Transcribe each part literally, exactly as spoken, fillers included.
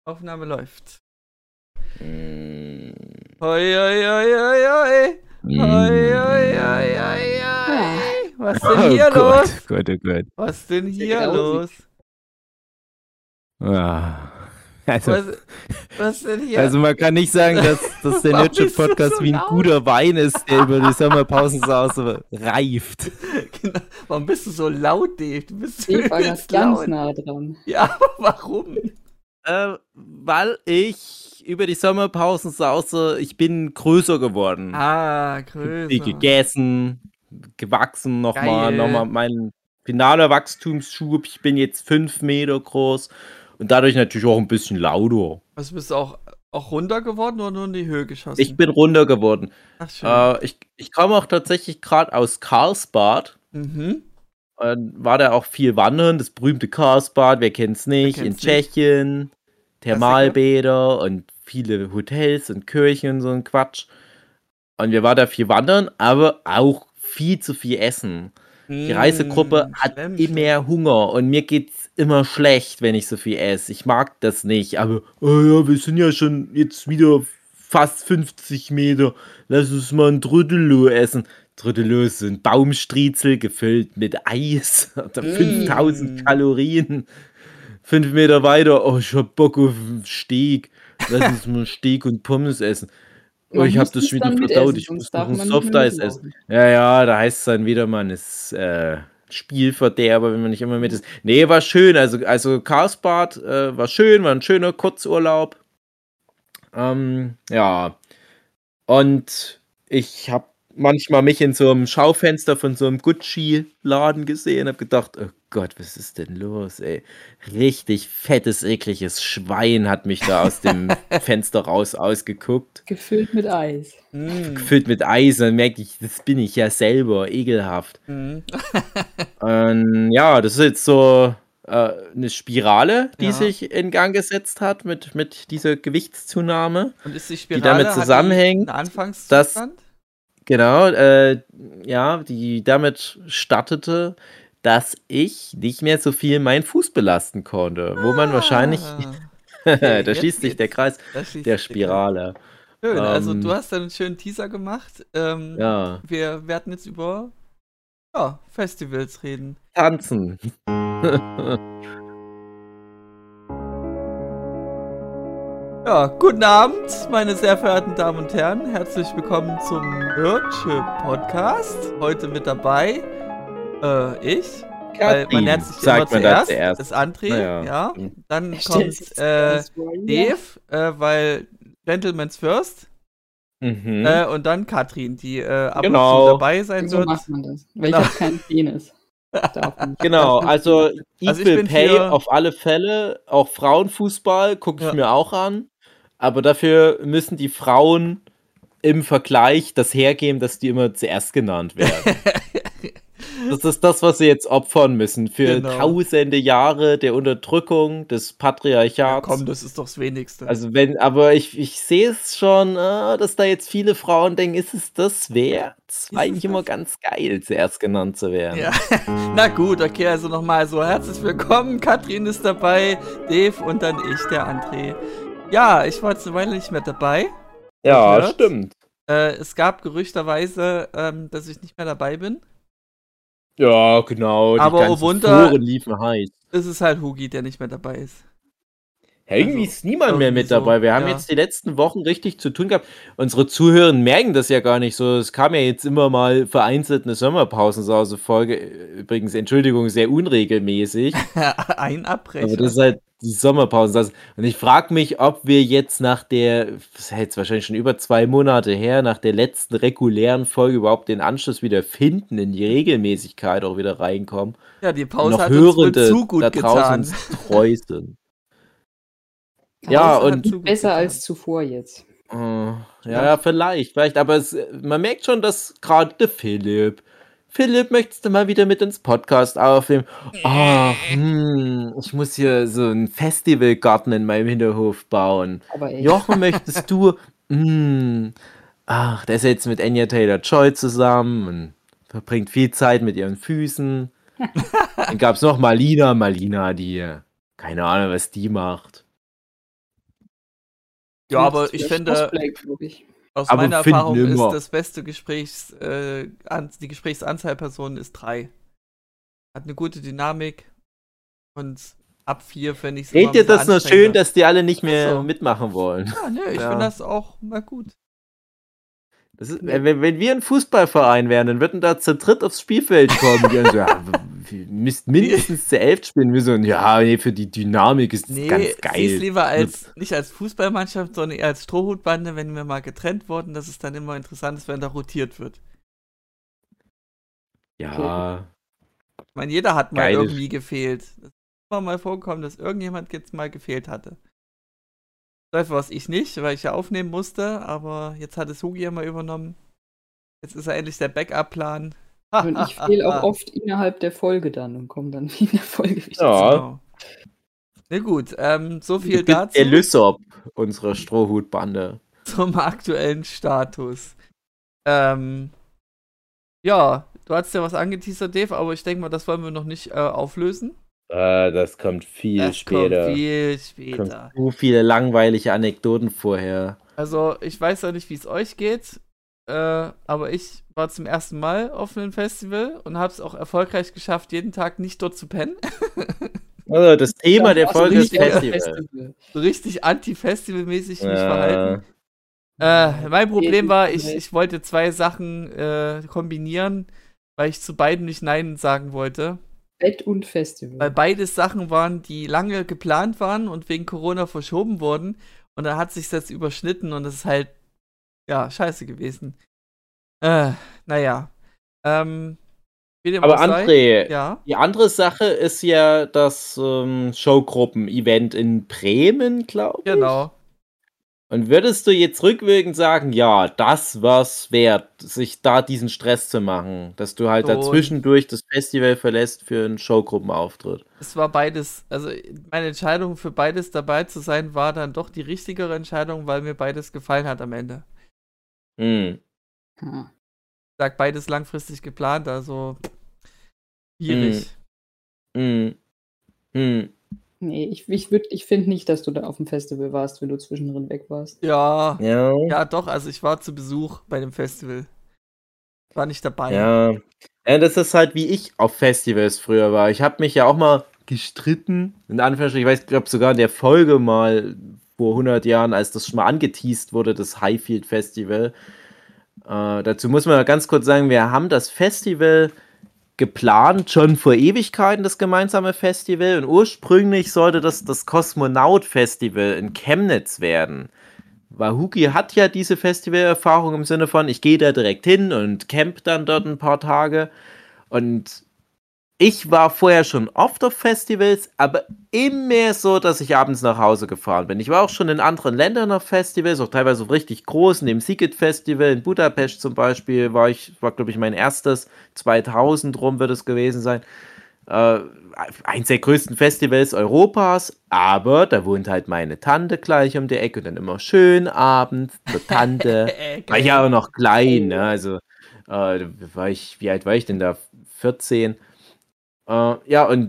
Aufnahme läuft. Mm. Hoi, hoi, hoi, hoi, hoi. Hoi, hoi, hoi, hoi, hoi. Was denn hier Oh Gott, los? Gott, oh Gott. Was denn Sehr hier grausig. los? Ah. Also, Was, was denn hier? also man kann nicht sagen, dass, dass der Warum Nerdship bist du Podcast so wie ein laut? guter Wein ist, der über die Sommerpausensause reift. Genau. Warum bist du so laut, Dave? Du bist Ich war übelst ganz laut. nah dran. Ja, aber warum? Äh, weil ich über die Sommerpausensause, ich bin größer geworden. Ah, Viel größer. gegessen, gewachsen nochmal, Geil. nochmal mein finaler Wachstumsschub. Ich bin jetzt fünf Meter groß und dadurch natürlich auch ein bisschen lauter. Was bist du auch, auch runter geworden oder nur in die Höhe geschossen? Ich bin runter geworden. Ach, schön. Äh, ich ich komme auch tatsächlich gerade aus Karlsbad. Mhm. Äh, war da auch viel wandern, das berühmte Karlsbad, wer kennt's nicht, kennt's in Tschechien, Thermalbäder und viele Hotels und Kirchen und so ein Quatsch. Und wir waren da viel wandern, aber auch viel zu viel essen. Die Reisegruppe Mm, hat schlimm, immer Hunger und mir geht's immer schlecht, wenn ich so viel esse. Ich mag das nicht, aber oh ja, wir sind ja schon jetzt wieder fast fünfzig Meter. Lass uns mal ein Trüdelo essen. Trüdelo ist so ein Baumstriezel gefüllt mit Eis. Hat Mm. fünftausend Kalorien. Fünf Meter weiter, oh, ich hab Bock auf einen Steak. Lass uns mal Steak und Pommes essen. Oh, Man ich hab muss das es schon wieder dann verdaut. mitessen, Ich sonst muss noch darf ein man nicht mehr Softeis essen. mitlaufen. Ja, ja, da heißt es dann wieder, man ist äh, Spielverderber, wenn man nicht immer mit ist. Nee, war schön. Also, also Karlsbad äh, war schön, war ein schöner Kurzurlaub. Ähm, ja. Und ich habe manchmal mich in so einem Schaufenster von so einem Gucci-Laden gesehen, habe gedacht, oh Gott, was ist denn los, ey? Richtig fettes, ekliges Schwein hat mich da aus dem Fenster raus ausgeguckt. Gefüllt mit Eis. Mm. Gefüllt mit Eis, dann merke ich, das bin ich ja selber, ekelhaft. Mm. Und ja, das ist jetzt so äh, eine Spirale, die Ja. sich in Gang gesetzt hat mit, mit dieser Gewichtszunahme. Und ist die Die Spirale damit hat die zusammenhängt, einen Anfangszustand? Genau, äh, ja, die damit startete, dass ich nicht mehr so viel meinen Fuß belasten konnte, wo man wahrscheinlich, Ah, okay, da jetzt schließt sich der geht's. Kreis Da schließt der sich der Kreis. Spirale. Schön, also Ähm, du hast dann einen schönen Teaser gemacht. Ähm, Ja, wir werden jetzt über ja, Festivals reden. tanzen. Ja, guten Abend, meine sehr verehrten Damen und Herren. Herzlich willkommen zum Nerdship Podcast. Heute mit dabei äh, ich. Weil man Katrin, lernt sich immer sagt man da zuerst. zuerst. Das ist André, Naja. ja. Dann Er stellt sich kommt äh, zuerst vor, ja. Dave, äh, weil Gentleman's First. Mhm. Äh, und dann Katrin, die äh, ab und Genau. zu dabei sein So wird. macht man das. Weil Genau. ich habe keinen Penis. Darf nicht. Genau, Darf nicht also viel. Also ich Equal bin Pay für- auf alle Fälle, auch Frauenfußball gucke ich Ja. mir auch an, aber dafür müssen die Frauen im Vergleich das hergeben, dass die immer zuerst genannt werden. Das ist das, was sie jetzt opfern müssen für Genau. tausende Jahre der Unterdrückung, des Ja, Patriarchats. komm, das ist doch das Wenigste. Also wenn, aber ich, ich sehe es schon, äh, dass da jetzt viele Frauen denken, ist es das wert? Es war Ist es eigentlich immer das? ganz geil, zuerst genannt zu werden. Ja, na gut, okay, also nochmal so herzlich willkommen. Katrin ist dabei, Dave und dann ich, der André. Ja, ich war jetzt eine Weile nicht mehr dabei. Ja, Gehört? stimmt. Äh, es gab gerüchterweise, ähm, dass ich nicht mehr dabei bin. Ja, genau. Die Aber oh ganzen Wunder- Foren liefen heiß. Es ist halt Hugi, der nicht mehr dabei ist. Ja, irgendwie Also, ist niemand mehr irgendwie mit dabei. so, Wir haben ja. jetzt die letzten Wochen richtig zu tun gehabt. Unsere Zuhörer merken das ja gar nicht so. Es kam ja jetzt immer mal vereinzelt eine Sommerpausensause-Folge. Übrigens, Entschuldigung, sehr unregelmäßig. Ein Abbrecher. Aber das ist halt die Sommerpause. Und ich frage mich, ob wir jetzt nach der, das ist jetzt wahrscheinlich schon über zwei Monate her, nach der letzten regulären Folge überhaupt den Anschluss wieder finden, in die Regelmäßigkeit auch wieder reinkommen. ja, die Pause noch hat uns wohl Hörende zu gut da draußen getan. uns treu sind. Pause Ja, hat und- zu gut Besser getan. als zuvor jetzt. Äh, ja, ja, vielleicht, vielleicht, aber es, man merkt schon, dass gerade der Philipp, Philipp, möchtest du mal wieder mit ins Podcast aufnehmen? Ach, hm, ich muss hier so einen Festivalgarten in meinem Hinterhof bauen. Aber echt. Jochen, möchtest du? Hm, ach, der ist jetzt mit Anya Taylor-Joy zusammen und verbringt viel Zeit mit ihren Füßen. Dann gab es noch Malina, Malina, die, keine Ahnung, was die macht. Ja, aber ich finde, Cosplay, glaub ich. aus Aber meiner finden Erfahrung ist immer. das beste Gesprächs, äh, an, die Gesprächsanzahl Personen ist drei. Hat eine gute Dynamik und ab vier finde ich es Seht ihr das nur schön, dass die alle nicht mehr So. mitmachen wollen? Ja, nö, ich Ja. finde das auch mal gut. Das ist, wenn, wenn wir ein Fußballverein wären, dann würden da zu dritt aufs Spielfeld kommen. Die dann so, ja, wir müssten mindestens zu elf spielen. Wir so, ja, nee, für die Dynamik ist das Nee, ganz sie ist geil. lieber als, nicht als Fußballmannschaft, sondern eher als Strohhutbande, wenn wir mal getrennt wurden, dass es dann immer interessant ist, wenn da rotiert wird. Ja, Ich meine, jeder hat mal Geil. irgendwie gefehlt. Es ist immer mal vorgekommen, dass irgendjemand jetzt mal gefehlt hatte. Das war es ich nicht, weil ich ja aufnehmen musste, aber jetzt hat es Hugi ja mal übernommen. Jetzt ist er endlich der Backup-Plan. Und ich fehle auch oft innerhalb der Folge dann und komme dann wie in der Folge wieder. Ja. Genau. Na gut, ähm, so viel du bist dazu der Lysop unserer Strohhutbande. zum aktuellen Status. Ähm, ja, du hast ja was angeteasert, Dave, aber ich denke mal, das wollen wir noch nicht äh, auflösen. Ah, das kommt viel Das später. kommt viel Kommt später. so viele langweilige Anekdoten vorher. Also, ich weiß ja nicht, wie es euch geht, äh, aber ich war zum ersten Mal auf einem Festival und habe es auch erfolgreich geschafft, jeden Tag nicht dort zu pennen. Also das Thema der Also Folge ist richtig auf Festival. Festival. So richtig anti-Festival-mäßig mich Ja. verhalten. Äh, mein Problem war, ich, Festival. ich wollte zwei Sachen äh, kombinieren, weil ich zu beiden nicht Nein sagen wollte. Bett und Festival. Weil beides Sachen waren, die lange geplant waren und wegen Corona verschoben wurden. Und dann hat sich das überschnitten und das ist halt, ja, scheiße gewesen. Äh, naja. Ähm, wie dem Aber auch sei, André, ja, die andere Sache ist ja das ähm, Showgruppen-Event in Bremen, glaube ich. genau. Und würdest du jetzt rückwirkend sagen, ja, das war's wert, sich da diesen Stress zu machen, dass du halt Schon. dazwischendurch das Festival verlässt für einen Showgruppenauftritt? Es war beides, also meine Entscheidung für beides dabei zu sein, war dann doch die richtigere Entscheidung, weil mir beides gefallen hat am Ende. Hm. Hm. Ich sag, beides langfristig geplant, also schwierig. Hm. Hm. Nee, ich, ich, würd- ich finde nicht, dass du da auf dem Festival warst, wenn du zwischendrin weg warst. Ja, Ja. ja doch, also ich war zu Besuch bei dem Festival. War nicht dabei. Ja. Ja, das ist halt, wie ich auf Festivals früher war. Ich habe mich ja auch mal gestritten, in Anführungsstrichen, ich weiß, ich glaube sogar in der Folge mal vor hundert Jahren, als das schon mal angeteased wurde, das Highfield Festival. Äh, dazu muss man ganz kurz sagen, wir haben das Festival geplant, schon vor Ewigkeiten, das gemeinsame Festival. Und ursprünglich sollte das das Kosmonaut-Festival in Chemnitz werden. Weil Hugi hat ja diese Festivalerfahrung im Sinne von, ich gehe da direkt hin und camp dann dort ein paar Tage. Und ich war vorher schon oft auf Festivals, aber immer so, dass ich abends nach Hause gefahren bin. Ich war auch schon in anderen Ländern auf Festivals, auch teilweise auf richtig großen, dem Szigет Festival in Budapest zum Beispiel, war ich, war glaube ich mein erstes, zweitausend rum wird es gewesen sein. Äh, eins der größten Festivals Europas, aber da wohnt halt meine Tante gleich um die Ecke und dann immer schön abends zur Tante. Äh, War ich ja auch noch klein, ne? Also, äh, war ich, wie alt war ich denn da? vierzehn. Äh, ja, und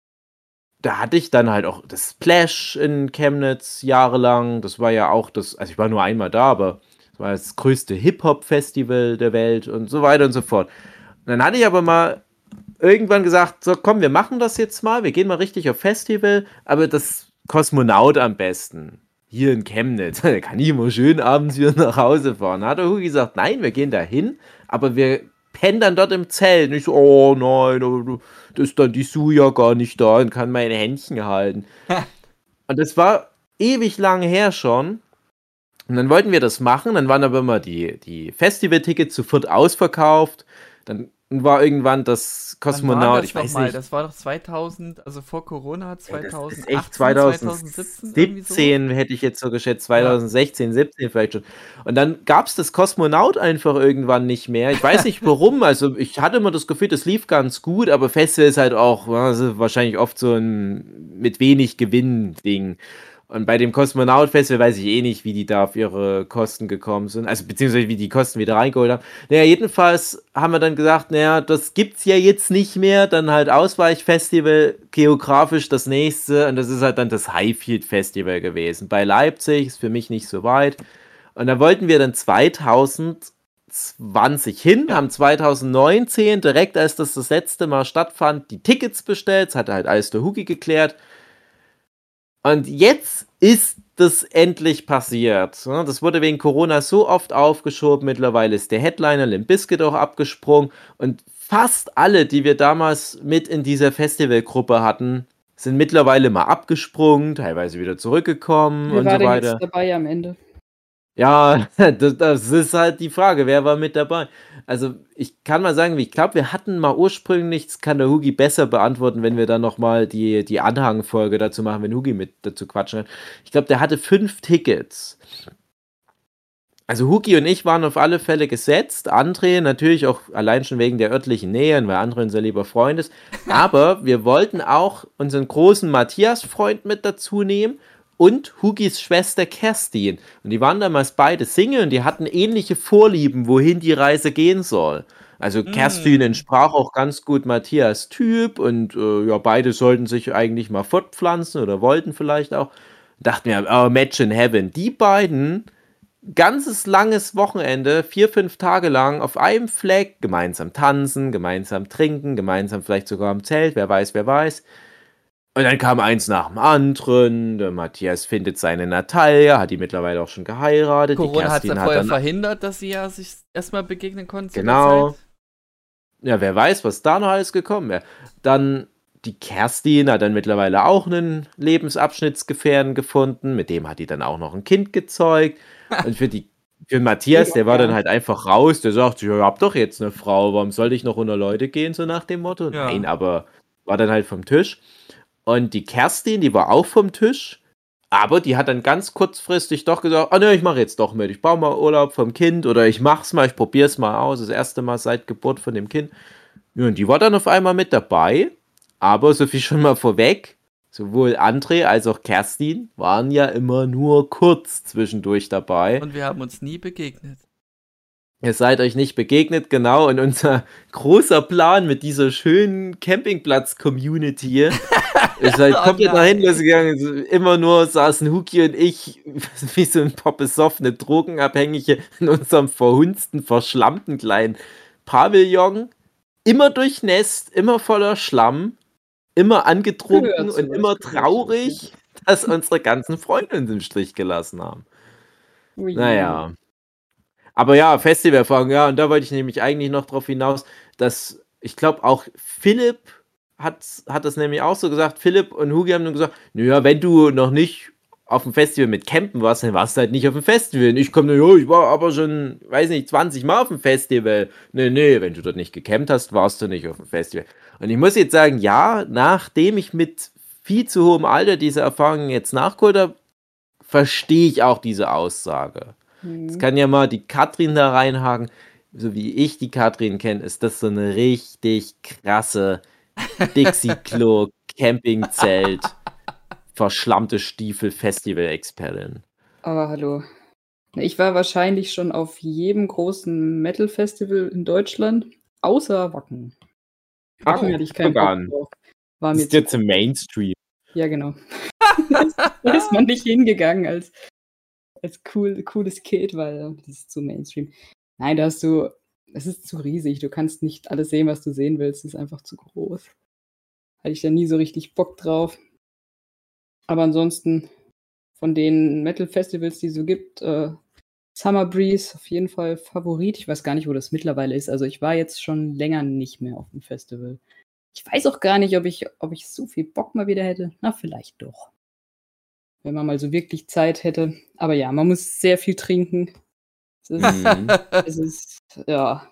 da hatte ich dann halt auch das Splash in Chemnitz jahrelang. Das war ja auch das, also ich war nur einmal da, aber das war das größte Hip-Hop-Festival der Welt und so weiter und so fort. Und dann hatte ich aber mal irgendwann gesagt, so komm, wir machen das jetzt mal, wir gehen mal richtig auf Festival, aber das Kosmonaut am besten. Hier in Chemnitz, da kann ich immer schön abends wieder nach Hause fahren. Da hat der Hugi gesagt, nein, wir gehen da hin, aber wir pennen dann dort im Zelt. Und ich so, oh nein, oh, das ist dann die Sue ja gar nicht da und kann meine Händchen halten. Und das war ewig lange her schon. Und dann wollten wir das machen, dann waren aber immer die, die Festival-Tickets sofort ausverkauft. Dann war irgendwann das Wann war Kosmonaut, das ich weiß noch mal? nicht. Das war doch zweitausend, also vor Corona, Ja, das zweitausendachtzehn, ist echt zweitausendsiebzehn, irgendwie so. zweitausendsiebzehn hätte ich jetzt so geschätzt, zweitausendsechzehn, siebzehn vielleicht schon. Und dann gab es das Kosmonaut einfach irgendwann nicht mehr. Ich weiß nicht warum, also ich hatte immer das Gefühl, das lief ganz gut, aber Festival ist halt auch also wahrscheinlich oft so ein mit wenig Gewinn-Ding. Und bei dem Kosmonaut-Festival weiß ich eh nicht, wie die da auf ihre Kosten gekommen sind. Also beziehungsweise wie die Kosten wieder reingeholt haben. Naja, jedenfalls haben wir dann gesagt, naja, das gibt's ja jetzt nicht mehr. Dann halt Ausweichfestival, geografisch das nächste. Und das ist halt dann das Highfield Festival gewesen. Bei Leipzig, ist für mich nicht so weit. Und da wollten wir dann zweitausendzwanzig hin, Ja. haben zweitausendneunzehn, direkt als das das letzte Mal stattfand, die Tickets bestellt. Das hatte halt alles der Hugi geklärt. Und jetzt ist das endlich passiert. ne? Das wurde wegen Corona so oft aufgeschoben. Mittlerweile ist der Headliner Limp Bizkit auch abgesprungen. Und fast alle, die wir damals mit in dieser Festivalgruppe hatten, sind mittlerweile mal abgesprungen, teilweise wieder zurückgekommen Wer und war so denn weiter. jetzt dabei am Ende? Ja, das, das ist halt die Frage, wer war mit dabei? Also ich kann mal sagen, ich glaube, wir hatten mal ursprünglich, das kann der Hugi besser beantworten, wenn wir dann nochmal die, die Anhangfolge dazu machen, wenn Hugi mit dazu quatschen kann. Ich glaube, der hatte fünf Tickets. Also Hugi und ich waren auf alle Fälle gesetzt. André natürlich auch allein schon wegen der örtlichen Nähe, weil André unser lieber Freund ist. Aber wir wollten auch unseren großen Matthias-Freund mit dazu nehmen und Hugis Schwester Kerstin. Und die waren damals beide Single und die hatten ähnliche Vorlieben, wohin die Reise gehen soll. Also Kerstin Mm. entsprach auch ganz gut Matthias Typ und äh, ja, beide sollten sich eigentlich mal fortpflanzen oder wollten vielleicht auch. Dachten wir, oh, Match in Heaven. Die beiden ganzes langes Wochenende, vier, fünf Tage lang auf einem Fleck, gemeinsam tanzen, gemeinsam trinken, gemeinsam vielleicht sogar im Zelt, wer weiß, wer weiß. Und dann kam eins nach dem anderen, der Matthias findet seine Natalia, hat die mittlerweile auch schon geheiratet, Corona hat die es ja Kerstin hat vorher dann, verhindert, dass sie ja sich erstmal begegnen konnten zu der genau, Zeit. ja, wer weiß, was da noch alles gekommen wäre. Dann die Kerstin hat dann mittlerweile auch einen Lebensabschnittsgefährten gefunden, mit dem hat die dann auch noch ein Kind gezeugt. Und für die für Matthias, der war dann halt einfach raus, der sagt, ja, ihr habt doch jetzt eine Frau, warum soll ich noch unter Leute gehen, so nach dem Motto? Ja. Nein, aber war dann halt vom Tisch. Und die Kerstin, die war auch vom Tisch, aber die hat dann ganz kurzfristig doch gesagt, ah ne, ich mache jetzt doch mit, ich baue mal Urlaub vom Kind oder ich mach's mal, ich probier's mal aus, das erste Mal seit Geburt von dem Kind. Ja, und die war dann auf einmal mit dabei, aber so viel schon mal vorweg, sowohl André als auch Kerstin waren ja immer nur kurz zwischendurch dabei. Und wir haben uns nie begegnet. Ihr seid euch nicht begegnet, genau, und unser großer Plan mit dieser schönen Campingplatz-Community ist halt Oh komplett nach nein. hinten losgegangen. Also immer nur saßen Huki und ich wie so ein paar besoffene Drogenabhängige in unserem verhunzten, verschlammten kleinen Pavillon. Immer durchnässt, immer voller Schlamm, immer angetrunken Gehört und sowas, immer gehört traurig, dass unsere ganzen Freunde uns im Stich gelassen haben. Ui. Naja. Aber ja, Festivalerfahrung, ja, und da wollte ich nämlich eigentlich noch drauf hinaus, dass ich glaube auch Philipp hat, hat das nämlich auch so gesagt, Philipp und Hugi haben nur gesagt, naja, wenn du noch nicht auf dem Festival mit Campen warst, dann warst du halt nicht auf dem Festival. Und ich komme, ja, ich war aber schon, weiß nicht, zwanzig Mal auf dem Festival. Nee, nee, wenn du dort nicht gecampt hast, warst du nicht auf dem Festival. Und ich muss jetzt sagen, ja, nachdem ich mit viel zu hohem Alter diese Erfahrungen jetzt nachgeholt habe, verstehe ich auch diese Aussage. Jetzt Hm. kann ja mal die Katrin da reinhaken. So wie ich die Katrin kenne, ist das so eine richtig krasse Dixie-Klo, Campingzelt, verschlammte Stiefel, Festival-Expertin. Aber hallo. Na, Ich war wahrscheinlich schon auf jedem großen Metal-Festival in Deutschland, außer Wacken. Wacken Oh, hatte ich keinen sogar Bock ein- drauf. War Das mir ist zu jetzt im Mainstream. Ja, genau. Da ist man nicht hingegangen als, als cool, cooles Kid, weil das ist zu Mainstream. Nein, da hast du, es ist zu riesig. Du kannst nicht alles sehen, was du sehen willst. Es ist einfach zu groß. Hatte ich da nie so richtig Bock drauf. Aber ansonsten von den Metal-Festivals, die es so gibt, äh, Summer Breeze auf jeden Fall Favorit. Ich weiß gar nicht, wo das mittlerweile ist. Also ich war jetzt schon länger nicht mehr auf dem Festival. Ich weiß auch gar nicht, ob ich, ob ich so viel Bock mal wieder hätte. Na, vielleicht doch. Wenn man mal so wirklich Zeit hätte. Aber ja, man muss sehr viel trinken. Es ist, Mhm. es ist ja.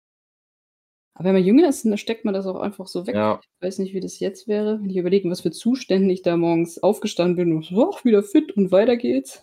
Aber wenn man jünger ist, dann steckt man das auch einfach so weg. Ja. Ich weiß nicht, wie das jetzt wäre, wenn ich überlege, was für Zuständen ich da morgens aufgestanden bin und so, ach, wieder fit und weiter geht's.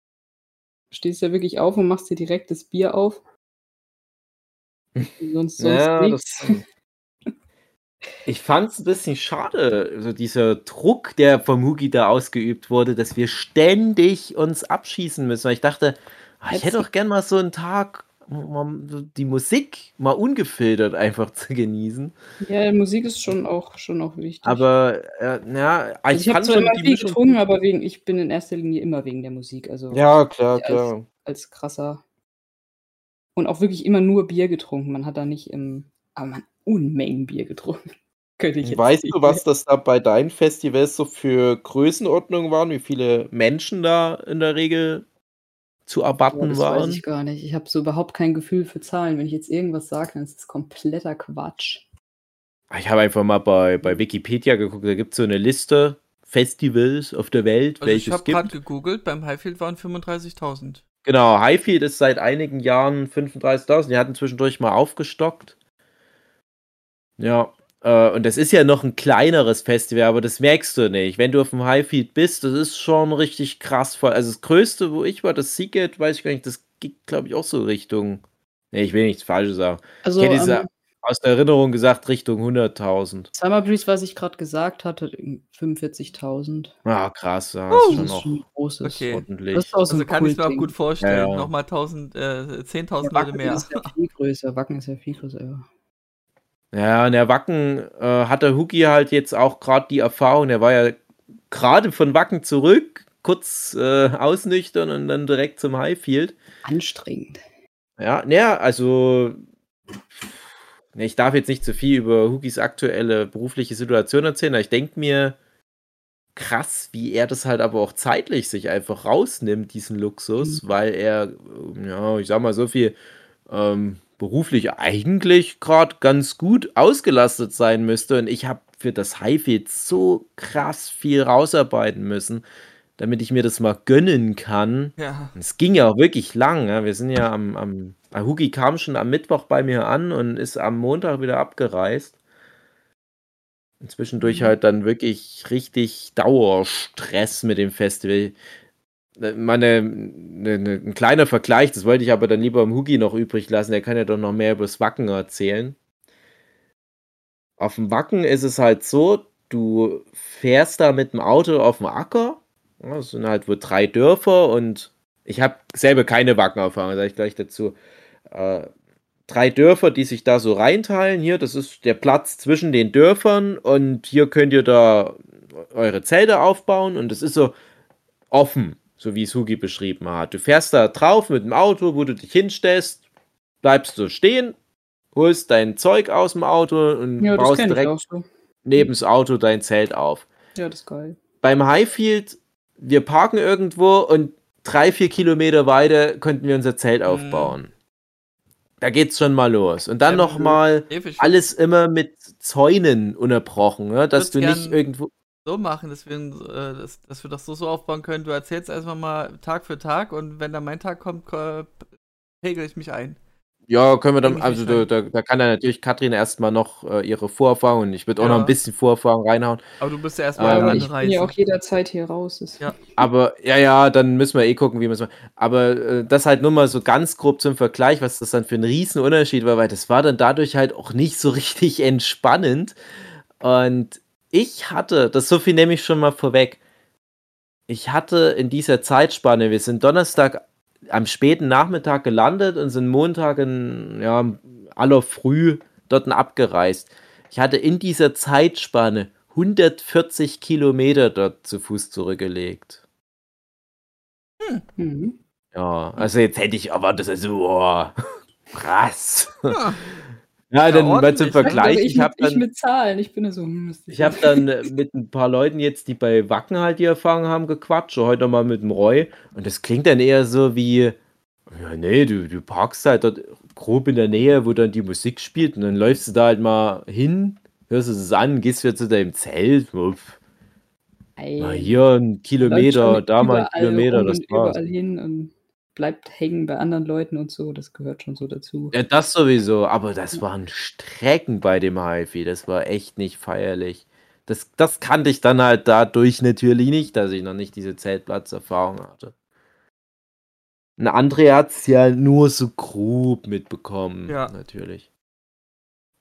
Du stehst ja wirklich auf und machst dir direkt das Bier auf. Und sonst sonst Ja, das nichts. stimmt. Ich fand's ein bisschen schade, so dieser Druck, der vom Hugi da ausgeübt wurde, dass wir ständig uns abschießen müssen. Weil ich dachte, ah, ich hätte Jetzt, doch gern mal so einen Tag, um so die Musik mal ungefiltert einfach zu genießen. ja, Musik ist schon auch, schon auch wichtig. Aber äh, ja, Also ich ich habe fand zwar schon immer die viel Mischung getrunken, gut. aber wegen, ich bin in erster Linie immer wegen der Musik. Also Ja, klar, nicht als, klar. als krasser. Und auch wirklich immer nur Bier getrunken. Man hat da nicht im, aber man hat Unmengen Bier getrunken. Könnte ich jetzt Weißt nicht du, mehr. was das da bei deinen Festivals so für Größenordnungen waren? Wie viele Menschen da in der Regel zu Boah, erwarten das weiß waren? ich gar nicht. Ich habe so überhaupt kein Gefühl für Zahlen. Wenn ich jetzt irgendwas sage, dann ist das kompletter Quatsch. Ich habe einfach mal bei, bei Wikipedia geguckt, da gibt es so eine Liste Festivals auf der Welt, Also ich welche es habe gerade gibt. gegoogelt, beim Highfield waren fünfunddreißigtausend. Genau, Highfield ist seit einigen Jahren fünfunddreißigtausend. Die hatten zwischendurch mal aufgestockt. Ja, äh, und das ist ja noch ein kleineres Festival, aber das merkst du nicht. Wenn du auf dem Highfield bist, das ist schon richtig krass voll. Also das größte, wo ich war, das Seagate, weiß ich gar nicht, das geht, glaube ich, auch so Richtung. Nee, ich will nichts Falsches sagen. Ich Also hätte jetzt ähm, aus der Erinnerung gesagt, Richtung hunderttausend. Summer Breeze, was ich gerade gesagt hatte, fünfundvierzigtausend. Ah, krass, ja, ist Das schon ist schon ein noch großes. Das Okay. ist ordentlich. auch so Also ein kann ich mir auch gut Kultding. Ja, vorstellen. ja. Nochmal tausend, äh, Ja, zehntausend Leute Wacken mehr. ist ja viel größer. Wacken ist ja viel größer. Ja. Ja, und der Wacken äh, hat der Hugi halt jetzt auch gerade die Erfahrung, der war ja gerade von Wacken zurück, kurz äh, ausnüchtern und dann direkt zum Highfield. Anstrengend. Ja, naja, also ne, ich darf jetzt nicht zu viel über Hugis aktuelle berufliche Situation erzählen, aber ich denke mir, krass, wie er das halt aber auch zeitlich sich einfach rausnimmt, diesen Luxus, Mhm. weil er, äh, ja, ich sag mal so viel, ähm, beruflich eigentlich gerade ganz gut ausgelastet sein müsste. Und ich habe für das Highfield so krass viel rausarbeiten müssen, damit ich mir das mal gönnen kann. Ja. Und es ging ja auch wirklich lang. Ja. Wir sind ja am, am Hugi kam schon am Mittwoch bei mir an und ist am Montag wieder abgereist. Und zwischendurch Mhm. halt dann wirklich richtig Dauerstress mit dem Festival. Meine, ne, ne, ein kleiner Vergleich, das wollte ich aber dann lieber im Hugi noch übrig lassen, der kann ja doch noch mehr über das Wacken erzählen. Auf dem Wacken ist es halt so, du fährst da mit dem Auto auf dem Acker, ja, das sind halt wohl drei Dörfer und ich habe selber keine Wackenerfahrung, sage ich gleich dazu. Äh, drei Dörfer, die sich da so reinteilen, hier, das ist der Platz zwischen den Dörfern und hier könnt ihr da eure Zelte aufbauen und es ist so offen, so wie es Hugi beschrieben hat. Du fährst da drauf mit dem Auto, wo du dich hinstellst, bleibst so stehen, holst dein Zeug aus dem Auto und Ja, das baust kenne ich direkt auch so. neben das Auto dein Zelt auf. Ja, das ist geil. Beim Highfield, wir parken irgendwo und drei, vier Kilometer weiter könnten wir unser Zelt Mhm. aufbauen. Da geht's schon mal los. Und dann Ja, nochmal Eve, ich würd- alles immer mit Zäunen unterbrochen, ne? dass du würd's nicht gern- irgendwo. so machen, dass wir, äh, dass, dass wir das so, so aufbauen können. Du erzählst erstmal mal Tag für Tag und wenn dann mein Tag kommt, äh, pegel ich mich ein. Ja, können wir dann, Eigentlich also nicht da, da, da kann dann natürlich Katrin erstmal noch äh, ihre Vorerfahrung und ich würde auch noch Ja. ein bisschen Vorerfahrung reinhauen. Aber du bist ja erstmal Ähm, ähm, Ich bin ja auch jederzeit hier raus. Das Ja. Aber ja, ja, dann müssen wir eh gucken, wie wir es machen. Aber äh, das halt nur mal so ganz grob zum Vergleich, was das dann für ein Riesenunterschied war, weil das war dann dadurch halt auch nicht so richtig entspannend. Und ich hatte, das so viel nehme ich schon mal vorweg, ich hatte in dieser Zeitspanne, wir sind Donnerstag am späten Nachmittag gelandet und sind Montag in ja, aller Früh dort abgereist. Ich hatte in dieser Zeitspanne hundertvierzig Kilometer dort zu Fuß zurückgelegt. Mhm. Ja, also jetzt hätte ich aber das ist so oh, krass. Ja. Ja, Ja, dann mal ordentlich, zum ne? Vergleich. ich, Ich mit, habe ich dann, mit Zahlen. Ich bin ja so. hm, ist ich nicht- hab dann äh, mit ein paar Leuten jetzt, die bei Wacken halt die Erfahrung haben, gequatscht. So heute mal mit dem Roy. Und das klingt dann eher so wie, ja, nee, du, du parkst halt dort grob in der Nähe, wo dann die Musik spielt. Und dann läufst du da halt mal hin, hörst du es an, gehst wieder zu deinem Zelt. Uff. Mal Nein. hier ein Man läuft Kilometer, schon da mal ein überall Kilometer, rum das und war's. überall hin und bleibt hängen bei anderen Leuten und so. Das gehört schon so dazu. Ja, das sowieso, aber das waren Strecken bei dem HiFi, das war echt nicht feierlich. Das, das kannte ich dann halt dadurch natürlich nicht, dass ich noch nicht diese Zeltplatzerfahrung hatte. Ein André hat es ja nur so grob mitbekommen, Ja. natürlich.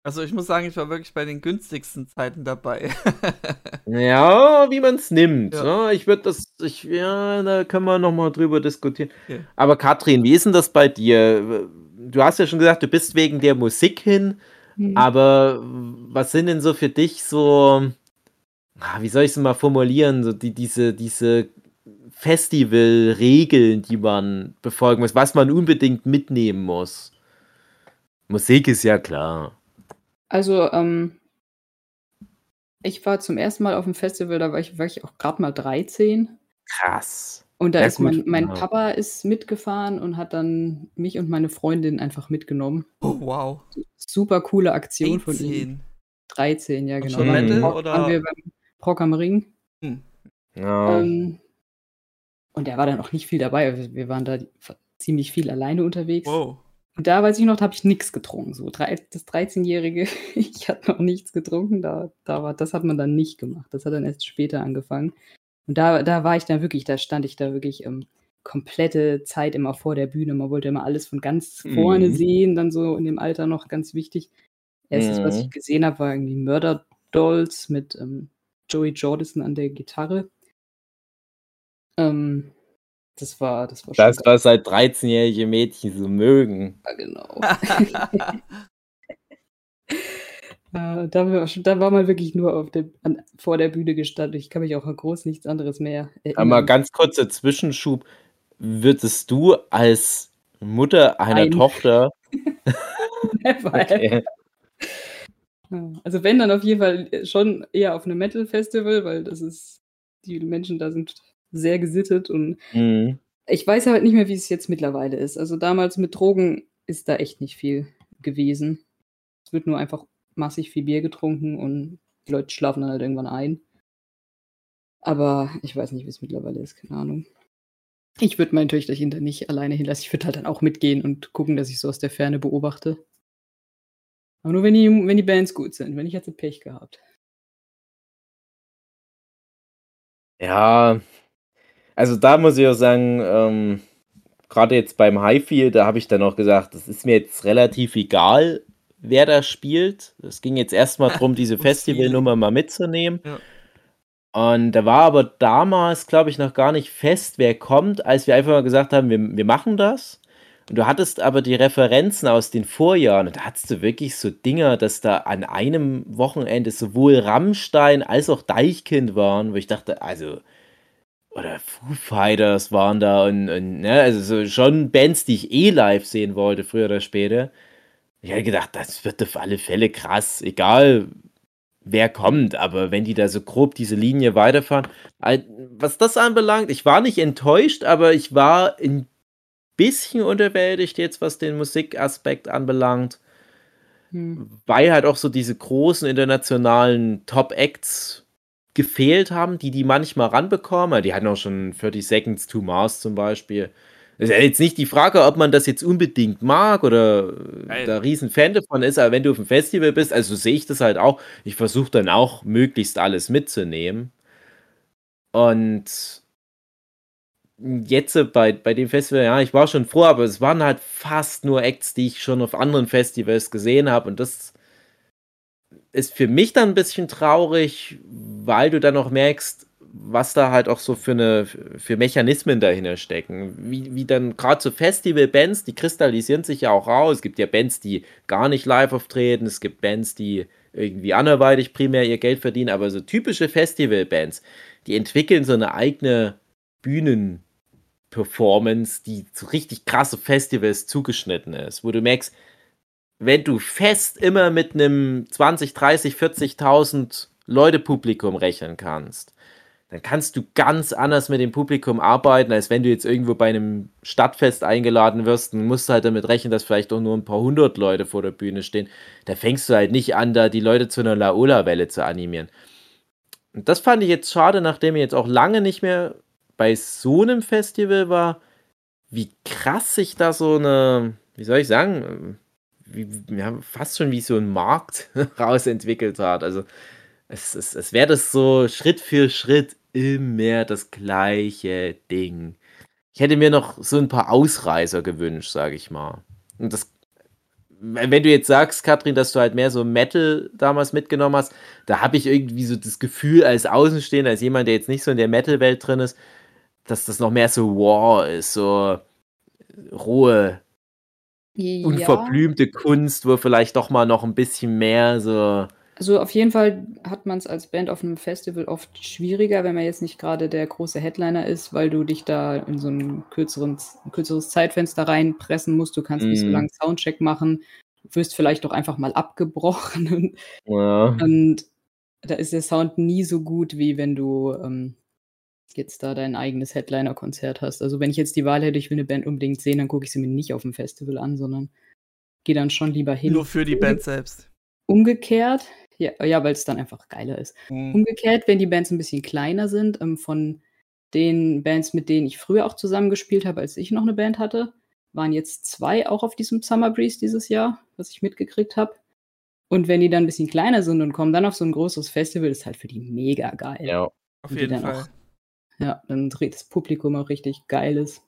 Also ich muss sagen, ich war wirklich bei den günstigsten Zeiten dabei. Ja, wie man es nimmt. Ja. Ja, ich würde das, ich, ja, da können wir nochmal drüber diskutieren. Okay. Aber Katrin, wie ist denn das bei dir? Du hast ja schon gesagt, du bist wegen der Musik hin, Hm. aber was sind denn so für dich so, ah, wie soll ich es mal formulieren, so die, diese, diese Festivalregeln, die man befolgen muss, was man unbedingt mitnehmen muss? Musik ist ja klar. Also, ähm, ich war zum ersten Mal auf dem Festival, da war ich, war ich auch gerade mal dreizehn. Krass. Und da Ja, ist gut. mein, mein Ja. Papa ist mitgefahren und hat dann mich und meine Freundin einfach mitgenommen. Oh, wow. Super coole Aktion von ihm. dreizehn. dreizehn, ja, Und genau. schon Waren Metal wir- oder? Waren wir beim Rock am Ring. Hm. Ja. Ähm, und da war dann auch nicht viel dabei. Also wir waren da ziemlich viel alleine unterwegs. Wow. Und da weiß ich noch, da habe ich nichts getrunken. So drei, das dreizehnjährige, ich hatte noch nichts getrunken. Da, da war, das hat man dann nicht gemacht. Das hat dann erst später angefangen. Und da, da war ich dann wirklich, da stand ich da wirklich ähm, komplette Zeit immer vor der Bühne. Man wollte immer alles von ganz vorne Mhm. sehen, dann so in dem Alter noch ganz wichtig. Erstes, was ich Mhm. gesehen habe, war irgendwie Murder Dolls mit ähm, Joey Jordison an der Gitarre. Ähm, das war, das war schon Das, was halt dreizehnjährige Mädchen so mögen. geil, genau. Äh, da, war, schon- da war man wirklich nur auf dem, an, vor der Bühne gestanden. Ich kann mich auch an groß nichts anderes mehr Aber mal erinnern. ganz kurzer Zwischenschub. Würdest du als Mutter einer Nein. Tochter. Never. Okay. Ja, also wenn, dann auf jeden Fall schon eher auf einem Metal-Festival, weil das ist, die Menschen da sind sehr gesittet und Mhm. ich weiß halt nicht mehr, wie es jetzt mittlerweile ist. Also damals mit Drogen ist da echt nicht viel gewesen. Es wird nur einfach massig viel Bier getrunken und die Leute schlafen dann halt irgendwann ein. Aber ich weiß nicht, wie es mittlerweile ist, keine Ahnung. Ich würde meine Töchterchen da nicht alleine hinlassen. Ich würde halt dann auch mitgehen und gucken, dass ich so aus der Ferne beobachte. Aber nur wenn die, wenn die Bands gut sind. Wenn nicht, hat sie Pech gehabt. Ja, also da muss ich auch sagen, ähm, gerade jetzt beim Highfield, da habe ich dann auch gesagt, das ist mir jetzt relativ egal, wer da spielt. Es ging jetzt erstmal darum, diese Ums Festivalnummer Feeling. mal mitzunehmen. Ja. Und da war aber damals, glaube ich, noch gar nicht fest, wer kommt, als wir einfach mal gesagt haben, wir, wir machen das. Und du hattest aber die Referenzen aus den Vorjahren und da hattest du wirklich so Dinger, dass da an einem Wochenende sowohl Rammstein als auch Deichkind waren, wo ich dachte, also, oder Foo Fighters waren da und, und ne, also so schon Bands, die ich eh live sehen wollte, früher oder später. Ich hätte gedacht, das wird auf alle Fälle krass, egal wer kommt, aber wenn die da so grob diese Linie weiterfahren, al- was das anbelangt, ich war nicht enttäuscht, aber ich war ein bisschen unterwältigt jetzt, was den Musikaspekt anbelangt, Hm. weil halt auch so diese großen internationalen Top-Acts gefehlt haben, die die manchmal ranbekommen. Die hatten auch schon thirty Seconds to Mars zum Beispiel. Das ist ja jetzt nicht die Frage, ob man das jetzt unbedingt mag oder Geil. da riesen Fan davon ist, aber wenn du auf dem Festival bist, also sehe ich das halt auch, ich versuche dann auch möglichst alles mitzunehmen. Und jetzt äh, bei, bei dem Festival, ja, ich war schon froh, aber es waren halt fast nur Acts, die ich schon auf anderen Festivals gesehen habe. Und das ist für mich dann ein bisschen traurig, weil du dann auch merkst, was da halt auch so für eine für Mechanismen dahinter stecken. Wie, wie dann gerade so Festival-Bands, die kristallisieren sich ja auch raus. Es gibt ja Bands, die gar nicht live auftreten, es gibt Bands, die irgendwie anderweitig primär ihr Geld verdienen, aber so typische Festival-Bands, die entwickeln so eine eigene Bühnenperformance, die so richtig krasse Festivals zugeschnitten ist, wo du merkst, wenn du fest immer mit einem zwanzig, dreißig, vierzigtausend Leute Publikum rechnen kannst, dann kannst du ganz anders mit dem Publikum arbeiten, als wenn du jetzt irgendwo bei einem Stadtfest eingeladen wirst und musst halt damit rechnen, dass vielleicht auch nur ein paar hundert Leute vor der Bühne stehen. Da fängst du halt nicht an, da die Leute zu einer Laola-Welle zu animieren. Und das fand ich jetzt schade, nachdem ich jetzt auch lange nicht mehr bei so einem Festival war, wie krass sich da so eine, wie soll ich sagen, wie, ja, fast schon wie so ein Markt rausentwickelt hat. Also es, es, es wäre das so Schritt für Schritt immer das gleiche Ding. Ich hätte mir noch so ein paar Ausreißer gewünscht, sage ich mal. Und das wenn du jetzt sagst, Katrin, dass du halt mehr so Metal damals mitgenommen hast, da habe ich irgendwie so das Gefühl als Außenstehender, als jemand, der jetzt nicht so in der Metal-Welt drin ist, dass das noch mehr so War ist, so rohe, Ja, unverblümte Kunst, wo vielleicht doch mal noch ein bisschen mehr so. also auf jeden Fall hat man es als Band auf einem Festival oft schwieriger, wenn man jetzt nicht gerade der große Headliner ist, weil du dich da in so ein, kürzeren, ein kürzeres Zeitfenster reinpressen musst. Du kannst nicht so Mm, lange Soundcheck machen. Du wirst vielleicht auch einfach mal abgebrochen. Und, ja. und da ist der Sound nie so gut, wie wenn du ähm, jetzt da dein eigenes Headliner-Konzert hast. Also wenn ich jetzt die Wahl hätte, ich will eine Band unbedingt sehen, dann gucke ich sie mir nicht auf dem Festival an, sondern gehe dann schon lieber hin. Nur für die Umge- Band selbst. Umgekehrt, ja, ja weil es dann einfach geiler ist. Mhm. Umgekehrt, wenn die Bands ein bisschen kleiner sind, ähm, von den Bands, mit denen ich früher auch zusammengespielt habe, als ich noch eine Band hatte, waren jetzt zwei auch auf diesem Summer Breeze dieses Jahr, was ich mitgekriegt habe. Und wenn die dann ein bisschen kleiner sind und kommen dann auf so ein größeres Festival, ist halt für die mega geil. Ja. Auf Und die jeden dann Fall. auch, ja, dann dreht das Publikum auch richtig geiles.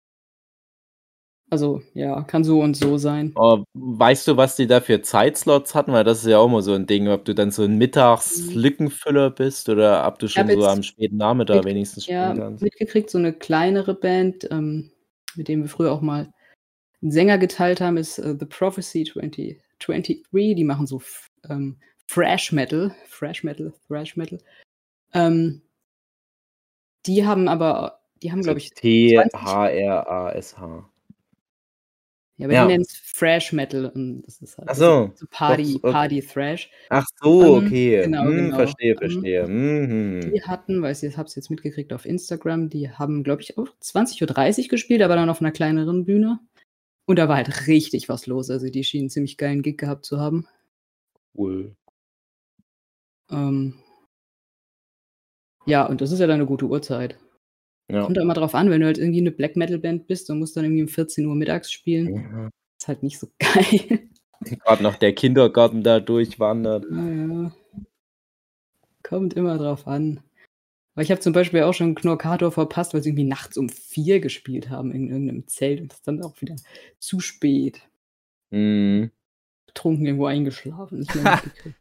Also, ja, kann so und so sein. Oh, weißt du, was die da für Zeitslots hatten? Weil das ist ja auch mal so ein Ding, ob du dann so ein Mittags-Lückenfüller bist oder ob du Ich habe schon so jetzt am späten Nachmittag mit, wenigstens spielen ja, kannst. mitgekriegt, so eine kleinere Band, ähm, mit dem wir früher auch mal einen Sänger geteilt haben, ist äh, The Prophecy zwanzig dreiundzwanzig. Die machen so f- ähm, Thrash Metal, Thrash Metal, Thrash Metal. Ähm, die haben aber, die haben, Also glaube ich, T zwanzig, H R A S H. ja, aber die Ja. nennen es Thrash Metal und das ist halt Ach das ist so. so Doch, Party, okay. Party Thrash. Ach so, Ähm, okay. genau, Hm, genau. verstehe, Ähm, verstehe. Mhm. Die hatten, weil ich habe es jetzt mitgekriegt auf Instagram, die haben, glaube ich, auch zwanzig Uhr dreißig gespielt, aber dann auf einer kleineren Bühne. Und da war halt richtig was los. Also die schienen einen ziemlich geilen Gig gehabt zu haben. Cool. Ähm, ja, und das ist ja dann eine gute Uhrzeit. Ja. Kommt da immer drauf an, wenn du halt irgendwie eine Black Metal Band bist und musst dann irgendwie um vierzehn Uhr mittags spielen. Ja. Ist halt nicht so geil. Gerade noch der Kindergarten da durchwandert. Naja. Kommt immer drauf an. Aber ich habe zum Beispiel auch schon Knorkator verpasst, weil sie irgendwie nachts um vier gespielt haben in irgendeinem Zelt und das ist dann auch wieder zu spät. Mhm. Betrunken irgendwo eingeschlafen, nicht mehr mitgekriegt.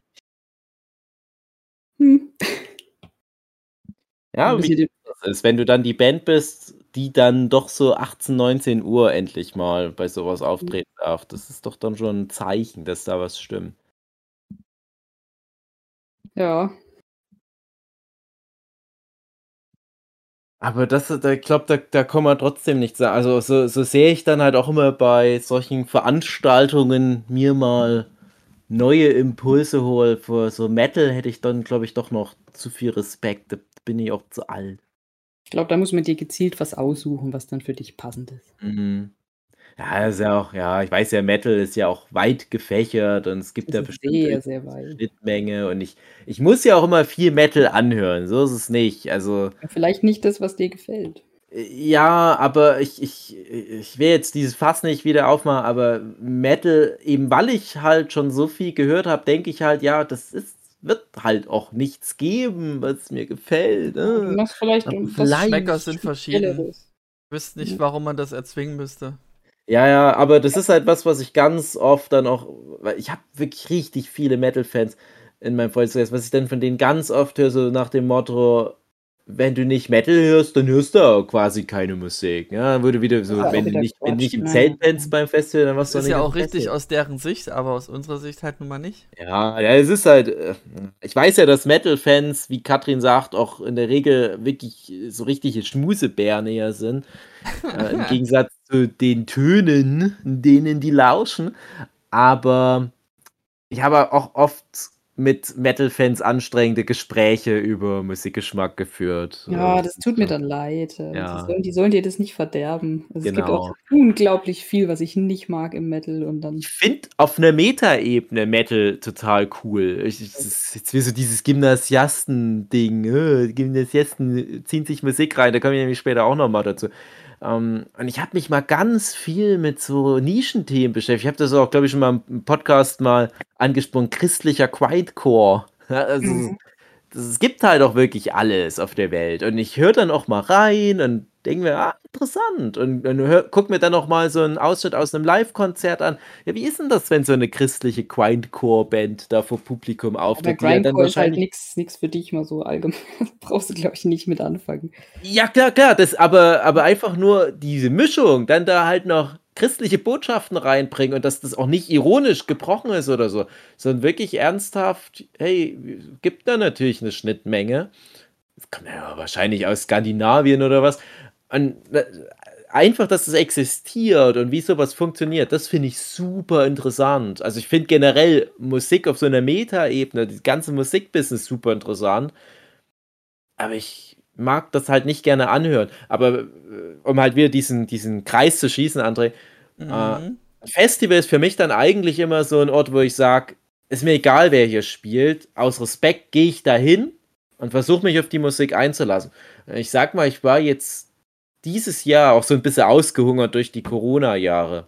Hm. Ja, Bis wie ihr den, das ist, wenn du dann die Band bist, die dann doch so achtzehn, neunzehn Uhr endlich mal bei sowas auftreten darf. Das ist doch dann schon ein Zeichen, dass da was stimmt. ja, Aber das, da, ich glaube, da, da kann man trotzdem nichts sagen. Also so, so sehe ich dann halt auch immer bei solchen Veranstaltungen mir mal neue Impulse hole. Für so Metal hätte ich dann, glaube ich, doch noch zu viel Respekt. Da bin ich auch zu alt. ich glaube, da muss man dir gezielt was aussuchen, was dann für dich passend ist. Mhm. Ja, das ist ja auch, ja, ich weiß ja, Metal ist ja auch weit gefächert und es gibt Das ja ist bestimmt sehr, irgendeine sehr weit. Schnittmenge und ich, ich muss ja auch immer viel Metal anhören, so ist es nicht. Also, Ja, vielleicht nicht das, was dir gefällt. äh, ja, aber ich, ich, ich will jetzt dieses Fass nicht wieder aufmachen, aber Metal, eben weil ich halt schon so viel gehört habe, denke ich halt, ja, das ist, wird halt auch nichts geben, was mir gefällt. Ja, du Äh. machst vielleicht Aber um was vielleicht- Geschmäcker sind verschieden. Spezielleres. Ich wüsste nicht, warum man das erzwingen müsste. Ja, ja, aber das ist halt was, was ich ganz oft dann auch, weil ich habe wirklich richtig viele Metal-Fans in meinem Freundeskreis, was ich dann von denen ganz oft höre, so nach dem Motto, wenn du nicht Metal hörst, dann hörst du auch quasi keine Musik. Ja, dann würde wieder so, Ja, auch wenn du wieder nicht, wenn du nicht im Quatsch. Zelt Nein. pennst beim Festival, dann Das warst du ist nicht ja auf auch dem richtig Festival. aus deren Sicht, aber aus unserer Sicht halt nun mal nicht. Ja, ja, es ist halt, äh, ich weiß ja, dass Metal-Fans, wie Katrin sagt, auch in der Regel wirklich so richtige Schmusebären eher sind. Äh, Im Gegensatz zu den Tönen, denen die lauschen. Aber ich habe auch oft mit Metal-Fans anstrengende Gespräche über Musikgeschmack geführt. Ja, Äh, das tut mir dann leid. äh, Ja. Die, sollen, die sollen dir das nicht verderben. Also es gibt Genau. auch unglaublich viel, was ich nicht mag im Metal und dann. Ich finde auf einer Meta-Ebene Metal total cool. Ich, ich, es ist jetzt wie so dieses Gymnasiasten-Ding. Äh, Gymnasiasten ziehen sich Musik rein, da komme ich nämlich später auch nochmal dazu. Ähm, und ich habe mich mal ganz viel mit so Nischenthemen beschäftigt. Ich habe das auch, glaube ich, schon mal im Podcast mal angesprochen. Christlicher Quietcore. Ja, also, Mhm. das, es gibt halt auch wirklich alles auf der Welt. Und ich höre dann auch mal rein und denke mir, ah, interessant. Und, und hör, guck mir dann noch mal so einen Ausschnitt aus einem Live-Konzert an. Ja, wie ist denn das, wenn so eine christliche Grindcore-Band da vor Publikum Aber auftritt, die ja dann Grindcore ist halt wahrscheinlich. nichts für dich mal so allgemein. Brauchst du, glaube ich, nicht mit anfangen. Ja, klar, klar, das, aber, aber einfach nur diese Mischung, dann da halt noch christliche Botschaften reinbringen und dass das auch nicht ironisch gebrochen ist oder so, sondern wirklich ernsthaft, hey, gibt da natürlich eine Schnittmenge. Das kommt ja wahrscheinlich aus Skandinavien oder was. Und äh, einfach, dass es existiert und wie sowas funktioniert, das finde ich super interessant. Also ich finde generell Musik auf so einer Meta-Ebene, das ganze Musikbusiness super interessant. Aber ich mag das halt nicht gerne anhören. Aber äh, um halt wieder diesen, diesen Kreis zu schießen, André, äh, Mhm. Festival ist für mich dann eigentlich immer so ein Ort, wo ich sage, ist mir egal, wer hier spielt. Aus Respekt gehe ich dahin und versuche mich auf die Musik einzulassen. Ich sag mal, ich war jetzt dieses Jahr auch so ein bisschen ausgehungert durch die Corona-Jahre.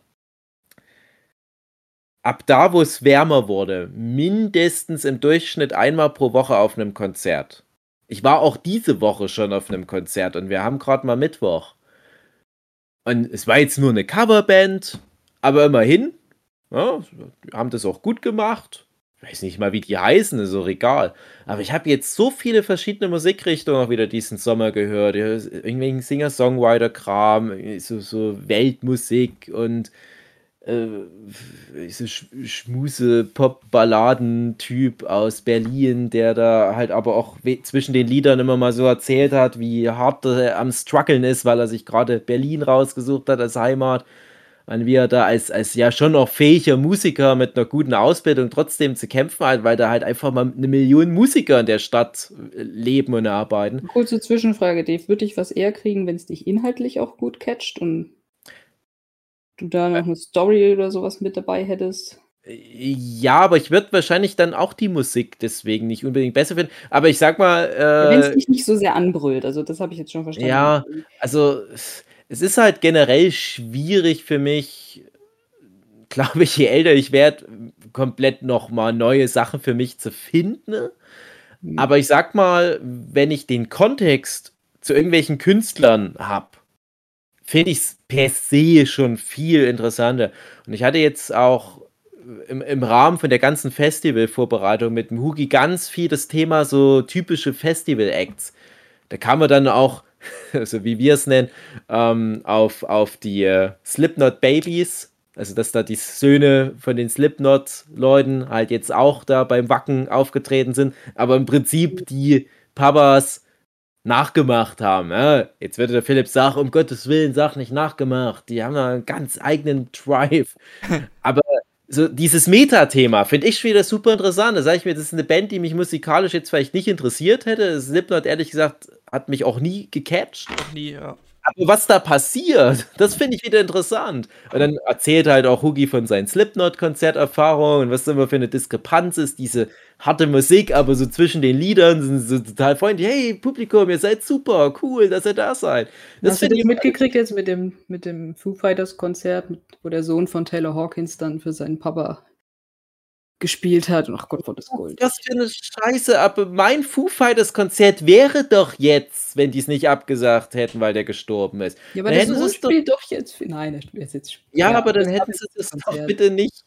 Ab da, wo es wärmer wurde, mindestens im Durchschnitt einmal pro Woche auf einem Konzert. Ich war auch diese Woche schon auf einem Konzert und wir haben gerade mal Mittwoch. Und es war jetzt nur eine Coverband, aber immerhin, ja, die haben das auch gut gemacht. Ich weiß nicht mal, wie die heißen, ist auch egal. Aber ich habe jetzt so viele verschiedene Musikrichtungen auch wieder diesen Sommer gehört. Ja, irgendwelchen Singer-Songwriter-Kram, so, so Weltmusik und äh, so Sch Schmuse-Pop-Balladen-Typ aus Berlin, der da halt aber auch we- zwischen den Liedern immer mal so erzählt hat, wie hart er am Struggeln ist, weil er sich gerade Berlin rausgesucht hat als Heimat. Und wie er da als, als ja schon noch fähiger Musiker mit einer guten Ausbildung trotzdem zu kämpfen hat, weil da halt einfach mal eine Million Musiker in der Stadt äh, leben und arbeiten. Kurze Zwischenfrage, Dave. Würde ich was eher kriegen, wenn es dich inhaltlich auch gut catcht und du da noch eine Story oder sowas mit dabei hättest? Ja, aber ich würde wahrscheinlich dann auch die Musik deswegen nicht unbedingt besser finden. Aber ich sag mal, Ja, wenn es äh, dich nicht so sehr anbrüllt, also das habe ich jetzt schon verstanden. ja, also es ist halt generell schwierig für mich, glaube ich, je älter ich werde, komplett nochmal neue Sachen für mich zu finden. Hm. Aber ich sag mal, wenn ich den Kontext zu irgendwelchen Künstlern habe, finde ich es per se schon viel interessanter. Und ich hatte jetzt auch im, im Rahmen von der ganzen Festivalvorbereitung mit dem Hugi ganz viel das Thema so typische Festival-Acts. Da kam man dann auch, so wie wir es nennen, ähm, auf, auf die äh, Slipknot Babies. Also, dass da die Söhne von den Slipknot-Leuten halt jetzt auch da beim Wacken aufgetreten sind, aber im Prinzip die Papas nachgemacht haben. Ja, jetzt würde der Philipp sagen, um Gottes Willen, sag nicht nachgemacht. Die haben da einen ganz eigenen Drive. Aber so dieses Meta-Thema finde ich wieder super interessant. Da sage ich mir, das ist eine Band, die mich musikalisch jetzt vielleicht nicht interessiert hätte. Slipknot, ehrlich gesagt, hat mich auch nie gecatcht. Noch nie, ja. Aber was da passiert, das finde ich wieder interessant. Und dann erzählt halt auch Hugi von seinen Slipknot-Konzerterfahrungen und was immer für eine Diskrepanz ist, diese harte Musik, aber so zwischen den Liedern sind sie so total freundlich. Hey, Publikum, ihr seid super, cool, dass ihr da seid. Das Hast du finde das ich mitgekriegt jetzt mit dem, mit dem Foo Fighters Konzert, mit, wo der Sohn von Taylor Hawkins dann für seinen Papa gespielt hat? Ach Gott, war das Gold. Was für eine Scheiße, aber mein Foo Fighters Konzert wäre doch jetzt, wenn die es nicht abgesagt hätten, weil der gestorben ist. Ja, aber Dann der hätten Sohn sie es doch, spielt doch jetzt. Für, nein, der spielt jetzt. ja, aber dann das war hätten jetzt sie das doch Konzert. bitte nicht.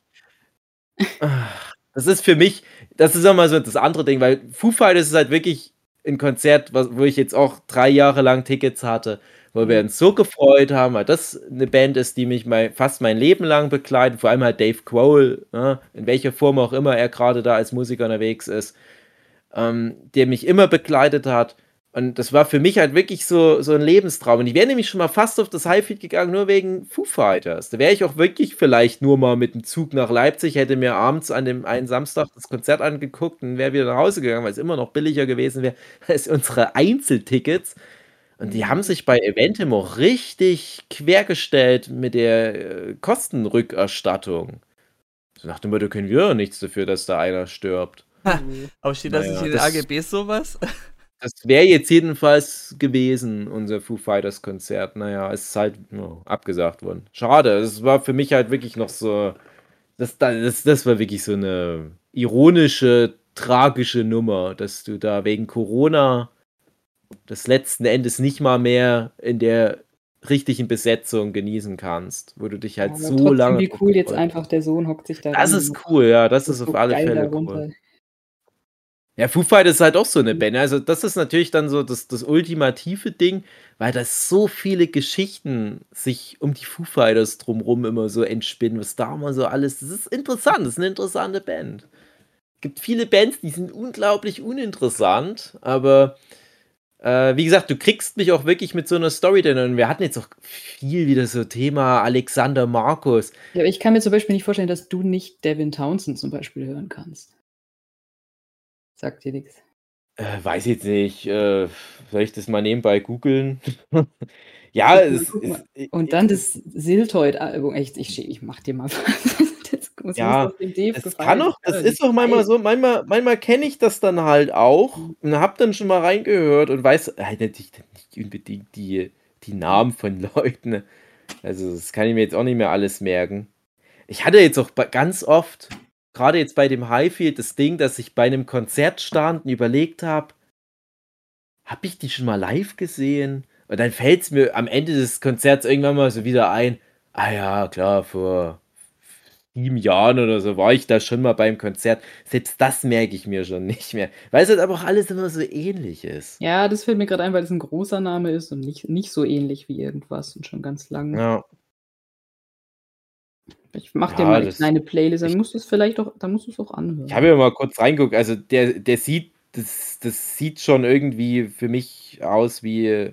Ah, Das ist für mich, das ist auch mal so das andere Ding, weil Foo Fighters ist halt wirklich ein Konzert, was, wo ich jetzt auch drei Jahre lang Tickets hatte, wo wir Mhm. uns so gefreut haben, weil das eine Band ist, die mich mein, fast mein Leben lang begleitet, vor allem halt Dave Grohl, ne, in welcher Form auch immer er gerade da als Musiker unterwegs ist, ähm, der mich immer begleitet hat. Und das war für mich halt wirklich so, so ein Lebenstraum. Und ich wäre nämlich schon mal fast auf das Highfield gegangen, nur wegen Foo Fighters. Da wäre ich auch wirklich vielleicht nur mal mit dem Zug nach Leipzig, hätte mir abends an dem einen Samstag das Konzert angeguckt und wäre wieder nach Hause gegangen, weil es immer noch billiger gewesen wäre als unsere Einzeltickets. Und die haben sich bei Eventim auch richtig quergestellt mit der äh, Kostenrückerstattung. So nach dem Motto, können wir doch nichts dafür, dass da einer stirbt. Aber steht das Naja, nicht in den das- A G Bs sowas? Das wäre jetzt jedenfalls gewesen, unser Foo Fighters Konzert. Naja, es ist halt ja, abgesagt worden. Schade, es war für mich halt wirklich noch so. Das, das, das war wirklich so eine ironische, tragische Nummer, dass du da wegen Corona das letzten Endes nicht mal mehr in der richtigen Besetzung genießen kannst, wo du dich halt Aber so trotzdem, lange wie drauf cool jetzt gefreut einfach der Sohn hockt sich da Das ran ist und cool, ja, das das ist ist auf so alle geil da Fälle cool. runter. Ja, Foo Fighters ist halt auch so 'ne Mhm. Band. Also, das ist natürlich dann so das das ultimative Ding, weil da so viele Geschichten sich um die Foo Fighters drumrum immer so entspinnen, was da immer so alles das ist interessant, das ist 'ne interessante Band. Gibt viele Bands, die sind unglaublich uninteressant, aber, äh, wie gesagt, du kriegst mich auch wirklich mit so 'ner Story drin und wir hatten jetzt auch viel wieder so Thema Alexander Markus. Ja, aber ich kann mir zum Beispiel nicht vorstellen, dass du nicht Devin Townsend zum Beispiel hören kannst. Sagt dir nix. Äh, weiß ich jetzt nicht. Äh, soll ich das mal nebenbei googeln? Ja, Guck mal, es guck ist mal. i Und i dann es das Siltoid-Album. Echt, ich sche ich mache dir mal das das muss Ja, doch dem Dave es kann gefallen. auch Ich kann das doch ist nicht auch manchmal zwei so manchmal manchmal kenne ich das dann halt auch Mhm. und habe dann schon mal reingehört und weiß halt natürlich dann nicht unbedingt die die Mhm. Namen von Leuten. Also, das kann ich mir jetzt auch nicht mehr alles merken. Ich hatte jetzt auch bei ganz oft, grade jetzt bei dem Highfield, das Ding, dass ich bei 'nem Konzert stand und überlegt habe habe ich die schon mal live gesehen? Und dann fällt's mir am Ende des Konzerts irgendwann mal so wieder ein: „Ah ja, klar, vor sieben Jahren oder so war ich da schon mal beim Konzert.“ Selbst das merke ich mir schon nicht mehr, weil's halt aber auch alles immer so ähnlich ist. Ja, das fällt mir grad ein, weil das 'n großer Name ist und nicht nicht so ähnlich wie irgendwas und schon ganz lang. Ja. Ich mache dir Ja, mal 'ne das kleine Playlist, dann ich musst du's vielleicht auch dann musst du's auch Ich habe anhören. ja mal kurz reingeguckt, also der der sieht das das sieht schon irgendwie für mich aus wie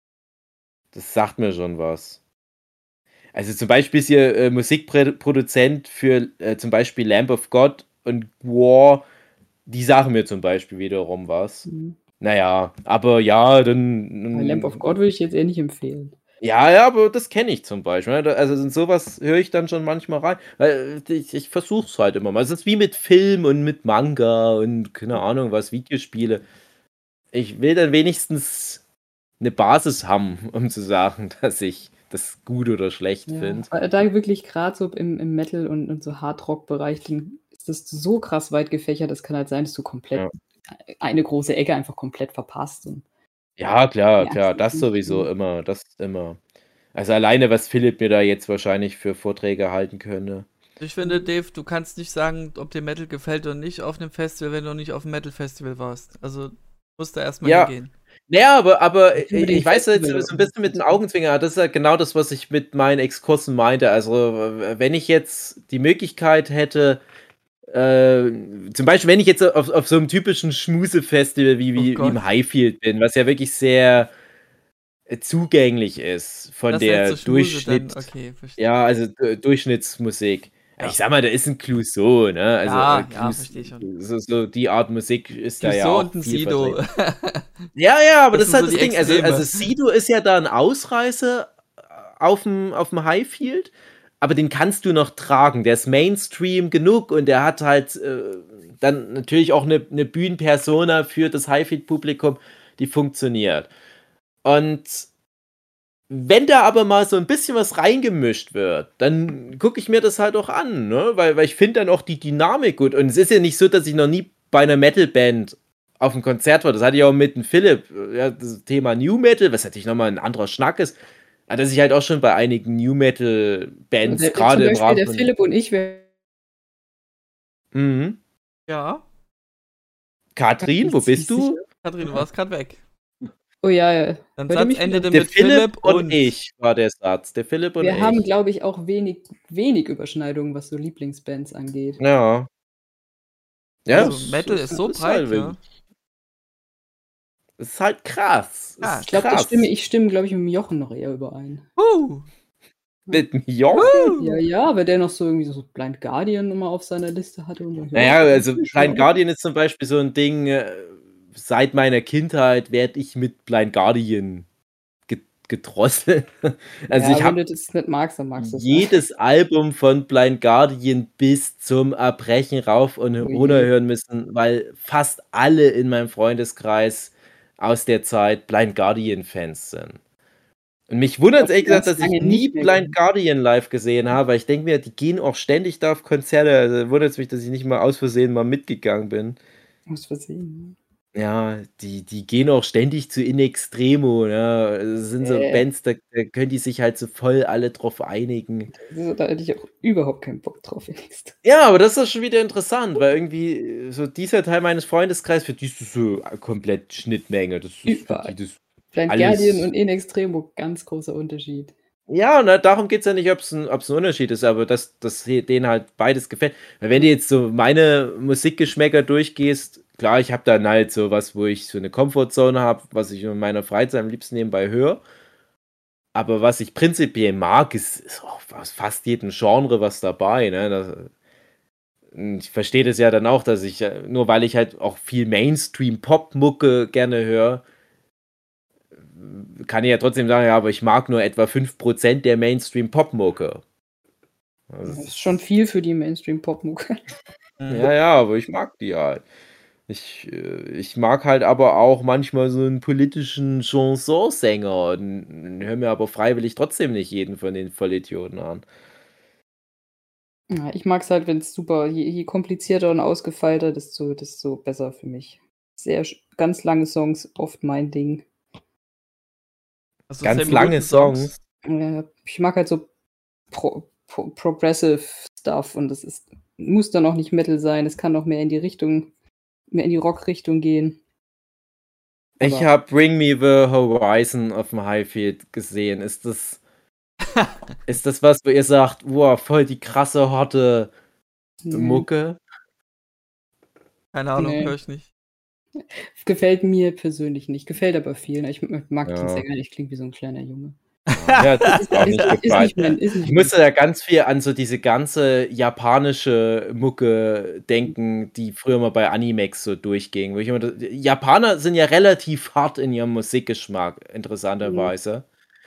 das sagt mir schon was. Also, zum Beispiel ist hier, äh, Musikpre Produzent für, äh, zum Beispiel Lamb of God und Gwar, die sagen mir zum Beispiel wiederum was. Mhm. Na ja, aber ja, dann Bei Lamb of God n würde ich jetzt eher nicht empfehlen. Ja, ja, aber das kenne ich zum Beispiel, ne? Da also, in so was höre ich dann schon manchmal rein, weil ich ich versuche es halt immer mal. Es ist wie mit Film und mit Manga und keine Ahnung was, Videospiele. Ich will dann wenigstens 'ne Basis haben, um zu sagen, dass ich das gut oder schlecht Ja, finde. weil da wirklich grad so im im Metal und und so Hardrock-Bereich, dann ist das so krass weit gefächert, das kann halt sein, dass du komplett Ja. ei eine große Ecke einfach komplett verpasst und Ja, klar, merkst klar, es das nicht, sowieso ne? immer, das immer. Also, alleine, was Philipp mir da jetzt wahrscheinlich für Vorträge halten könnte. Ich finde, Mhm. Dave, du kannst nicht sagen, ob dir Metal gefällt oder nicht auf 'nem Festival, wenn du noch nicht auf'm Metal-Festival warst. Also, musst da erst mal Ja. hingehen. Na ja, aber aber i Nicht i ich unbedingt weiß jetzt so Festival, 'n bisschen mit den Augenzwinkern, das ist ja genau das, was ich mit meinen Exkursen meinte. Also, w w wenn ich jetzt die Möglichkeit hätte, äh zum Beispiel, wenn ich jetzt auf auf so 'nem typischen Schmusefestival wie Oh wie wie im Gott. Highfield bin, was ja wirklich sehr, äh, zugänglich ist von Das nennst der du Schmuse Durchschnitt dann? Okay, verstehe. ja, also D Durchschnittsmusik. Ich Ja. sage mal, da ist 'n Clouseau, ne? Also, äh, Ja, ja, Clous verstehe schon. so so die Art Musik ist da ja Clouseau auch und 'n viel Sido. vertreten. Ja, ja, aber Das das ist sind so halt die das Ding. Also also Extreme. Sido ist ja da 'n Ausreißer auf'm auf'm Highfield, aber den kannst du noch tragen. Der ist Mainstream genug und der hat halt, äh, dann natürlich auch 'ne 'ne Bühnenpersona für das Highfield-Publikum, die funktioniert. Und wenn da aber mal so 'n bisschen was reingemischt wird, dann gucke ich mir das halt auch an, ne? Weil weil ich finde dann auch die Dynamik gut. Und es ist ja nicht so, dass ich noch nie bei 'ner Metal-Band auf'm Konzert war. Das hatte ich auch mit dem Philipp, ja, das Thema Nu Metal, was natürlich noch mal 'n anderer Schnack ist, ah, dass ich halt auch schon bei einigen Nu Ja, Metal-Bands der zum grade im Beispiel Rahmen der von Philipp und ich, wir Mhm. Ja. Katrin, wo bist sicher. du? Katrin, du warst grad weg. Oh ja, ja. Dein Hört ihr Satz mich wieder? endete Der mit Philipp Philipp und und ich war der Satz. Der Philipp und Wir haben, ich. glaube ich, auch wenig wenig Überschneidungen, was so Lieblingsbands angeht. Ja. Ja, Also, es Metal es ist so ist halt breit, ja. wirklich ist halt krass. Ah, Ich Ist glaube, da stimme krass. ich stimme, glaube ich, mit dem Jochen noch eher überein. Hu. Ja. Mit dem Jochen? Ja, Hu. ja, weil der noch so irgendwie so Blind Guardian immer auf seiner Liste hatte und so. Na Ja, ja, das also finde ich schon Blind auch Guardian ist zum Beispiel so 'n Ding, äh, seit meiner Kindheit werde ich mit Blind Guardian ge gedrosselt. Also, Ja, ich wenn habe du das nicht magst, dann magst du's nicht. jedes Album von Blind Guardian bis zum Erbrechen rauf und Oh runter je. hören müssen, weil fast alle in meinem Freundeskreis aus der Zeit Blind Guardian-Fans sind. Und mich Ich wundert's habe die ehrlich gesagt, ganz dass ich lange nie nicht mehr Blind gehört. Guardian live gesehen habe, weil ich denke mir, die gehen auch ständig da auf Konzerte. Also, wundert's mich, dass ich nicht mal aus Versehen mal mitgegangen bin. Aus Versehen, Ja, die die gehen auch ständig zu In Extremo, ne? Das sind so Äh. Bands, da da können die sich halt so voll alle drauf einigen. Also, da hätte ich auch überhaupt keinen Bock drauf, ehrlichst. Ja, aber das ist schon wieder interessant, weil irgendwie äh, so dieser Teil meines Freundeskreises, für die ist das so äh, komplett Schnittmenge. Das ist für die Überall. das Blind Guardian alles und In Extremo, ganz großer Unterschied. Ja, ne, darum geht's ja nicht, ob's 'n ob's 'n Unterschied ist, aber dass dass he denen halt beides gefällt. Weil wenn du jetzt so meine Musikgeschmäcker durchgehst, klar, ich habe dann halt so was, wo ich so 'ne Comfortzone habe, was ich in meiner Freizeit am liebsten nebenbei höre. Aber was ich prinzipiell mag, ist ist auch aus fast jedem Genre was dabei, ne? Das hm, ich verstehe das ja dann auch, dass ich äh, nur weil ich halt auch viel Mainstream-Popmucke gerne höre kann ich ja trotzdem sagen: „Ja, aber ich mag nur etwa fünf Prozent der Mainstream-Popmucke.“ Also, Das es ist schon ist viel für die Mainstream-Popmucke. Ja, ja, aber ich mag die halt. Ich äh, ich mag halt aber auch manchmal so 'n politischen Chansonsänger und höre mir aber freiwillig trotzdem nicht jeden von den Vollidioten an. Ja, ich mag's halt, wenn's super je je komplizierter und ausgefeilter, desto desto besser für mich. Sehr sch ganz lange Songs, oft mein Ding. Also zehn Ganz Minuten lange Songs? Songs? Ja, ich mag halt so Pro Pro Progressive Stuff und das ist muss dann auch nicht Metal sein. Es kann auch mehr in die Richtung mehr in die Rockrichtung gehen. Ich Aber habe „Bring Me the Horizon“ auf'm Highfield gesehen. Ist das ist das was, wo ihr sagt: „Boah, voll die krasse, harte Ne. Mucke?“ Keine Ahnung, Ne. höre ich nicht. Gefällt mir persönlich nicht, gefällt aber vielen. Ich m mag den Ja. Sänger nicht, klingt wie so 'n kleiner Junge. Ja, mir hat Ist das auch ist nicht ist gefallen. nicht mein ist nicht Ich mein musste da ganz viel an so diese ganze japanische Mucke Mhm. denken, die früher mal bei Animex so durchging, wo ich immer da Japaner sind ja relativ hart in ihrem Musikgeschmack, Mhm. interessanterweise.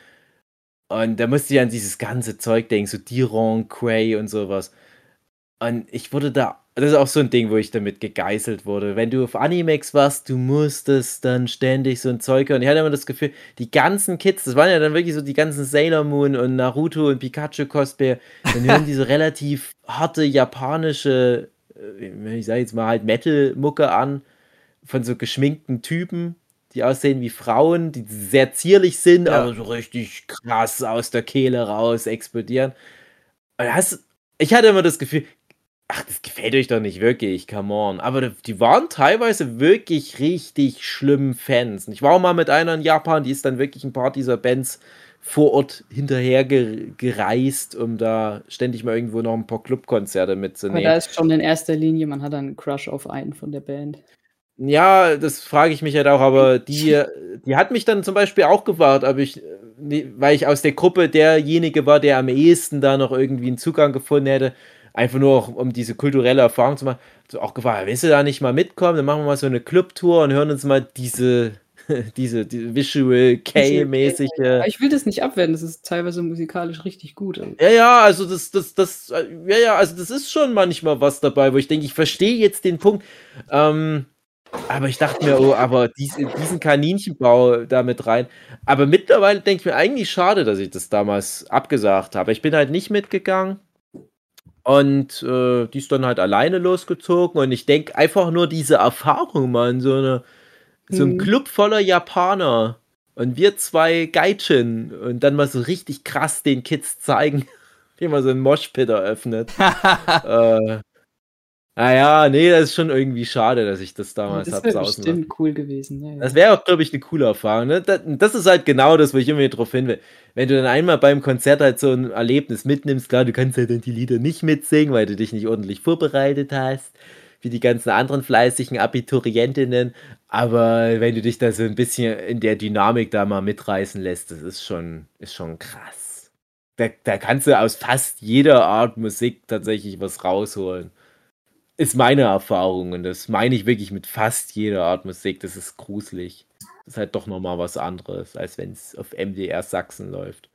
Und da musste ich an dieses ganze Zeug denken, so Deeraun Cray und so was. Und ich wurde da das ist auch so 'n Ding, wo ich damit gegeißelt wurde. Wenn du auf Animex warst, du musstest dann ständig so 'n Zeug hören. Ich hatte immer das Gefühl, die ganzen Kids, das waren ja dann wirklich so die ganzen Sailor Moon und Naruto und Pikachu-Cosplayer, dann hören die so relativ harte japanische, äh, ich sage jetzt mal halt Metal-Mucke an von so geschminkten Typen, die aussehen wie Frauen, die sehr zierlich sind, Ja. aber so richtig krass aus der Kehle raus explodieren. Und da hast ich hatte immer das Gefühl: „Ach, das gefällt euch doch nicht wirklich, come on.“ Aber d die waren teilweise wirklich richtig schlimm Fans. Und ich war auch mal mit einer in Japan, die ist dann wirklich 'n paar dieser Bands vor Ort hinterher ge gereist, um da ständig mal irgendwo noch 'n paar Clubkonzerte Aber da mitzunehmen. ist schon in erster Linie man hat dann 'n Crush auf einen von der Band. Ja, das frage ich mich halt auch, aber die die hat mich dann zum Beispiel auch gefragt, ob ich ne, weil ich aus der Gruppe derjenige war, der am ehesten da noch irgendwie 'n Zugang gefunden hätte, einfach nur auch, um diese kulturelle Erfahrung zu machen, so auch gefragt: „Willst du da nicht mal mitkommen? Dann machen wir mal so 'ne Clubtour und hören uns mal diese diese die Visual Visual Kei, Kei-mäßige“ aber ich will das nicht abwerten, das ist teilweise musikalisch richtig gut, also Ja, ja, also das das das äh, ja, ja, also das ist schon manchmal was dabei, wo ich denke, ich verstehe jetzt den Punkt. Ähm, aber ich dachte mir: „Oh, aber diese diesen Kaninchenbau da mit rein.“ Aber mittlerweile denke ich mir: „Eigentlich schade, dass ich das damals abgesagt habe.“ Ich bin halt nicht mitgegangen und, äh, die ist dann halt alleine losgezogen und ich denke einfach nur diese Erfahrung mal in so 'ne so 'n Mhm. Club voller Japaner und wir zwei Gaijin und dann mal so richtig krass den Kids zeigen, wie man so 'n Moshpit eröffnet. Äh, na ja, ne, das ist schon irgendwie schade, dass ich das Ja, damals das habe wäre sausen lassen. bestimmt cool gewesen, ja, Das ja. wäre auch, glaube ich, 'ne coole Erfahrung, ne? Da das ist halt genau das, wo ich immer wieder drauf hin will. Wenn du dann einmal beim Konzert halt so 'n Erlebnis mitnimmst, klar, du kannst halt dann die Lieder nicht mitsingen, weil du dich nicht ordentlich vorbereitet hast, wie die ganzen anderen fleißigen Abiturientinnen, aber wenn du dich da so 'n bisschen in der Dynamik da mal mitreißen lässt, das ist schon ist schon krass. Da da kannst du aus fast jeder Art Musik tatsächlich was rausholen. Ist meine Erfahrung und das meine ich wirklich mit fast jeder Art Musik. Das ist gruselig. Ist halt doch noch mal was anderes, als wenn's auf M D R Sachsen läuft.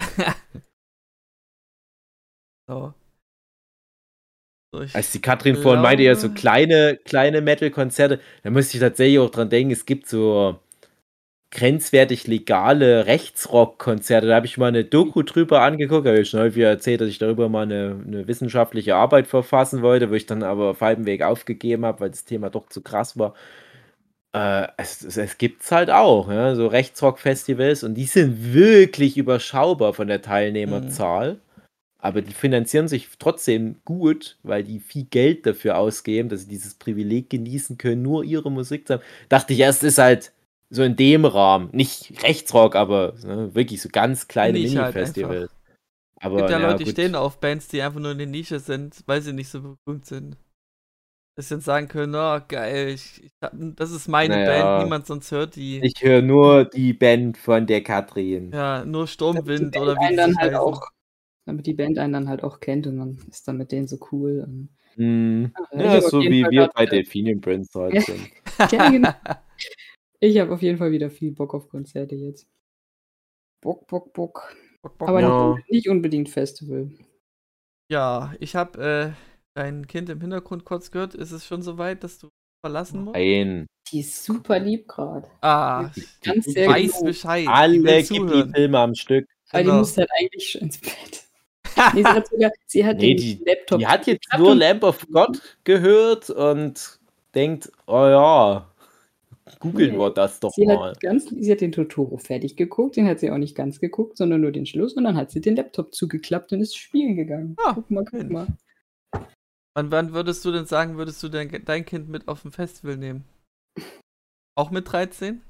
So. So, Als die ich Katrin vorhin meinte, ja, so glaube kleine kleine Metal-Konzerte, da musste ich tatsächlich auch dran denken, es gibt so grenzwertig legale Rechtsrock-Konzerte. Da habe ich mal 'ne Doku drüber angeguckt, habe ich schon häufiger erzählt, dass ich darüber mal 'ne 'ne wissenschaftliche Arbeit verfassen wollte, wo ich dann aber auf halbem Weg aufgegeben habe, weil das Thema doch zu krass war. Äh, es es es gibt's halt auch, ja, so Rechtsrock-Festivals und die sind wirklich überschaubar von der Mhm. Teilnehmerzahl, aber die finanzieren sich trotzdem gut, weil die viel Geld dafür ausgeben, dass sie dieses Privileg genießen können, nur ihre Musik zu haben. Dachte ich erst, ist halt so in dem Rahmen, nicht Rechtsrock, aber, ne, wirklich so ganz kleine Nische halt einfach. Mini-Festivals. Es gibt Aber ja na ja, Leute, die stehen gut. auf Bands, die einfach nur in der Nische sind, weil sie nicht so berühmt sind. Dass sie dann sagen können, oh geil, ich, ich hab, das ist meine Na Band, ja, niemand sonst hört die. ich höre nur die Band von der Katrin. Ja, nur Damit die Sturmwind Band oder wie die einen dann sich halt heißen. auch damit die Band einen dann halt auch kennt und man ist dann mit denen so cool. Und, Mhm. ja, ich Ja, habe auf so jeden wie Fall wir grad bei wieder Delphinium Prince halt ja, sind. ja, genau. Ich habe auf jeden Fall wieder viel Bock auf Konzerte jetzt. Bock, Bock, Bock. Bock, Bock, Aber nicht, Bock. Ja. unbe nicht unbedingt Festival. Ja, ich habe äh, dein Kind im Hintergrund kurz gehört. Ist es schon so weit, dass du verlassen musst? Nein. Die ist super lieb grad. Die Ah, hat mich Die ganz die sehr weiß guckt gelobt. Bescheid. Die will alle zuhören. Ghibli-Filme am Stück. Aber die Genau. muss halt eigentlich schon ins Bett. Ne, sie hat sogar sie hat Ne, den die Laptop die hat jetzt zugeklappt nur und Lamb of God gehört und denkt: „Oh ja, googeln Ne, wir das doch sie mal.“ hat ganz sie hat den Totoro fertig geguckt, den hat sie auch nicht ganz geguckt, sondern nur den Schluss und dann hat sie den Laptop zugeklappt und ist spielen gegangen. Ah, Guck mal, guck Mensch. mal. Wann wann würdest du denn sagen, würdest du dein dein Kind mit auf 'n Festival nehmen? Auch mit dreizehn?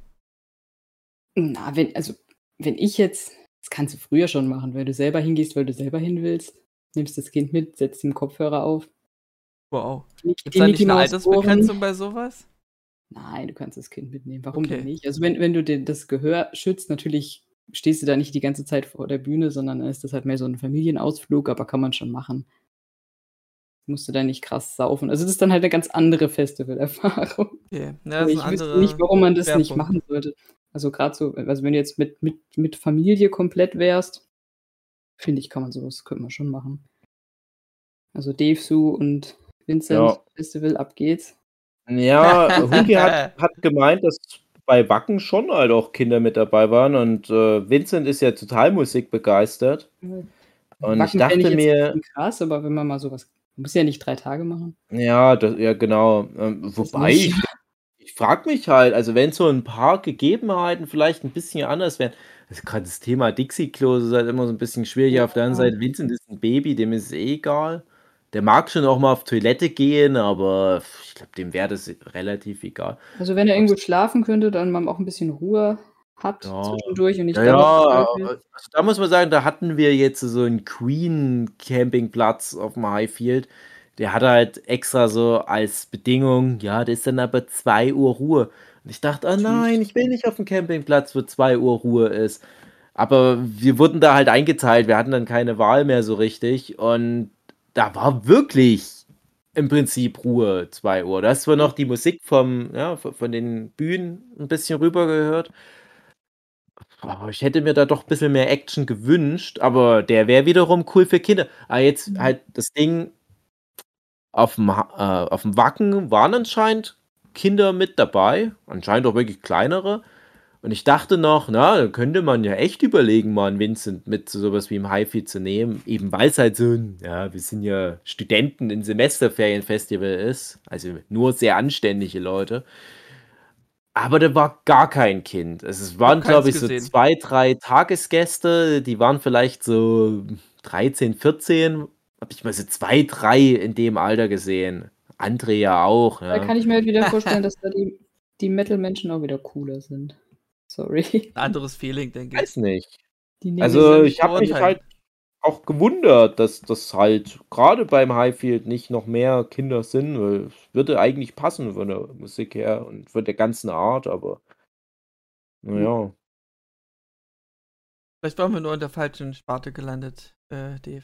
Na, wenn also, wenn ich jetzt das kannst du früher schon machen, wenn du selber hingehst, weil du selber hin willst, nimmst das Kind mit, setzt ihm Kopfhörer auf. Wow. Nicht Gibt's die da nicht Mickey 'ne Maus Ohren. Altersbegrenzung bei so was? Nein, du kannst das Kind mitnehmen. Warum denn Okay. nicht? Also, wenn wenn du den das Gehör schützt, natürlich stehst du da nicht die ganze Zeit vor der Bühne, sondern dann ist das halt mehr so 'n Familienausflug, aber kann man schon machen. Musst du da nicht krass saufen. Also, das ist dann halt 'ne ganz andere Festivalerfahrung. Okay. Ja, Aber ist 'n ich wüsste nicht, anderer warum man das nicht Schwerpunkt. machen sollte. Also, grad so also, wenn du jetzt mit mit mit Familie komplett wärst, finde ich, kann man so was könnte man schon machen. Also, Dave, Sue und Vincent Ja. Festival, ab geht's. Ja, Hugi hat hat gemeint, dass bei Wacken schon halt auch Kinder mit dabei waren und, äh, Vincent ist ja total musikbegeistert. Mhm. Und ich Wacken fände ich dachte jetzt 'n mir bisschen krass, aber wenn man mal so was muss ja nicht drei Tage machen. Ja, da ja genau. Ähm, Das wobei nicht. ich ich frage mich halt, also, wenn so 'n paar Gegebenheiten vielleicht 'n bisschen anders wären also, grad das Thema Dixie-Klos ist halt immer so 'n bisschen schwierig. Auf der anderen Ja. Seite, Vincent ist 'n Baby, dem ist es eh egal. Der mag schon auch mal auf Toilette gehen, aber ich glaube, dem wäre das relativ egal. Also, wenn er Ob's irgendwo schlafen könnte, dann man auch 'n bisschen Ruhe hat Ja. zwischendurch und Ja, nicht ja, dauernd a gestört a wird. also, da muss man sagen, da hatten wir jetzt so 'n Queen-Campingplatz auf'm Highfield. Der hatte halt extra so als Bedingung: „Ja, da ist dann aber zwei Uhr Ruhe.“ Und ich dachte: „Oh Tschüss. nein, ich will nicht auf 'n Campingplatz, wo zwei Uhr Ruhe ist.“ Aber wir wurden da halt eingeteilt. Wir hatten dann keine Wahl mehr so richtig und da war wirklich im Prinzip Ruhe zwei Uhr. Da hast zwar Mhm. noch die Musik vom ja, v von den Bühnen 'n bisschen rüber gehört. Oh, ich hätte mir da doch bisschen mehr Action gewünscht, aber der wäre wiederum cool für Kinder. Aber jetzt Mhm. halt das Ding auf'm Ha äh, auf'm Wacken waren anscheinend Kinder mit dabei, anscheinend auch wirklich kleinere. Und ich dachte noch: „Na, da könnte man ja echt überlegen, mal 'n Vincent mit zu so was wie 'm Highfield zu nehmen“, eben weil's halt so 'n ja, wir sind ja Studenten in Semesterferien-Festival ist, also, nur sehr anständige Leute. Aber da war gar kein Kind. Also, es Noch waren, keins glaube ich, so gesehen. zwei, drei Tagesgäste, die waren vielleicht so dreizehn, vierzehn. Habe ich mal so zwei, drei in dem Alter gesehen. Andere ja auch, Da ja. kann ich mir halt wieder vorstellen, dass da die die Metal-Menschen auch wieder cooler sind. Sorry. 'N anderes Feeling, denke ich. Weiß nicht. Die nehmen Will ich ja Also, den nicht ich habe mich verurteilen. halt auch gewundert, dass das halt grade beim Highfield nicht noch mehr Kinder sind, weil es würde eigentlich passen von der Musik her und von der ganzen Art, aber na Ja. ja. Vielleicht waren wir nur in der falschen Sparte gelandet, äh, Dave.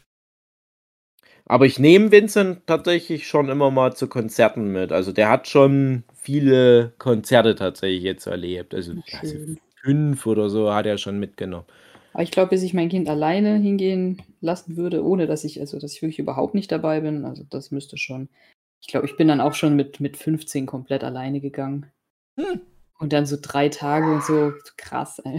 Aber ich nehme Vincent tatsächlich schon immer mal zu Konzerten mit. Also, der hat schon viele Konzerte tatsächlich jetzt erlebt. Also, Na ja, so schön. fünf oder so hat er schon mitgenommen. Aber ich glaube, bis ich mein Kind alleine hingehen lassen würde, ohne dass ich also, dass ich wirklich überhaupt nicht dabei bin, also, das müsste schon ich glaube, ich bin dann auch schon mit mit fünfzehn komplett alleine gegangen. Hm. Und dann so drei Tage und so, krass, ey.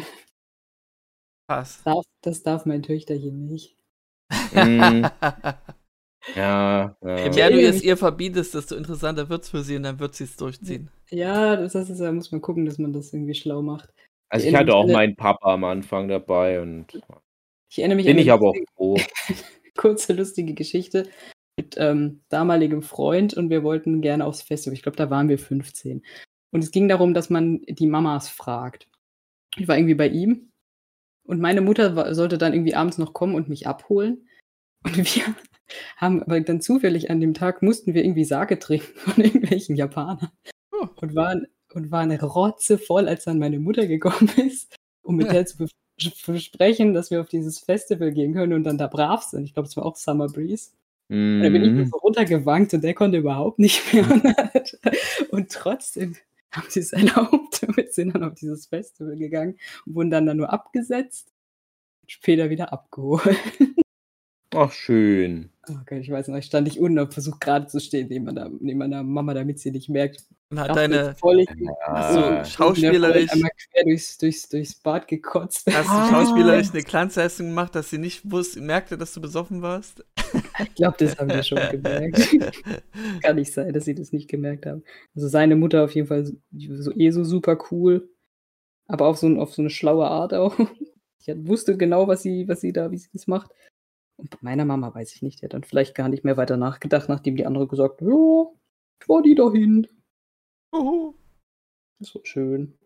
Krass. Darf das darf mein Töchterchen nicht. Mhm. Ja, Je ja. mehr du erinnere es mich- ihr verbietest, desto interessanter wird es für sie und dann wird sie es durchziehen. Ja, das heißt, da muss man gucken, dass man das irgendwie schlau macht. Also ich erinnere hatte mich auch an eine- meinen Papa am Anfang dabei und Ich erinnere mich bin an ich eine aber auch lustige, froh. kurze, lustige Geschichte mit ähm, damaligem Freund und wir wollten gerne aufs Festival. Ich glaube, da waren wir fünfzehn. Und es ging darum, dass man die Mamas fragt. Ich war irgendwie bei ihm und meine Mutter war, sollte dann irgendwie abends noch kommen und mich abholen. Und wir haben aber dann zufällig an dem Tag mussten wir irgendwie Sake trinken von irgendwelchen Japanern. Oh. Und waren, und waren rotzevoll, als dann meine Mutter gekommen ist, um mit der zu be besprechen, dass wir auf dieses Festival gehen können und dann da brav sind. Ich glaube, es war auch Summer Breeze. Und dann bin ich nur Mhm. so runtergewankt und der konnte überhaupt nicht mehr. Und trotzdem haben sie es erlaubt. Und wir sind dann auf dieses Festival gegangen und wurden dann, dann nur abgesetzt und später wieder abgeholt. Ach, schön. Oh Gott, ich weiß noch, ich stand nicht unten und versucht gerade zu stehen neben meiner, neben meiner Mama, damit sie nicht merkt. Und hat Dachte, deine, jetzt voll ich, Ja. so Ah. schauspielerisch, einmal quer durchs, durchs, durchs Bad gekotzt. hast du Ah. schauspielerisch eine Glanzleistung gemacht, dass sie nicht wusste, merkte, dass du besoffen warst? Ich glaube, das haben wir schon gemerkt. Kann nicht sein, dass sie das nicht gemerkt haben. Also seine Mutter auf jeden Fall so, so eh so super cool, aber auf so, ein, auf so eine schlaue Art auch. Ich wusste genau, was sie, was sie da, wie sie das macht. Und bei meiner Mama weiß ich nicht, die hat dann vielleicht gar nicht mehr weiter nachgedacht, nachdem die andere gesagt hat, ja, fahr die dahin. Uhu. Das war schön.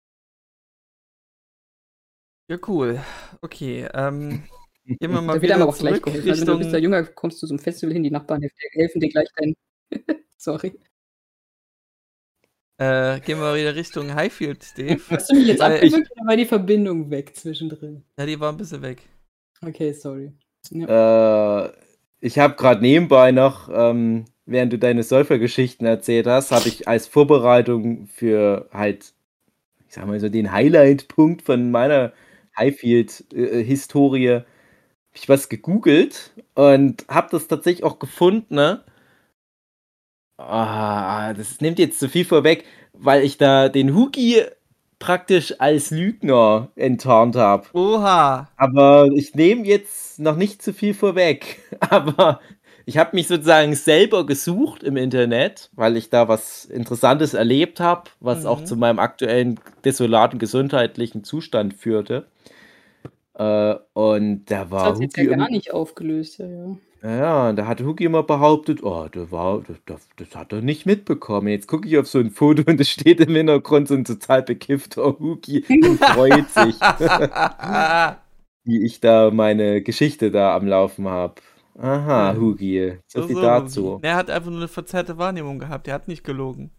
Ja, cool. Okay, ähm, gehen wir mal Da wird einem wieder aber auch gleich zurück geholfen. Also, wenn du bist da Richtung, jünger, kommst du zum Festival hin, die Nachbarn helf- helfen dir gleich dein. Sorry. äh, gehen wir wieder Richtung Highfield, Dave. Hast du mich jetzt Weil abgewürgt oder war die Verbindung weg zwischendrin? Ja, die war ein bisschen weg. Okay, sorry. Ja. Äh, ich habe gerade nebenbei noch, ähm, während du deine Säufergeschichten erzählt hast, habe ich als Vorbereitung für halt, ich sag mal so, den Highlight-Punkt von meiner Highfield-Historie, habe ich was gegoogelt und habe das tatsächlich auch gefunden, ne? Ah, das nimmt jetzt zu viel vorweg, weil ich da den Hugi praktisch als Lügner enttarnt habe. Oha. Aber ich nehme jetzt noch nicht zu viel vorweg. Aber ich habe mich sozusagen selber gesucht im Internet, weil ich da was Interessantes erlebt habe, was auch Mhm. zu meinem aktuellen desolaten gesundheitlichen Zustand führte. Äh, und da Das war hat jetzt ja Hugi gar im, nicht aufgelöst, ja, ja. ja, da hat Hugi immer behauptet, oh, der war, das, das, das hat er nicht mitbekommen. Jetzt gucke ich auf so ein Foto und es steht im Hintergrund so ein total bekiffter Hugi und freut sich, wie ich da meine Geschichte da am Laufen habe. Aha, Ja. Hugi, so So, viel so, dazu. Hugi. Er hat einfach nur eine verzerrte Wahrnehmung gehabt. Er hat nicht gelogen.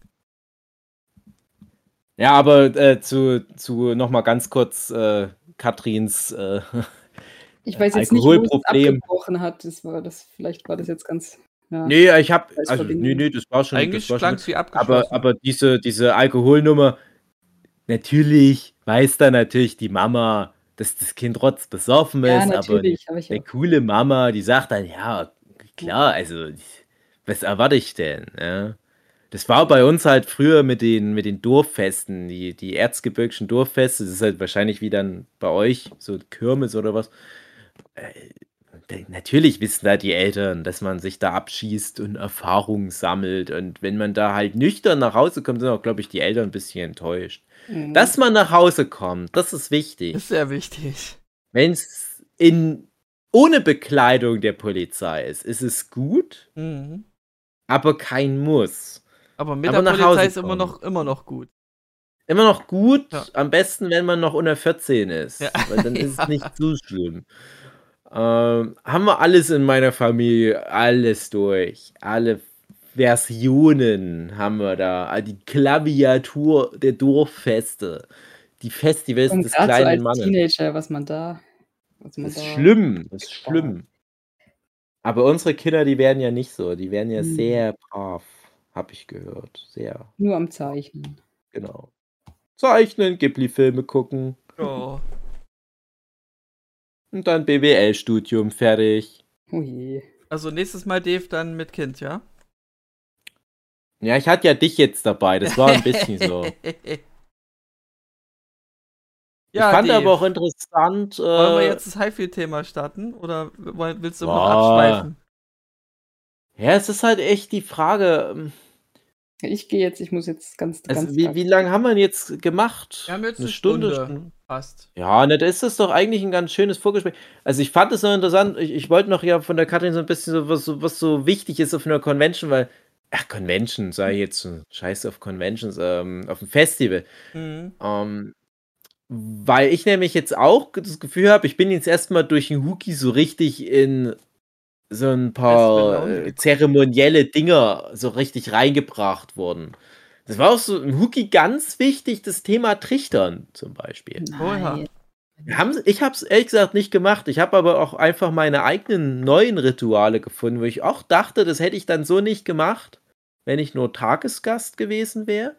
Ja, aber äh, zu, zu nochmal ganz kurz äh, Katrins äh, Ich weiß jetzt nicht, wo es Alkoholproblem. abgebrochen hat. Das war das, vielleicht war das jetzt ganz. Ja, Nee, ich habe, als also, nee, Verbindung. nee, das war schon, Eigentlich das war klang schon, es wie abgeschlossen. aber, aber diese, diese Alkoholnummer, natürlich weiß da natürlich die Mama, dass das Kind rotzbesoffen Ja, ist, aber natürlich, habe ich eine auch. coole Mama, die sagt dann, ja, klar, also, was erwarte ich denn? Ja? Das war bei uns halt früher mit den, mit den Dorffesten, die, die erzgebirgischen Dorffeste, das ist halt wahrscheinlich wie dann bei euch, so Kirmes oder was. Äh, da- Natürlich wissen da die Eltern, dass man sich da abschießt und Erfahrungen sammelt. Und wenn man da halt nüchtern nach Hause kommt, sind auch, glaube ich, die Eltern ein bisschen enttäuscht. Mhm. Dass man nach Hause kommt, das ist wichtig. Ist sehr wichtig. Wenn es in ohne Bekleidung der Polizei ist, ist es gut, Mhm. aber kein Muss. Aber mit Aber der nach Polizei Hause ist immer kommen. noch, immer noch gut. Immer noch gut, Ja. am besten, wenn man noch unter vierzehn ist, Ja. weil dann ist Ja. es nicht so schlimm. Ähm, haben wir alles in meiner Familie, alles durch. Alle Versionen haben wir da. Ah, Die Klaviatur der Dorffeste. Die Festivals Und des gerade so kleinen als Mannes. Teenager, was man da. Was man Das ist da schlimm, das ist erfahrt. schlimm. Aber unsere Kinder, die werden ja nicht so. Die werden ja Mhm. sehr brav, habe ich gehört. Sehr, Nur am Zeichnen. genau. Zeichnen, Ghibli-Filme gucken Ja. und dann B W L-Studium fertig. Oh je. Also nächstes Mal Dave dann mit Kind, ja? Ja, ich hatte ja dich jetzt dabei, das war ein bisschen so. Ja, ich fand Dave. aber auch interessant. Äh, Wollen wir jetzt das Highfield-Thema starten? Oder woll- willst du noch Boah. abschweifen? Ja, es ist halt echt die Frage. ähm, Ich gehe jetzt, ich muss jetzt ganz, Also, ganz wie, arg- wie lange haben wir denn jetzt gemacht? Wir haben jetzt Eine eine Stunde? Stunde Stunde? fast. Ja, ne, da ist das doch eigentlich ein ganz schönes Vorgespräch. Also, ich fand es noch interessant. Ich, ich wollte noch ja von der Katrin so ein bisschen so, was, so, was so wichtig ist auf einer Convention, weil, ach, Convention, sei jetzt so, scheiß auf Conventions, ähm, auf dem Festival. Mhm. Ähm, weil ich nämlich jetzt auch das Gefühl habe, ich bin jetzt erstmal durch den Huki so richtig in so ein paar Festival-Laune äh, gekommen. zeremonielle Dinger so richtig reingebracht worden. Das war auch so im Huki ganz wichtig, das Thema Trichtern zum Beispiel. Oh ja. Nein. Wir haben's- Ich habe es ehrlich gesagt nicht gemacht. Ich habe aber auch einfach meine eigenen neuen Rituale gefunden, wo ich auch dachte, das hätte ich dann so nicht gemacht, wenn ich nur Tagesgast gewesen wäre.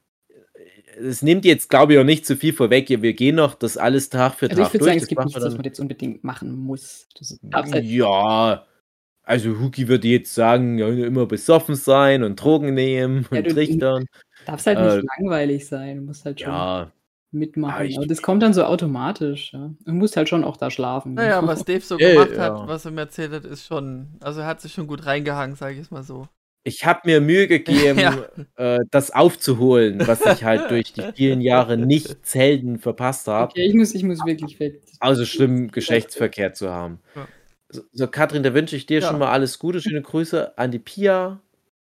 Es nimmt jetzt, glaube ich, auch nicht zu viel vorweg. Wir gehen noch das alles Tag für Also ich Tag würde durch. sagen, es Das gibt machen nichts, wir was dann. man jetzt unbedingt machen muss. Das darf halt, Ja, also Huki würde jetzt sagen, ja, immer besoffen sein und Drogen nehmen ja, und du trichtern. darf's halt Äh, nicht langweilig sein. Du musst halt schon ja, aber mitmachen. ich, Aber das kommt dann so automatisch. Ja. Du musst halt schon auch da schlafen. Naja, was Dave so Ja, gemacht ja. hat, was er mir erzählt hat, ist schon, also er hat sich schon gut reingehangen, sage ich es mal so. ich habe mir Mühe gegeben, Ja. äh, das aufzuholen, was ich halt durch die vielen Jahre nicht selten verpasst habe, Okay, ich muss, ich muss wirklich weg. außer schlimm Geschlechtsverkehr zu haben. Ja. So, so, Katrin, da wünsche ich dir Ja. schon mal alles Gute, schöne Grüße an die Pia.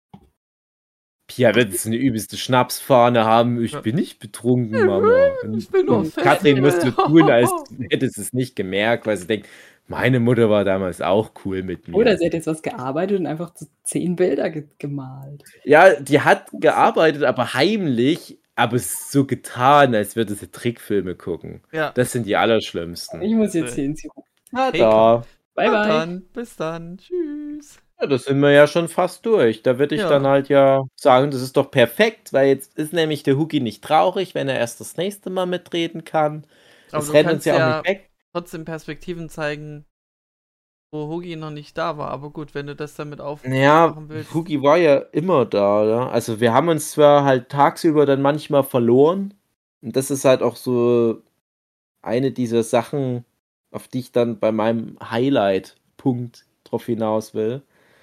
Pia wird jetzt eine übelste Schnapsfahne haben. Ich Ja. bin nicht betrunken, Mama. Und, Ich bin nur und Katrin musst du Festival. tun, als hättest du es nicht gemerkt, weil sie denkt, meine Mutter war damals auch cool mit mir. Oder sie hat jetzt was gearbeitet und einfach so zehn Bilder ge gemalt. Ja, die hat gearbeitet, aber heimlich, aber es ist so getan, als würde sie Trickfilme gucken. Ja. Das sind die allerschlimmsten. Ich muss jetzt Äh. hin. Na Hey, da. Bye, Na bye. dann, bis dann. Tschüss. Ja, das sind wir ja schon fast durch. Da würde ich Ja. dann halt ja sagen, das ist doch perfekt, weil jetzt ist nämlich der Huki nicht traurig, wenn er erst das nächste Mal mitreden kann. Aber Es du rennt uns kannst ja auch ja nicht weg. trotzdem Perspektiven zeigen, wo Hugi noch nicht da war. Aber gut, wenn du das damit aufmachen Ja, willst. Huki war ja immer da, ja. Also wir haben uns zwar halt tagsüber dann manchmal verloren. Und das ist halt auch so eine dieser Sachen, auf die ich dann bei meinem Highlight-Punkt drauf hinaus will.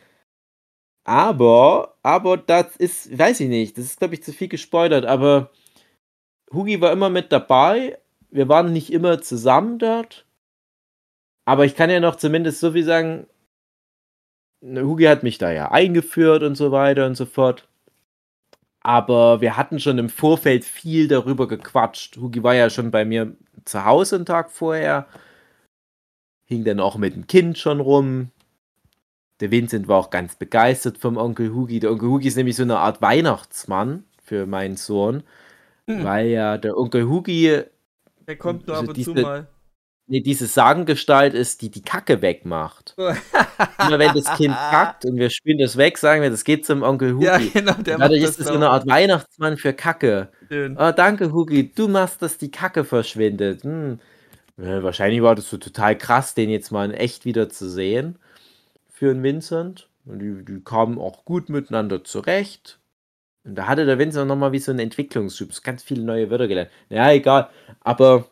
Aber, aber das ist, weiß ich nicht, das ist, glaube ich, zu viel gespoilert, aber Hugi war immer mit dabei. Wir waren nicht immer zusammen dort. Aber ich kann ja noch zumindest so viel sagen, Hugi hat mich da ja eingeführt und so weiter und so fort. Aber wir hatten schon im Vorfeld viel darüber gequatscht. Hugi war ja schon bei mir zu Hause einen Tag vorher. Hing dann auch mit dem Kind schon rum. Der Vincent war auch ganz begeistert vom Onkel Hugi. Der Onkel Hugi ist nämlich so eine Art Weihnachtsmann für meinen Sohn. Hm. Weil ja der Onkel Hugi, Der kommt nur also ab und diese- zu mal. nee, diese Sagengestalt ist, die die Kacke wegmacht. Immer wenn das Kind kackt und wir spielen das weg, sagen wir, das geht zum Onkel Hugi. Ja, genau, der Dadurch macht ist das es so eine auch. Art Weihnachtsmann für Kacke. Schön. Oh, danke, Hugi, du machst, dass die Kacke verschwindet. Hm. Ja, wahrscheinlich war das so total krass, den jetzt mal in echt wieder zu sehen für den Vincent. Und die, die kamen auch gut miteinander zurecht. Und da hatte der Vincent nochmal wie so einen Entwicklungsschub. Ganz viele neue Wörter gelernt. Ja, egal. Aber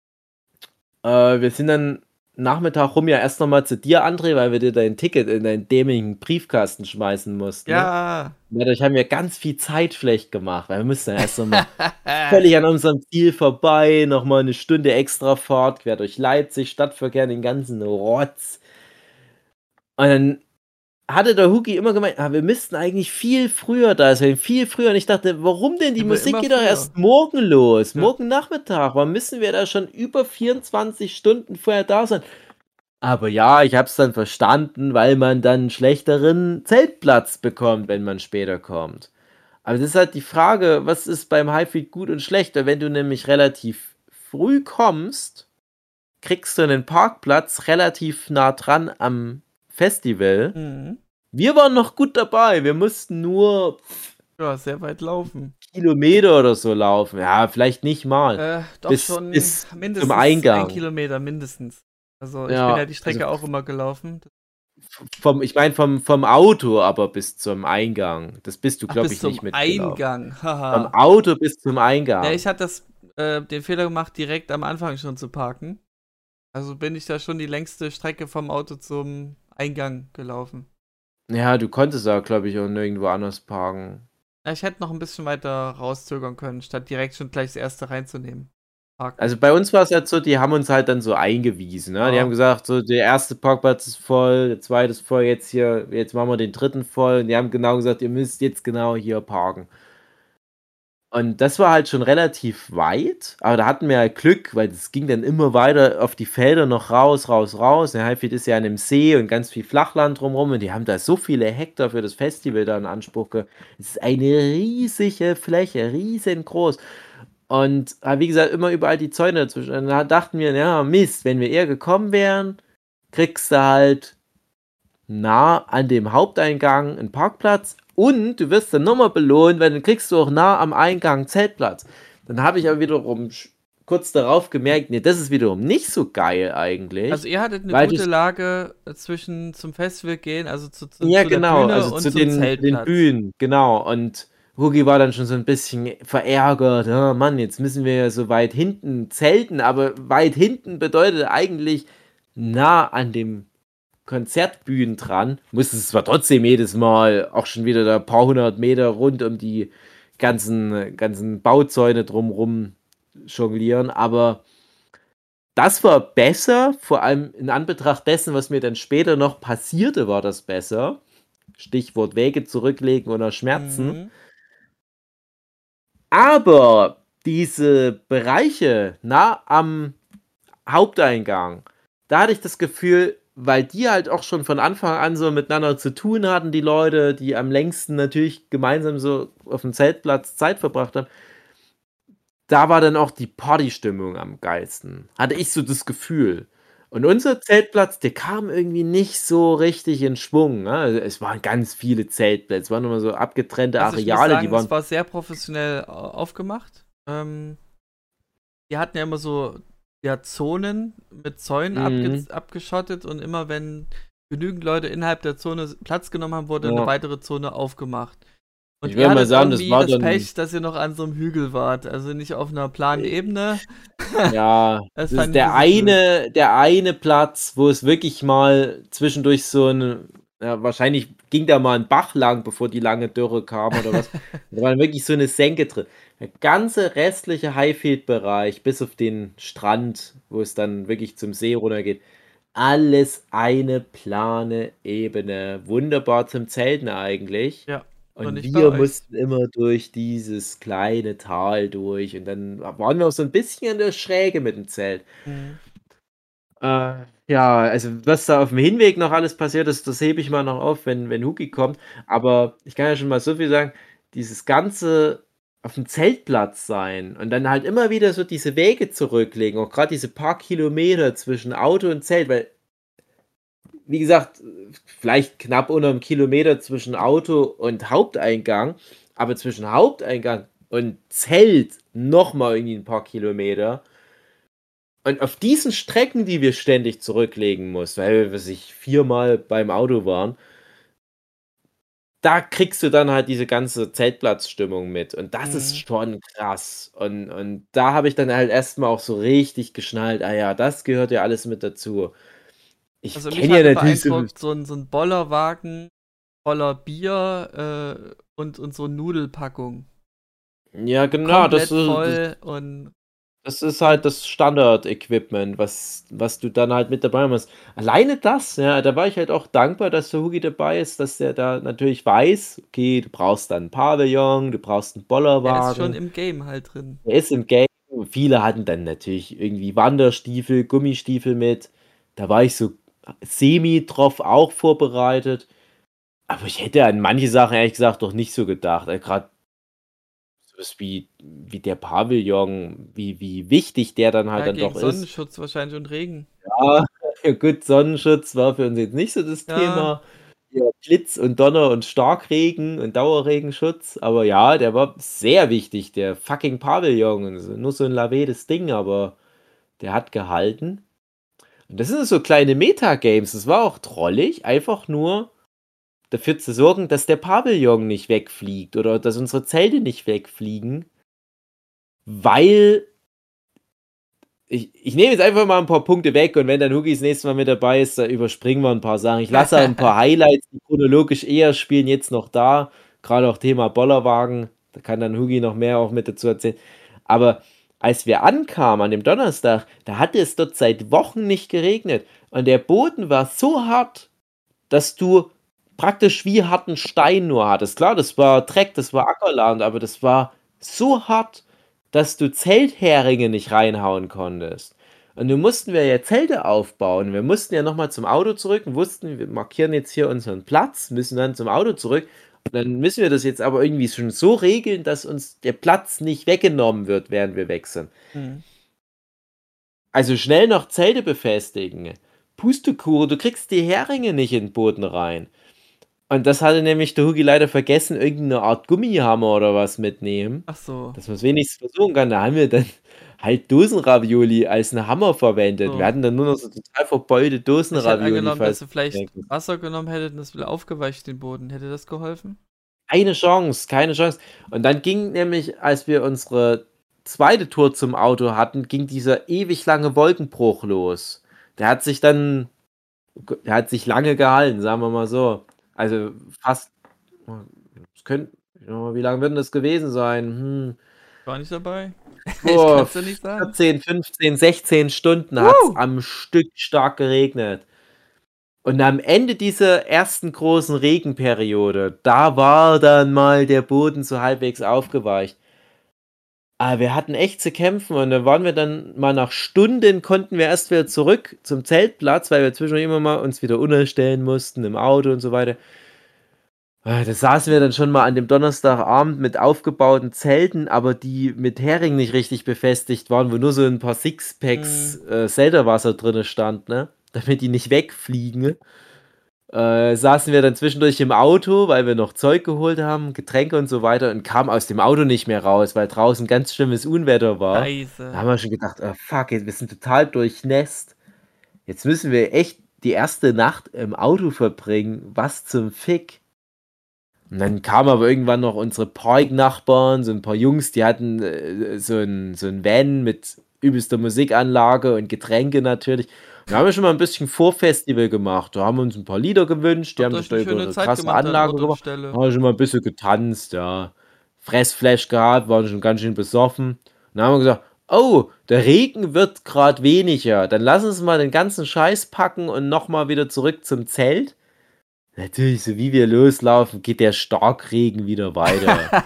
äh, wir sind dann Nachmittag rum ja erst nochmal zu dir, André, weil wir dir dein Ticket in deinen dämlichen Briefkasten schmeißen mussten. Ja. Dadurch haben wir ganz viel Zeit schlecht gemacht, weil wir mussten dann erst nochmal völlig an unserem Ziel vorbei, nochmal eine Stunde extra Fahrt, quer durch Leipzig, Stadtverkehr, den ganzen Rotz. Und dann hatte der Hugi immer gemeint, ah, wir müssten eigentlich viel früher da sein, viel früher. Und ich dachte, warum denn? Die Aber Musik immer geht doch früher. erst morgen los, Ja. morgen Nachmittag. Warum müssen wir da schon über vierundzwanzig Stunden vorher da sein? Aber ja, ich habe es dann verstanden, weil man dann einen schlechteren Zeltplatz bekommt, wenn man später kommt. Aber das ist halt die Frage, was ist beim Highfield gut und schlecht? Weil wenn du nämlich relativ früh kommst, kriegst du einen Parkplatz relativ nah dran am Festival. Mhm. Wir waren noch gut dabei. Wir mussten nur Ja, sehr weit laufen. Kilometer oder so laufen. Ja, vielleicht nicht mal. Äh, doch Bis- schon bis mindestens zum Eingang. ein Kilometer mindestens. Also ich Ja, bin ja die Strecke also- auch immer gelaufen. Vom, ich meine vom, vom Auto, aber bis zum Eingang. Das bist du, Ach, glaube bis ich, zum nicht mitgelaufen. Eingang. Vom Haha. Auto bis zum Eingang. Ja, ich hatte das, äh, den Fehler gemacht, direkt am Anfang schon zu parken. Also bin ich da schon die längste Strecke vom Auto zum Eingang gelaufen. Ja, du konntest da, glaube ich, auch nirgendwo anders parken. Ja, ich hätte noch ein bisschen weiter rauszögern können, statt direkt schon gleich das erste reinzunehmen. Parken. Also bei uns war es halt so, die haben uns halt dann so eingewiesen. Ne? Die Ja. haben gesagt, so der erste Parkplatz ist voll, der zweite ist voll, jetzt hier, jetzt machen wir den dritten voll. Und die haben genau gesagt, ihr müsst jetzt genau hier parken. Und das war halt schon relativ weit, aber da hatten wir halt Glück, weil es ging dann immer weiter auf die Felder noch raus, raus, raus. Der Highfield ist ja an einem See und ganz viel Flachland drumherum und die haben da so viele Hektar für das Festival da in Anspruch genommen. Es ist eine riesige Fläche, riesengroß. Und äh, wie gesagt, immer überall die Zäune dazwischen. Und da dachten wir, ja, Mist, wenn wir eher gekommen wären, kriegst du halt nah an dem Haupteingang einen Parkplatz und du wirst dann nochmal belohnt, weil dann kriegst du auch nah am Eingang einen Zeltplatz. Dann habe ich aber wiederum sch- kurz darauf gemerkt, nee, das ist wiederum nicht so geil eigentlich. Also ihr hattet eine weil gute du's- Lage äh, zwischen zum Festival gehen, also zu, zu, ja, zu der genau, Bühne also und zu zum den, den Zeltplatz. Bühnen, genau. Und Hugi war dann schon so ein bisschen verärgert. Ja, Mann, jetzt müssen wir ja so weit hinten zelten, aber weit hinten bedeutet eigentlich nah an dem Konzertbühnen dran. Musste es zwar trotzdem jedes Mal auch schon wieder da ein paar hundert Meter rund um die ganzen, ganzen Bauzäune drumrum jonglieren, aber das war besser, vor allem in Anbetracht dessen, was mir dann später noch passierte, war das besser. Stichwort Wege zurücklegen oder Schmerzen. Mhm. Aber diese Bereiche nah am Haupteingang, da hatte ich das Gefühl, weil die halt auch schon von Anfang an so miteinander zu tun hatten, die Leute, die am längsten natürlich gemeinsam so auf dem Zeltplatz Zeit verbracht haben, da war dann auch die Partystimmung am geilsten. Hatte ich so das Gefühl. Und unser Zeltplatz, der kam irgendwie nicht so richtig in Schwung. Ne? Also es waren ganz viele Zeltplätze, es waren immer so abgetrennte Also ich muss Areale, sagen, die waren. es war sehr professionell au- aufgemacht. Ähm, die hatten ja immer so ja, Zonen mit Zäunen abge Mhm. abgeschottet und immer wenn genügend Leute innerhalb der Zone Platz genommen haben, wurde Ja. eine weitere Zone aufgemacht. Und Ich ihr würde mal hattet sagen, das irgendwie war das dann. Pech, dass ihr noch an so einem Hügel wart, also nicht auf einer planen Ebene. Ja, Das das fand ist ich der ein bisschen blöd. eine, der eine Platz, wo es wirklich mal zwischendurch so ein, ja, wahrscheinlich ging da mal ein Bach lang, bevor die lange Dürre kam oder was. Da war wirklich so eine Senke drin. Der ganze restliche Highfield-Bereich, bis auf den Strand, wo es dann wirklich zum See runtergeht, alles eine plane Ebene. Wunderbar zum Zelten eigentlich. Ja, und Und nicht bei wir euch. mussten immer durch dieses kleine Tal durch und dann waren wir auch so ein bisschen in der Schräge mit dem Zelt. Mhm. Äh, ja, also was da auf dem Hinweg noch alles passiert ist, das hebe ich mal noch auf, wenn, wenn Huki kommt. Aber ich kann ja schon mal so viel sagen, dieses ganze auf dem Zeltplatz sein und dann halt immer wieder so diese Wege zurücklegen, auch gerade diese paar Kilometer zwischen Auto und Zelt, weil, wie gesagt, vielleicht knapp unter einem Kilometer zwischen Auto und Haupteingang, aber zwischen Haupteingang und Zelt nochmal irgendwie ein paar Kilometer. Und auf diesen Strecken, die wir ständig zurücklegen mussten, weil wir sich viermal beim Auto waren, da kriegst du dann halt diese ganze Zeltplatzstimmung mit. Und das ist Mhm. schon krass. Und, und da habe ich dann halt erstmal auch so richtig geschnallt, ah ja, das gehört ja alles mit dazu. Ich Also mich kenne ja hatte natürlich so. beeindruckt so ein, so ein Bollerwagen voller Bier äh, und, und so Nudelpackung. Ja, genau, Komplett das ist, das, voll und das ist halt das Standard-Equipment, was, was du dann halt mit dabei hast. Alleine das, ja, da war ich halt auch dankbar, dass der Hugi dabei ist, dass der da natürlich weiß, okay, du brauchst dann einen Pavillon, du brauchst einen er ist schon Bollerwagen. im Game halt drin. Er ist im Game. Viele hatten dann natürlich irgendwie Wanderstiefel, Gummistiefel mit. Da war ich so semi drauf auch vorbereitet. Aber ich hätte an manche Sachen ehrlich gesagt doch nicht so gedacht. Also gerade sowas wie, wie der Pavillon, wie, wie wichtig der dann halt Ja, dann gegen doch ist. Sonnenschutz wahrscheinlich und Regen. Ja, gut, Sonnenschutz war für uns jetzt nicht so das Ja. Thema. Ja, Blitz und Donner und Starkregen und Dauerregenschutz. Aber ja, der war sehr wichtig, der fucking Pavillon. Also nur so ein lavedes Ding, aber der hat gehalten. Und das sind so kleine Metagames. Das war auch trollig, einfach nur dafür zu sorgen, dass der Pavillon nicht wegfliegt oder dass unsere Zelte nicht wegfliegen, weil ich, ich nehme jetzt einfach mal ein paar Punkte weg und wenn dann Hugi das nächste Mal mit dabei ist, da überspringen wir ein paar Sachen. Ich lasse ein paar Highlights, die chronologisch eher spielen, jetzt noch da. Gerade auch Thema Bollerwagen, da kann dann Hugi noch mehr auch mit dazu erzählen. Aber als wir ankamen an dem Donnerstag, da hatte es dort seit Wochen nicht geregnet. Und der Boden war so hart, dass du praktisch wie harten Stein nur hattest. Klar, das war Dreck, das war Ackerland, aber das war so hart, dass du Zeltheringe nicht reinhauen konntest. Und nun mussten wir ja Zelte aufbauen. Wir mussten ja nochmal zum Auto zurück und wussten, wir markieren jetzt hier unseren Platz, müssen dann zum Auto zurück. Und dann müssen wir das jetzt aber irgendwie schon so regeln, dass uns der Platz nicht weggenommen wird, während wir wechseln. Mhm. Also schnell noch Zelte befestigen. Pustekuchen, du kriegst die Heringe nicht in den Boden rein. Und das hatte nämlich der Hugi leider vergessen, irgendeine Art Gummihammer oder was mitnehmen. Ach so. Dass man es wenigstens versuchen kann. Da haben wir dann halt Dosenravioli als einen Hammer verwendet. So. Wir hatten dann nur noch so total verbeulte Ich hätte Dosenravioli. angenommen, falls dass du vielleicht du denkst. Wasser genommen hättest und das wieder aufgeweicht den Boden. Hätte das geholfen? Keine Chance, keine Chance. Und dann ging nämlich, als wir unsere zweite Tour zum Auto hatten, ging dieser ewig lange Wolkenbruch los. Der hat sich dann, der hat sich lange gehalten, sagen wir mal so. Also fast, das könnte, wie lange wird denn das gewesen sein? Hm. War nicht dabei? Boah, kann's dir nicht sagen. vierzehn, fünfzehn, sechzehn Stunden hat es am Stück stark geregnet. Und am Ende dieser ersten großen Regenperiode, da war dann mal der Boden so halbwegs aufgeweicht. Aber wir hatten echt zu kämpfen und dann waren wir dann mal nach Stunden, konnten wir erst wieder zurück zum Zeltplatz, weil wir zwischendurch immer mal uns wieder unterstellen mussten im Auto und so weiter. Da saßen wir dann schon mal an dem Donnerstagabend mit aufgebauten Zelten, aber die mit Hering nicht richtig befestigt waren, wo nur so ein paar Sixpacks Mhm. äh, Zelterwasser drin stand, ne? Damit die nicht wegfliegen. Äh, saßen wir dann zwischendurch im Auto, weil wir noch Zeug geholt haben, Getränke und so weiter und kamen aus dem Auto nicht mehr raus, weil draußen ganz schlimmes Unwetter war. Scheiße. Da haben wir schon gedacht, oh fuck, jetzt, wir sind total durchnässt. Jetzt müssen wir echt die erste Nacht im Auto verbringen. Was zum Fick? Und dann kamen aber irgendwann noch unsere Park-Nachbarn, so ein paar Jungs, die hatten äh, so ein, so ein Van mit übelster Musikanlage und Getränke natürlich. Und da haben wir schon mal ein bisschen Vorfestival gemacht. Da haben wir uns ein paar Lieder gewünscht, die Habt haben euch sich da eine über schöne eine Zeit krasse gemacht an Anlage Ort und gemacht. Stelle. Da haben wir schon mal ein bisschen getanzt, ja. Fressflash gehabt, waren schon ganz schön besoffen. Und dann haben wir gesagt, oh, der Regen wird gerade weniger. Dann lass uns mal den ganzen Scheiß packen und nochmal wieder zurück zum Zelt. Natürlich, so wie wir loslaufen, geht der Starkregen wieder weiter.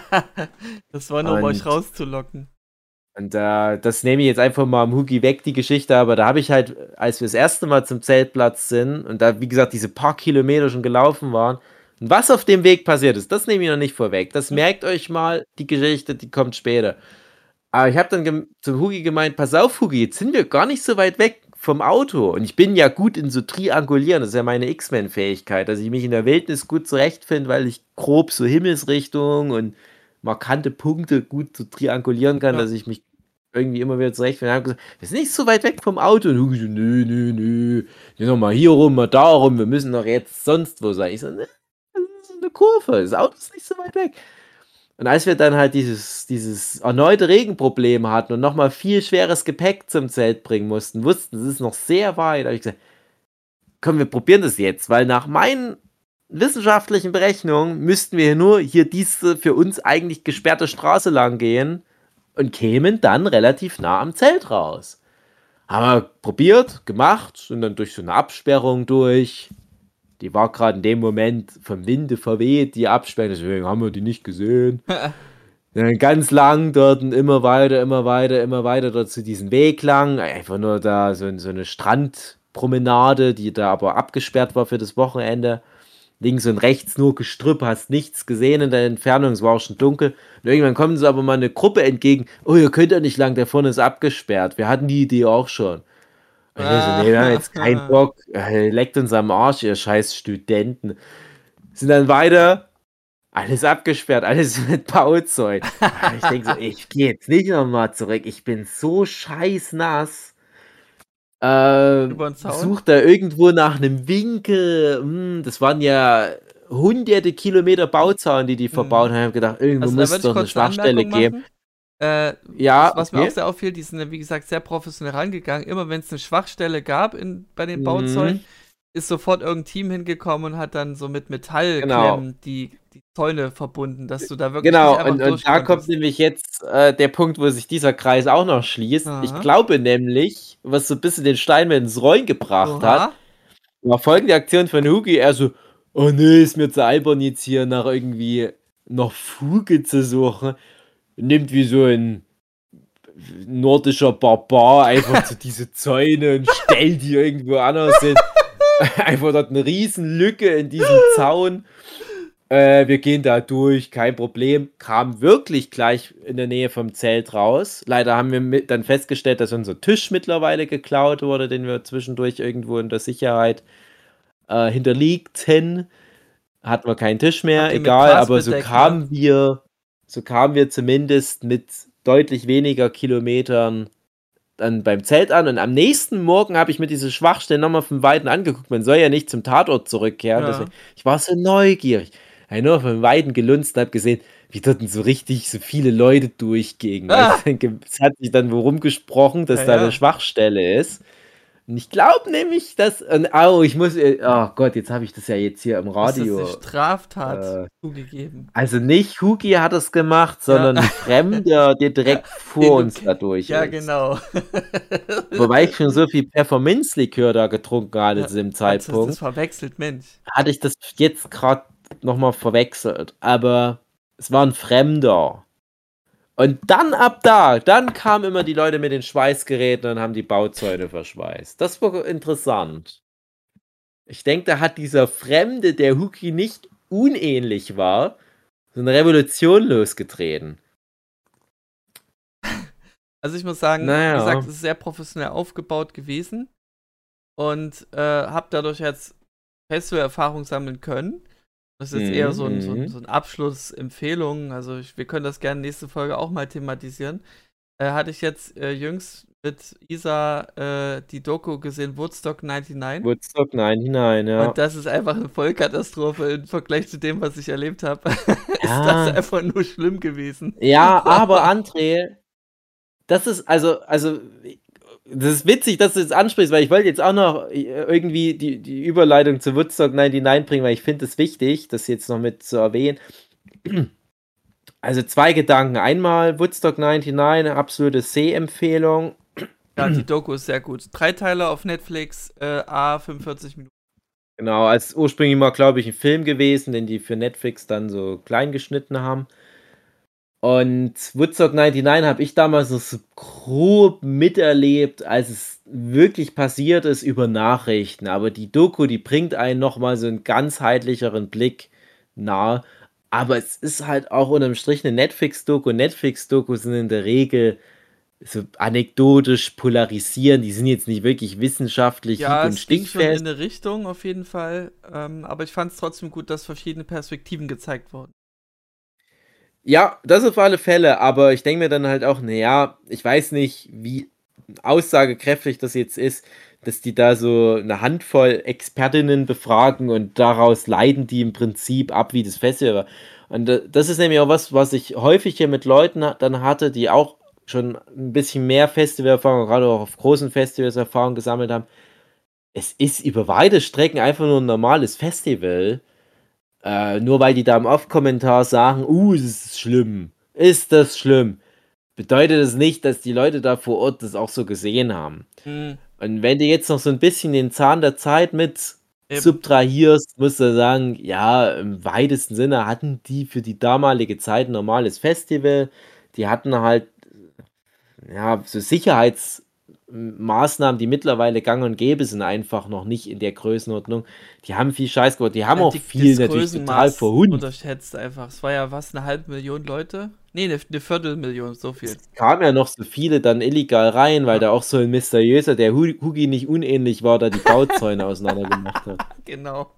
Das war nur, um euch Und- rauszulocken. Und äh, das nehme ich jetzt einfach mal am Hugi weg, die Geschichte. Aber da habe ich halt, als wir das erste Mal zum Zeltplatz sind und da, wie gesagt, diese paar Kilometer schon gelaufen waren, und was auf dem Weg passiert ist, das nehme ich noch nicht vorweg. Das merkt euch mal, die Geschichte, die kommt später. Aber ich habe dann gem- zum Hugi gemeint, pass auf, Hugi, jetzt sind wir gar nicht so weit weg vom Auto. Und ich bin ja gut in so Triangulieren, das ist ja meine X-Men-Fähigkeit, dass ich mich in der Wildnis gut zurechtfinde, weil ich grob so Himmelsrichtung und markante Punkte gut so triangulieren kann, Ja. dass ich mich irgendwie immer wieder zurechtfinde. Ich habe gesagt, wir sind nicht so weit weg vom Auto. Und Hugi so, nö, nö, nö, geh noch mal hier rum, mal da rum, wir müssen doch jetzt sonst wo sein. Ich so, ne, das ist eine Kurve, das Auto ist nicht so weit weg. Und als wir dann halt dieses, dieses erneute Regenproblem hatten und nochmal viel schweres Gepäck zum Zelt bringen mussten, wussten, es ist noch sehr weit, habe ich gesagt, komm, wir probieren das jetzt, weil nach meinen wissenschaftlichen Berechnungen müssten wir nur hier diese für uns eigentlich gesperrte Straße lang gehen und kämen dann relativ nah am Zelt raus. Haben wir probiert, gemacht, sind dann durch so eine Absperrung durch. Die war gerade in dem Moment vom Winde verweht, die Absperrung, deswegen haben wir die nicht gesehen. Dann ganz lang dort und immer weiter, immer weiter, immer weiter dort zu diesem Weg lang. Einfach nur da so, so eine Strandpromenade, die da aber abgesperrt war für das Wochenende. Links und rechts nur Gestrüpp, hast nichts gesehen in der Entfernung, es war auch schon dunkel. Und irgendwann kommt uns aber mal eine Gruppe entgegen. Oh, ihr könnt ja nicht lang, der vorne ist abgesperrt. Wir hatten die Idee auch schon. Und ich so, nee, wir haben jetzt keinen Bock. Äh, Leckt uns am Arsch, ihr scheiß Studenten. Sind dann weiter, alles abgesperrt, alles mit Bauzeug. Ich denke so, ich gehe jetzt nicht nochmal zurück. Ich bin so scheiß nass. Äh, Über den Zaun? sucht da irgendwo nach einem Winkel. Hm, das waren ja hunderte Kilometer Bauzaun, die die verbaut haben. Ich habe gedacht, irgendwo Also, da muss es würde ich doch eine kurz eine Schwachstelle Anmerkung geben. machen. Äh, Ja, was mir auch okay. sehr auffiel, die sind ja, wie gesagt, sehr professionell rangegangen. Immer wenn es eine Schwachstelle gab in, bei den Mhm. Bauzäunen, ist sofort irgendein Team hingekommen und hat dann so mit Genau. Metallklemmen die, die Zäune verbunden, dass du da wirklich nicht Genau, einfach und, durch und da kommt konntest. nämlich jetzt äh, der Punkt, wo sich dieser Kreis auch noch schließt. Ich Aha. glaube nämlich, was so ein bisschen den Stein mit ins Rollen gebracht hat, Oha. war folgende Aktion von Hugi. Er so, oh nee, ist mir zu albern jetzt hier nach irgendwie noch Fuge zu suchen. Nimmt wie so ein nordischer Barbar einfach so diese Zäune und stellt die irgendwo anders hin. Einfach dort eine riesen Lücke in diesem Zaun. Äh, wir gehen da durch, kein Problem. Kam wirklich gleich in der Nähe vom Zelt raus. Leider haben wir mit, dann festgestellt, dass unser Tisch mittlerweile geklaut wurde, den wir zwischendurch irgendwo in der Sicherheit äh, hinterlegten. Hatten wir keinen Tisch mehr, Habt ihr mit egal, Gras aber so bedeckt, kamen ne? wir, so kamen wir zumindest mit deutlich weniger Kilometern dann beim Zelt an. Und am nächsten Morgen habe ich mir diese Schwachstelle nochmal von Weitem angeguckt. Man soll ja nicht zum Tatort zurückkehren. Ja. Deswegen, ich war so neugierig. Ich habe nur von Weitem gelunzt und habe gesehen, wie dort so richtig so viele Leute durchgingen. Ah. Ich denke, es hat sich dann worum gesprochen, dass Ja, da ja. eine Schwachstelle ist. Und ich glaube nämlich, dass. Und, oh, ich muss. Oh Gott, jetzt habe ich das ja jetzt hier im Du hast Radio. eine Straftat äh, zugegeben. Also nicht Hugi hat es gemacht, sondern Ja. ein Fremder, der direkt Den vor du uns ke- da durch Ja, ist. genau. Wobei ich schon so viel Pfefferminzlikör da getrunken hatte Ja, zu dem Hast du das Zeitpunkt, verwechselt, Mensch. hatte ich das jetzt gerade nochmal verwechselt. Aber es war ein Fremder. Und dann ab da, dann kamen immer die Leute mit den Schweißgeräten und haben die Bauzäune verschweißt. Das war interessant. Ich denke, da hat dieser Fremde, der Huki nicht unähnlich war, so eine Revolution losgetreten. Also ich muss sagen, wie Naja. gesagt, es ist sehr professionell aufgebaut gewesen und äh, habe dadurch jetzt Festival-Erfahrung sammeln können. Das ist jetzt eher so ein, so ein, Mhm. so ein Abschlussempfehlung. Also ich, wir können das gerne nächste Folge auch mal thematisieren. Äh, hatte ich jetzt äh, jüngst mit Isa äh, die Doku gesehen, Woodstock neunundneunzig. Woodstock nein hinein, ja. Und das ist einfach eine Vollkatastrophe im Vergleich zu dem, was ich erlebt habe. Ist Ja. das einfach nur schlimm gewesen. Ja, aber André, das ist, also, also, das ist witzig, dass du das ansprichst, weil ich wollte jetzt auch noch irgendwie die, die Überleitung zu Woodstock neunundneunzig bringen, weil ich finde es wichtig, das jetzt noch mit zu erwähnen. Also zwei Gedanken. Einmal Woodstock neunundneunzig, absolute Sehempfehlung. Ja, die Doku ist sehr gut. Drei Teile auf Netflix, äh, a fünfundvierzig Minuten. Genau, als ursprünglich mal, glaube ich, ein Film gewesen, den die für Netflix dann so klein geschnitten haben. Und Woodstock neunundneunzig habe ich damals noch so grob miterlebt, als es wirklich passiert ist über Nachrichten. Aber die Doku, die bringt einen nochmal so einen ganzheitlicheren Blick nahe. Aber es ist halt auch unterm Strich eine Netflix-Doku. Netflix-Dokus sind in der Regel so anekdotisch polarisieren. Die sind jetzt nicht wirklich wissenschaftlich Ja, hieb- und es ging schon in stichfest. eine Richtung auf jeden Fall. Ähm, aber ich fand es trotzdem gut, dass verschiedene Perspektiven gezeigt wurden. Ja, das auf alle Fälle, aber ich denke mir dann halt auch, naja, ich weiß nicht, wie aussagekräftig das jetzt ist, dass die da so eine Handvoll Expertinnen befragen und daraus leiten die im Prinzip ab, wie das Festival war. Und äh, das ist nämlich auch was, was ich häufig hier mit Leuten ha- dann hatte, die auch schon ein bisschen mehr Festivalerfahrung, gerade auch auf großen Festivals Erfahrung gesammelt haben. Es ist über weite Strecken einfach nur ein normales Festival. Äh, nur weil die da im Off-Kommentar sagen, uh, es ist schlimm. Ist das schlimm? Bedeutet es nicht, dass die Leute da vor Ort das auch so gesehen haben. Mhm. Und wenn du jetzt noch so ein bisschen den Zahn der Zeit mit Eben. subtrahierst, musst du sagen, ja, im weitesten Sinne hatten die für die damalige Zeit ein normales Festival. Die hatten halt, ja, so Sicherheitsmaßnahmen, die mittlerweile gang und gäbe sind, einfach noch nicht in der Größenordnung. Die haben viel Scheiß gemacht. Die haben Ja, auch die- viel das natürlich total Größenmaß verhunzt. unterschätzt einfach. Es war ja was, eine halbe Million Leute? Nee, eine, eine Viertelmillion, so viel. Es kamen ja noch so viele dann illegal rein, weil Ja. da auch so ein mysteriöser, der Hu- Hugi nicht unähnlich war, da die Bauzäune auseinander gemacht hat. Genau.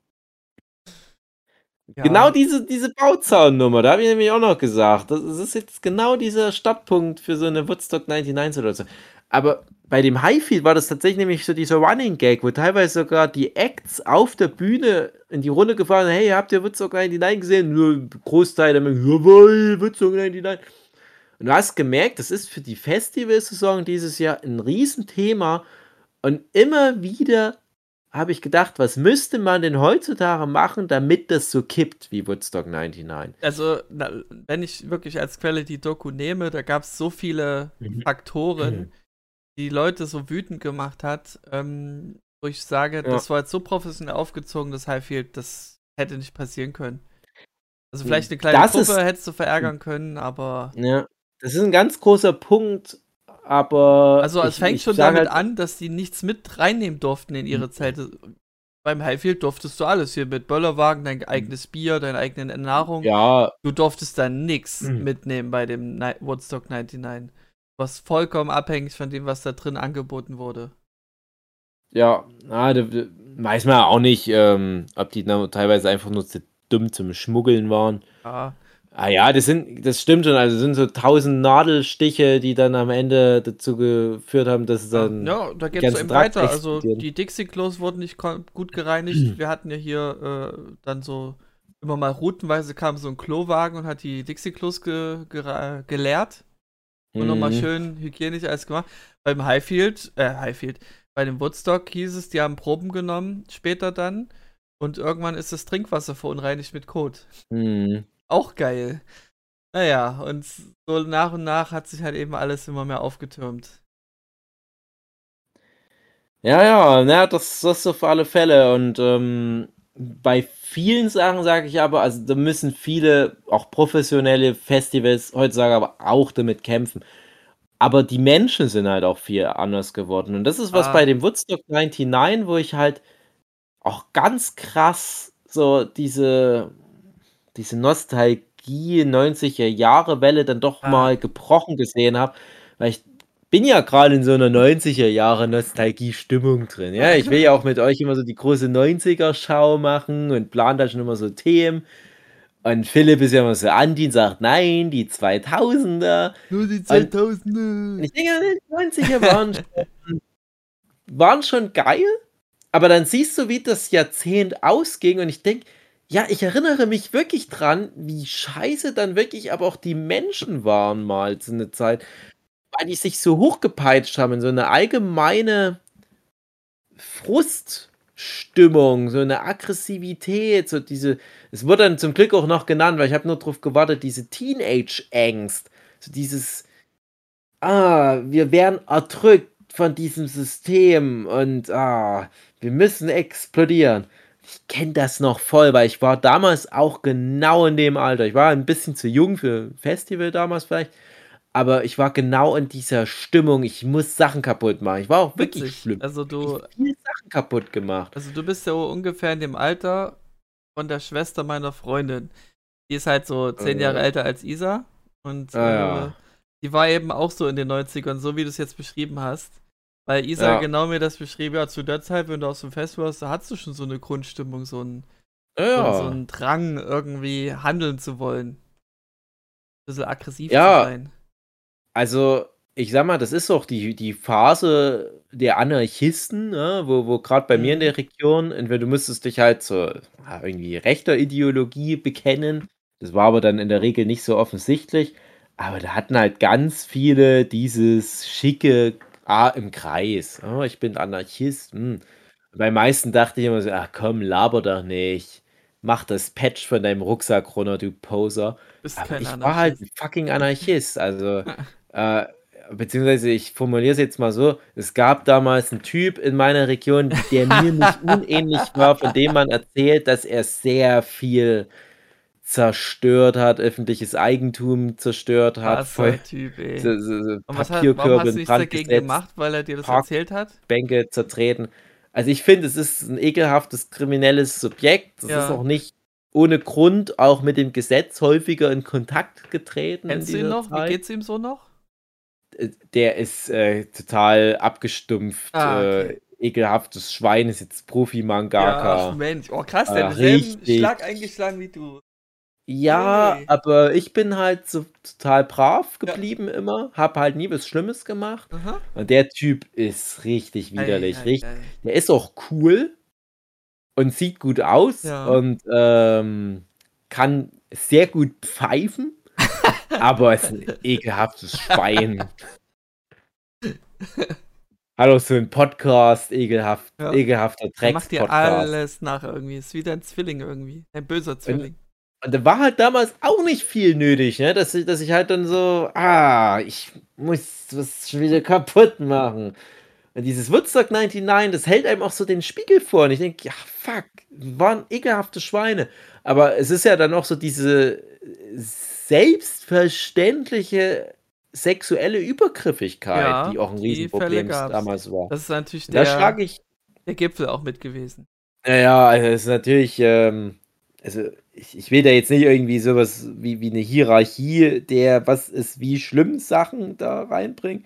Ja. Genau diese, diese Bauzaunnummer, da habe ich nämlich auch noch gesagt. Das ist jetzt genau dieser Startpunkt für so eine Woodstock neunundneunzig-Situation. Aber bei dem Highfield war das tatsächlich nämlich so dieser Running Gag, wo teilweise sogar die Acts auf der Bühne in die Runde gefahren sind, hey, habt ihr Woodstock neunundneunzig gesehen? Nur Großteil der Menschen, jawohl, Woodstock neunundneunzig. Und du hast gemerkt, das ist für die Festivalsaison dieses Jahr ein Riesenthema. Und immer wieder habe ich gedacht, was müsste man denn heutzutage machen, damit das so kippt wie Woodstock neunundneunzig? Also, na, wenn ich wirklich als Quelle die Doku nehme, da gab es so viele Mhm. Faktoren, die Leute so wütend gemacht hat, ähm, wo ich sage, Ja. das war jetzt so professionell aufgezogen, das Highfield, das hätte nicht passieren können. Also vielleicht eine kleine Das Gruppe ist hättest du verärgern können, aber ja, das ist ein ganz großer Punkt, aber also es ich fängt ich schon sage damit halt an, dass die nichts mit reinnehmen durften in ihre Mhm. Zelte. Beim Highfield durftest du alles hier mit Böllerwagen, dein eigenes Bier, deine eigene Nahrung. ja, Du durftest da nix Mhm. mitnehmen bei dem Ni- Woodstock neunundneunzig. Was vollkommen abhängig von dem, was da drin angeboten wurde. ja, ah, da da weiß man auch nicht, ähm, ob die da teilweise einfach nur zu dumm zum Schmuggeln waren. Ja, Ah ja, das sind das stimmt schon, also, sind so tausend Nadelstiche, die dann am Ende dazu geführt haben, dass es ja, dann ja, da die geht's so ganzen eben Trucks weiter. Also explodieren. die Dixie-Klos wurden nicht kon- gut gereinigt. Wir hatten ja hier äh, dann so immer mal routenweise kam so ein Klowagen und hat die Dixie-Klos ge gera- geleert. Und nochmal Mhm. schön hygienisch alles gemacht. Beim Highfield, äh, Highfield, bei dem Woodstock hieß es, die haben Proben genommen, später dann. Und irgendwann ist das Trinkwasser verunreinigt mit Kot. Mhm. Auch geil. Naja, und so nach und nach hat sich halt eben alles immer mehr aufgetürmt. Ja, ja, na, das das auf alle Fälle und, ähm, bei vielen Sachen sage ich aber also, da müssen viele, auch professionelle Festivals heutzutage aber auch damit kämpfen. Aber die Menschen sind halt auch viel anders geworden und das ist was bei Ah, dem Woodstock neunundneunzig, wo ich halt auch ganz krass so diese diese Nostalgie neunziger Jahre Welle dann doch ah, mal gebrochen gesehen habe, weil ich bin ja grade in so 'ner neunziger Jahre Nostalgie-Stimmung drin, ja? Ich will ja auch mit euch immer so die große neunziger-Schau machen und plane da schon immer so Themen. Und Philipp ist ja immer so anti und sagt: „Nein, die zweitausender." nur die Und zweitausender. ich denke, die neunziger waren schon waren schon geil, aber dann siehst du, wie das Jahrzehnt ausging und ich denke, ja, ich erinnere mich wirklich dran, wie scheiße dann wirklich aber auch die Menschen waren mal zu 'ner Zeit, weil die sich so hochgepeitscht haben in so 'ne allgemeine Fruststimmung, so 'ne Aggressivität, so diese es wurde dann zum Glück auch noch genannt, weil ich habe nur drauf gewartet, diese Teenage-Angst, so dieses: „Ah, wir werden erdrückt von diesem System und, ah, wir müssen explodieren." Ich kenne das noch voll, weil ich war damals auch genau in dem Alter. Ich war 'n bisschen zu jung für 'n Festival damals vielleicht, aber ich war genau in dieser Stimmung, ich muss Sachen kaputt machen. Ich war auch wirklich Witzig. schlimm. Also Wirklich du, viele Sachen kaputt gemacht. also du bist ja ungefähr in dem Alter von der Schwester meiner Freundin. Die ist halt so zehn Jahre Äh, älter als Isa. Und ah äh, ja. die war eben auch so in den neunzigern, so wie du es jetzt beschrieben hast. Weil Isa Ja. genau mir das beschrieben hat, zu der Zeit, wenn du aus dem Fest warst, da hattest du schon so eine Grundstimmung, so ein Ja, so 'n so ja. 'n Drang, irgendwie handeln zu wollen. Bisschen aggressiv zu Ja, sein. also, ich sage mal, das ist auch die die Phase der Anarchisten, ne, wo wo grad bei mir in Mhm. der Region entweder du musstest dich halt zur, ja, irgendwie rechter Ideologie bekennen. Das war aber dann in der Regel nicht so offensichtlich. Aber da hatten halt ganz viele dieses schicke Ah, im Kreis. „Oh, ich bin Anarchist, hm." Bei meisten dachte ich immer so: „Ach komm, laber doch nicht. Mach das Patch von deinem Rucksack runter, du Poser." Bist Aber kein ich war halt Anarchist. 'n fucking Anarchist. Also, äh, beziehungsweise ich formuliere es jetzt mal so: Es gab damals 'n Typ in meiner Region, der mir nicht unähnlich war, von dem man erzählt, dass er sehr viel zerstört hat, öffentliches Eigentum zerstört hat, voll Krasser Typ, ey. so so so Und was hat warum Papierkörbe hast du in nichts Brand dagegen gesetzt, gemacht, weil er dir das erzählt hat? Parkbänke zertreten. Also, ich finde, es ist 'n ekelhaftes kriminelles Subjekt. Das ist Ja. auch nicht ohne Grund auch mit dem Gesetz häufiger in Kontakt getreten in Kennst du ihn dieser noch? Wie Zeit. geht's ihm so noch? Äh, der ist, äh, total abgestumpft, Ah, okay. äh, ekelhaftes Schwein, ist jetzt Ja, ach Profi-Mangaka. Mensch. Oh, krass, Äh, der hat denselben richtig Schlag eingeschlagen wie du. Ja, Ui. aber ich bin halt so total brav Ja. geblieben immer, habe halt nie was Schlimmes gemacht. Aha. Und der Typ ist richtig Ei, widerlich, ei, rich ei. der ist auch cool und sieht gut aus Ja. und, ähm, kann sehr gut pfeifen. Aber es ist ein ekelhaftes Schwein. Hallo, so ein Podcast, ekelhaft, Ja. ekelhafter Er macht dir Drecks-Podcast. alles nach irgendwie. Ist wie dein Zwilling irgendwie. Ein böser Zwilling. Und da war halt damals auch nicht viel nötig, ne? Dass ich, dass ich halt dann so, ah, ich muss was schon wieder kaputt machen. Und dieses Woodstock neunundneunzig, das hält einem auch so den Spiegel vor. Und ich denke, ja, fuck, waren ekelhafte Schweine. Aber es ist ja dann auch so diese selbstverständliche sexuelle Übergriffigkeit, Ja, die auch ein die Riesenproblem Fälle gab's. damals war. Das ist natürlich Da der, schlage ich, der Gipfel auch mit gewesen. naja, also es ist natürlich, ähm, also ich, ich will da jetzt nicht irgendwie sowas wie, wie eine Hierarchie der, was ist wie schlimm Sachen da reinbringen.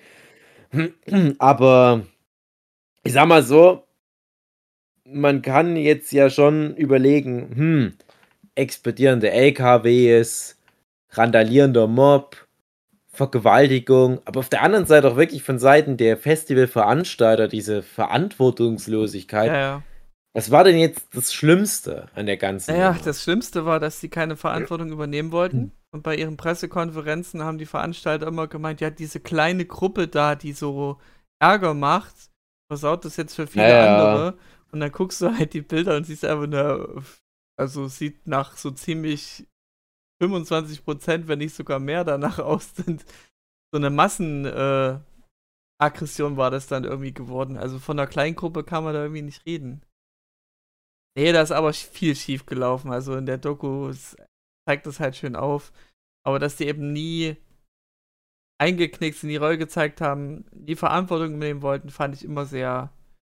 Aber ich sag mal so, man kann jetzt ja schon überlegen, hm, explodierende L K Ws, randalierender Mob, Vergewaltigung, aber auf der anderen Seite auch wirklich von Seiten der Festivalveranstalter diese Verantwortungslosigkeit. Ja, ja. Was war denn jetzt das Schlimmste an der ganzen Naja, Nummer? das Schlimmste war, dass sie keine Verantwortung übernehmen wollten. Und bei ihren Pressekonferenzen haben die Veranstalter immer gemeint, ja, diese kleine Gruppe da, die so Ärger macht, versaut das jetzt für viele Ja, ja. andere. Und dann guckst du halt die Bilder und siehst einfach nur, also sieht nach so ziemlich fünfundzwanzig Prozent, wenn nicht sogar mehr danach aus sind. So eine Massenaggression äh, Aggression war das dann irgendwie geworden. Also von einer kleinen Gruppe kann man da irgendwie nicht reden. Nee, da ist aber viel schief gelaufen. Also in der Doku s- zeigt das halt schön auf. Aber dass die eben nie eingeknickt sind, die Reue gezeigt haben, die Verantwortung übernehmen wollten, fand ich immer sehr,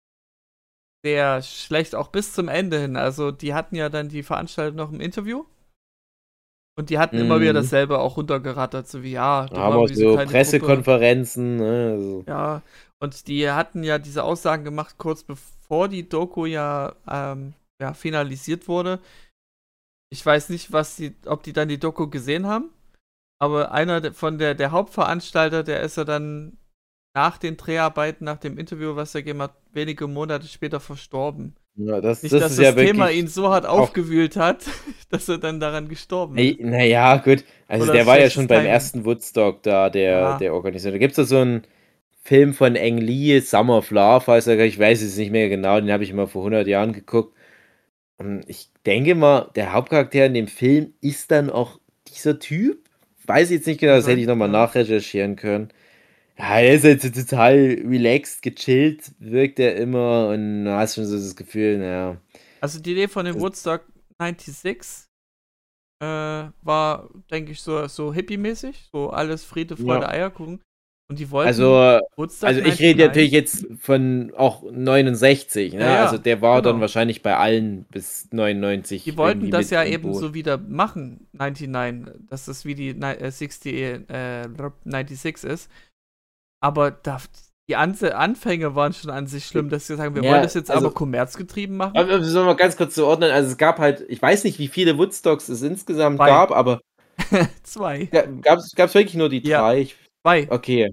sehr schlecht, auch bis zum Ende hin. Also die hatten ja dann die Veranstalter noch im Interview. Und die hatten immer wieder Mhm. dasselbe auch runtergerattert, so wie, ja, da war Aber irgendwie so so eine kleine Gruppe. Pressekonferenzen, ne? Also, Ja, und die hatten ja diese Aussagen gemacht, kurz bevor die Doku ja, ähm, ja finalisiert wurde. Ich weiß nicht, was die, ob die dann die Doku gesehen haben, aber einer de- von der, der Hauptveranstalter, der ist ja dann nach den Dreharbeiten, nach dem Interview, was er gegeben hat, wenige Monate später verstorben. ja, das, Nicht, das dass ist das ja Thema wirklich ihn so hart auch. aufgewühlt hat, dass er dann daran gestorben ist. Naja, gut. Also Oder der war ja schlechtes schon beim Timing. ersten Woodstock da, der, Ja. der Organisator. Da gibt es da so einen Film von Ang Lee, Summer of Love, heißt er, ich weiß es nicht mehr genau, den habe ich mal vor hundert Jahren geguckt. Und ich denke mal, der Hauptcharakter in dem Film ist dann auch dieser Typ. Weiß ich jetzt nicht genau, das hätte ich nochmal Ja. nachrecherchieren können. Ja, er ist jetzt total relaxed, gechillt, wirkt er immer und du hast schon so das Gefühl, naja. Also die Idee von dem Das- Woodstock sechsundneunzig äh, war, denke ich, so, so hippie-mäßig. So alles Friede, Freude, Ja. Eierkuchen. Und die wollten Also, Woodstock also ich rede neunundneunzig natürlich jetzt von auch neunundsechzig, ne? Ja, ja, Also der war dann genau. wahrscheinlich bei allen bis neunundneunzig Die wollten irgendwie das mit ja im eben Boot. so wieder machen, neunundneunzig, dass das wie die ni- äh, sechzig, äh, sechsundneunzig ist. Aber da, die Anze Anfänge waren schon an sich schlimm, dass sie sagen, wir Ja, wollen das jetzt also- aber kommerzgetrieben machen. Aber wir sollen mal ganz kurz zu ordnen. Also es gab halt, ich weiß nicht, wie viele Woodstocks es insgesamt Zwei. gab, aber Zwei. gab es wirklich nur die Ja. drei? Ich, Zwei. okay.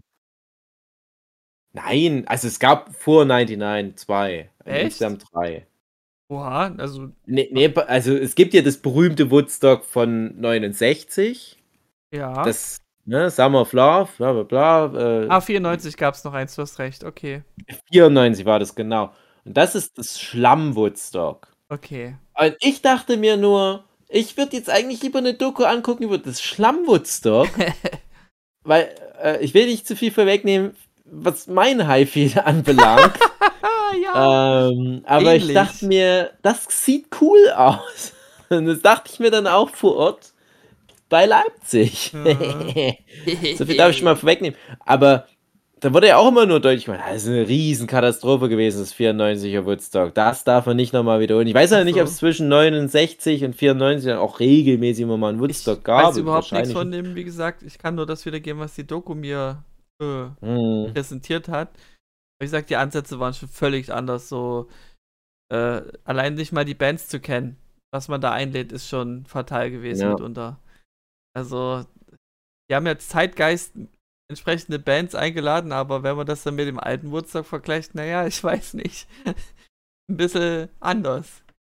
Nein, also es gab vor neunundneunzig zwei. Echt? Insgesamt drei. Oha, also, Nee, nee, also es gibt ja das berühmte Woodstock von neunundsechzig. ja. Das, ne, Summer of Love, bla bla bla. Äh, Ah, vierundneunzig gab es noch eins, du hast recht, okay. vierundneunzig war das genau. Und das ist das Schlamm-Woodstock. Okay. Und ich dachte mir nur, ich würde jetzt eigentlich lieber eine Doku angucken über das Schlamm-Woodstock, weil äh, ich will nicht zu viel vorwegnehmen, was mein Highfield anbelangt. Ah, ja. ähm, aber Ähnlich. ich dachte mir, das sieht cool aus. Und das dachte ich mir dann auch vor Ort bei Leipzig. Ja. So viel darf ich schon mal vorwegnehmen. Aber da wurde ja auch immer nur deutlich gemacht, das ist eine Riesenkatastrophe gewesen, das vierundneunziger Woodstock. Das darf man nicht nochmal wiederholen. Ich weiß ja Ach nicht, so. ob es zwischen neunundsechzig und vierundneunzig dann auch regelmäßig immer mal einen Woodstock Ich gab. weiß überhaupt nichts Wahrscheinlich. von dem, wie gesagt. Ich kann nur das wiedergeben, was die Doku mir äh, Hm. präsentiert hat. Wie gesagt, die Ansätze waren schon völlig anders. So, äh, allein nicht mal die Bands zu kennen, was man da einlädt, ist schon fatal gewesen Ja. mitunter. Also, die haben jetzt Zeitgeist entsprechende Bands eingeladen, aber wenn man das dann mit dem alten Woodstock vergleicht, naja, ich weiß nicht. Ein bisschen anders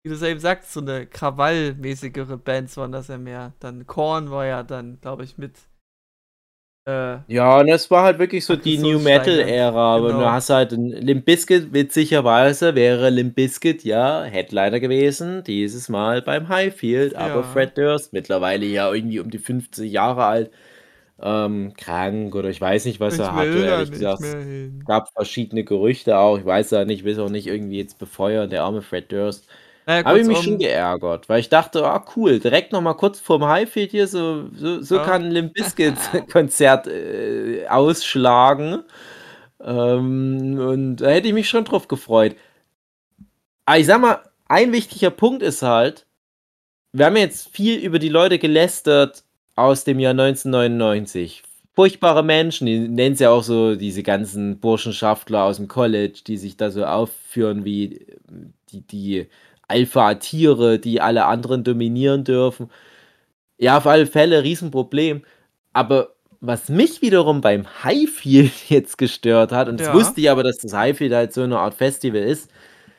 wie du es eben sagst, so eine krawallmäßigere Bands waren das ja mehr. Dann Korn war ja dann, glaube ich, mit. Äh, Ja, und das war halt wirklich so die New Metal-Ära. Aber Genau. du hast halt ein Limp Bizkit, witzigerweise wäre Limp Bizkit ja Headliner gewesen, dieses Mal beim Highfield. Aber Ja. Fred Durst, mittlerweile ja irgendwie um die fünfzig Jahre alt, ähm, krank oder ich weiß nicht, was Ich er will hatte. da Ehrlich nicht gesagt, mehr es hin. gab verschiedene Gerüchte auch. Ich weiß ja nicht, will es auch nicht irgendwie jetzt befeuern, der arme Fred Durst. Naja, Habe ich mich kurzum, schon geärgert, weil ich dachte, ah cool, direkt nochmal kurz vorm Highfield hier, so, so, so Ja. kann ein Limp Bizkit-Konzert äh, ausschlagen. Ähm, und da hätte ich mich schon drauf gefreut. Aber ich sag mal, ein wichtiger Punkt ist halt, wir haben jetzt viel über die Leute gelästert aus dem Jahr neunzehnhundertneunundneunzig. Furchtbare Menschen, die nennen es ja auch so diese ganzen Burschenschaftler aus dem College, die sich da so aufführen wie die, die Alpha-Tiere, die alle anderen dominieren dürfen. Ja, auf alle Fälle, Riesenproblem. Aber was mich wiederum beim Highfield jetzt gestört hat, und das Ja. wusste ich aber, dass das Highfield halt so eine Art Festival ist,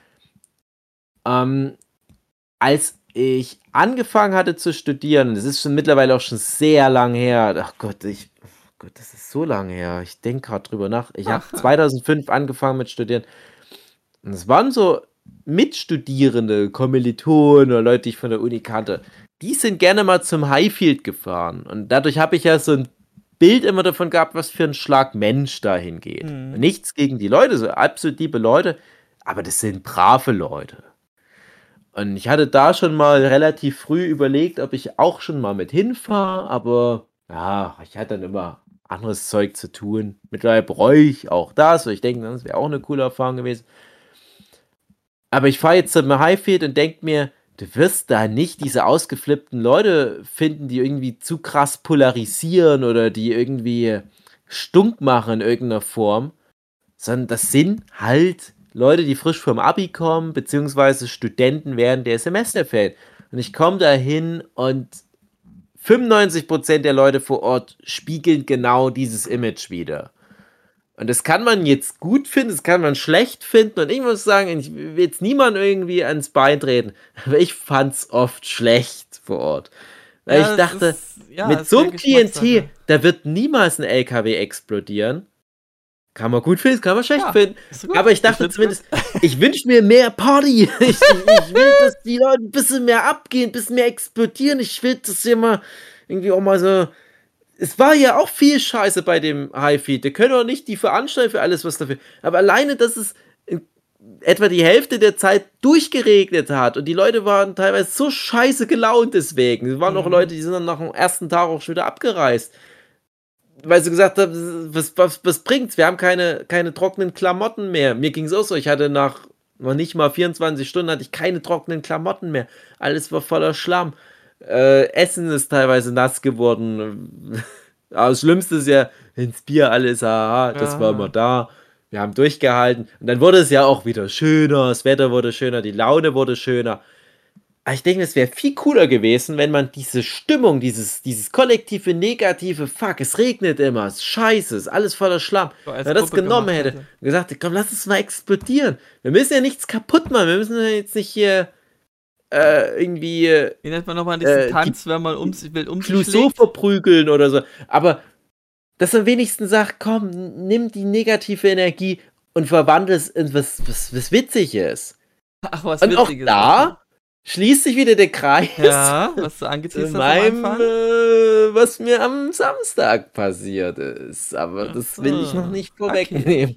ähm, als ich angefangen hatte zu studieren, das ist schon mittlerweile auch schon sehr lang her, ach Gott, ich, oh Gott, das ist so lange her, ich denke gerade drüber nach, ich habe zweitausendfünf angefangen mit Studieren, und es waren so Mitstudierende, Kommilitonen oder Leute, die ich von der Uni kannte, die sind gerne mal zum Highfield gefahren, und dadurch habe ich ja so ein Bild immer davon gehabt, was für ein Schlag Mensch dahin geht. Mhm. Nichts gegen die Leute, so absolut liebe Leute, aber das sind brave Leute. Und ich hatte da schon mal relativ früh überlegt, ob ich auch schon mal mit hinfahre, aber ja, ich hatte dann immer anderes Zeug zu tun. Mittlerweile bereue ich auch das, weil ich denke, das wäre auch eine coole Erfahrung gewesen. Aber ich fahre jetzt zum Highfield und denke mir, du wirst da nicht diese ausgeflippten Leute finden, die irgendwie zu krass polarisieren oder die irgendwie stunk machen in irgendeiner Form, sondern das sind halt Leute, die frisch vom Abi kommen, beziehungsweise Studenten während der Semesterferien. Und ich komme da hin und fünfundneunzig Prozent der Leute vor Ort spiegeln genau dieses Image wieder. Und das kann man jetzt gut finden, das kann man schlecht finden. Und ich muss sagen, ich will jetzt niemand irgendwie ans Bein treten, aber ich fand's oft schlecht vor Ort. Weil Ja, ich das dachte, ist- ja, mit ist so sehr einem Klientel, Geschmackssache. da wird niemals ein L K W explodieren. Kann man gut finden, kann man schlecht Ja, finden. ist gut. Aber ich dachte find's zumindest, ich wünsche mir mehr Party. Ich, ich, ich will, dass die Leute ein bisschen mehr abgehen, ein bisschen mehr explodieren. Ich will, dass hier mal irgendwie auch mal so. Es war ja auch viel Scheiße bei dem Highfield. Wir können auch nicht die Veranstaltung für alles was dafür. Aber alleine, dass es in etwa die Hälfte der Zeit durchgeregnet hat und die Leute waren teilweise so scheiße gelaunt deswegen. Es waren auch Mhm. Leute, die sind dann nach dem ersten Tag auch schon wieder abgereist. Weil sie gesagt haben, was, was, was bringt's? Wir haben keine, keine trockenen Klamotten mehr. Mir ging es auch so, ich hatte nach noch nicht mal vierundzwanzig Stunden hatte ich keine trockenen Klamotten mehr. Alles war voller Schlamm. Äh, Essen ist teilweise nass geworden. Aber das Schlimmste ist ja, ins Bier alles, haha, das Ja. war immer da. Wir haben durchgehalten. Und dann wurde es ja auch wieder schöner, das Wetter wurde schöner, die Laune wurde schöner. Aber ich denke, es wäre viel cooler gewesen, wenn man diese Stimmung, dieses, dieses kollektive, negative, fuck, es regnet immer, es ist scheiße, es ist alles voller Schlamm, So als wenn man das Gruppe genommen gemacht hätte hätte. und gesagt, komm, lass es mal explodieren. Wir müssen ja nichts kaputt machen, wir müssen ja jetzt nicht hier äh, irgendwie äh, Wie nennt man nochmal diesen Äh, die- Tanz, wenn man um sich will, um sich Clouseau schlägt? verprügeln oder so. Aber dass man wenigstens sagt, komm, nimm die negative Energie und verwandle es in was, was, was Witziges. Ach, was Und auch Witziges. da schließt sich wieder der Kreis. Ja, was du zu angeteasert hast am meinem, Anfang. äh, was mir am Samstag passiert ist. Aber Ach das will ich so, noch nicht okay. vorwegnehmen.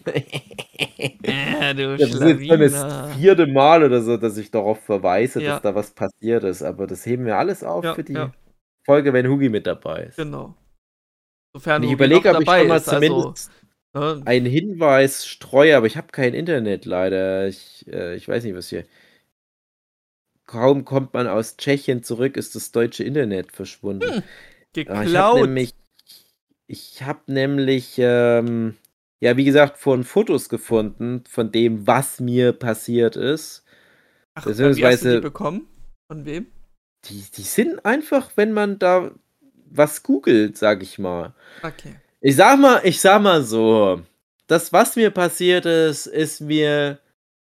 Äh, du Das ist jetzt schon das Schlawiner. vierte Mal oder so, dass ich darauf verweise, Ja. dass da was passiert ist. Aber das heben wir alles auf Ja, für die ja. Folge, wenn Hugi mit dabei ist. Genau. Sofern Und ich du überlege, noch ob ich dabei schon mal ist, also, zumindest ne, einen Hinweis streue, aber ich habe kein Internet leider. Ich, äh, ich weiß nicht, was hier. Kaum kommt man aus Tschechien zurück, ist das deutsche Internet verschwunden. Hm, Ah, ich habe geklaut. nämlich, ich habe nämlich, ähm, ja, wie gesagt, von Fotos gefunden von dem, was mir passiert ist. Ach, äh, wie hast du die Beziehungsweise, bekommen? Von wem? die, die sind einfach, wenn man da was googelt, sag ich mal. Okay. Ich sag mal, ich sag mal so, das, was mir passiert ist, ist mir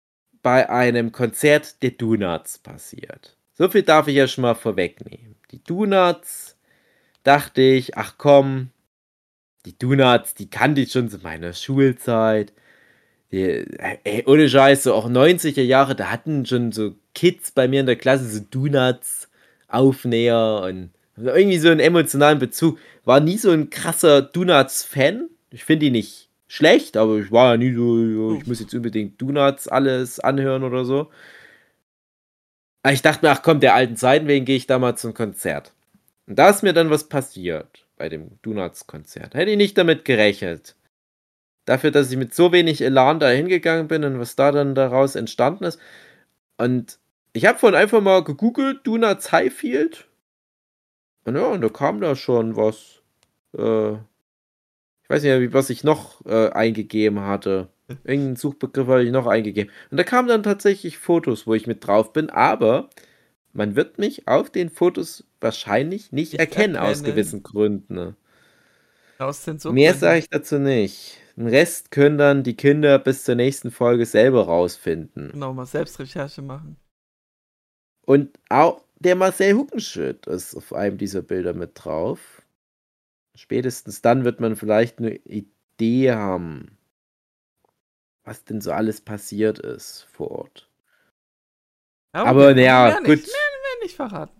bei einem Konzert der Donuts passiert. So viel darf ich ja schon mal vorwegnehmen. Die Donuts, dachte ich, ach komm, die Donuts, die kannte ich schon zu meiner Schulzeit. Die, ey, ohne Scheiß, so auch neunziger Jahre, da hatten schon so Kids bei mir in der Klasse so Donuts, Aufnäher und irgendwie so einen emotionalen Bezug. War nie so ein krasser Donuts-Fan. Ich finde die nicht schlecht, aber ich war ja nie so, ich muss jetzt unbedingt Donuts alles anhören oder so. Aber ich dachte mir, ach komm, der alten Zeiten wegen gehe ich da mal zum Konzert. Und da ist mir dann was passiert bei dem Donuts-Konzert. Hätte ich nicht damit gerechnet. Dafür, dass ich mit so wenig Elan da hingegangen bin und was da dann daraus entstanden ist. Und ich habe vorhin einfach mal gegoogelt, Donuts Highfield. Und ja, und da kam da schon was. Äh, ich weiß nicht, was ich noch äh, eingegeben hatte. Irgendeinen Suchbegriff habe ich noch eingegeben. Und da kamen dann tatsächlich Fotos, wo ich mit drauf bin. Aber man wird mich auf den Fotos wahrscheinlich nicht, nicht erkennen, erkennen, aus gewissen Gründen. Ne? Aus den Mehr sage ich dazu nicht. Den Rest können dann die Kinder bis zur nächsten Folge selber rausfinden. Genau, mal Selbstrecherche machen. Und auch der Marcel Huckenschütt ist auf einem dieser Bilder mit drauf. Spätestens dann wird man vielleicht eine Idee haben, was denn so alles passiert ist vor Ort. Ja, aber naja, gut. Mehr nicht, mehr, mehr nicht verraten.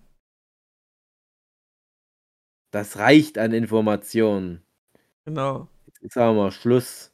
Das reicht an Informationen. Genau. Jetzt sagen wir mal Schluss.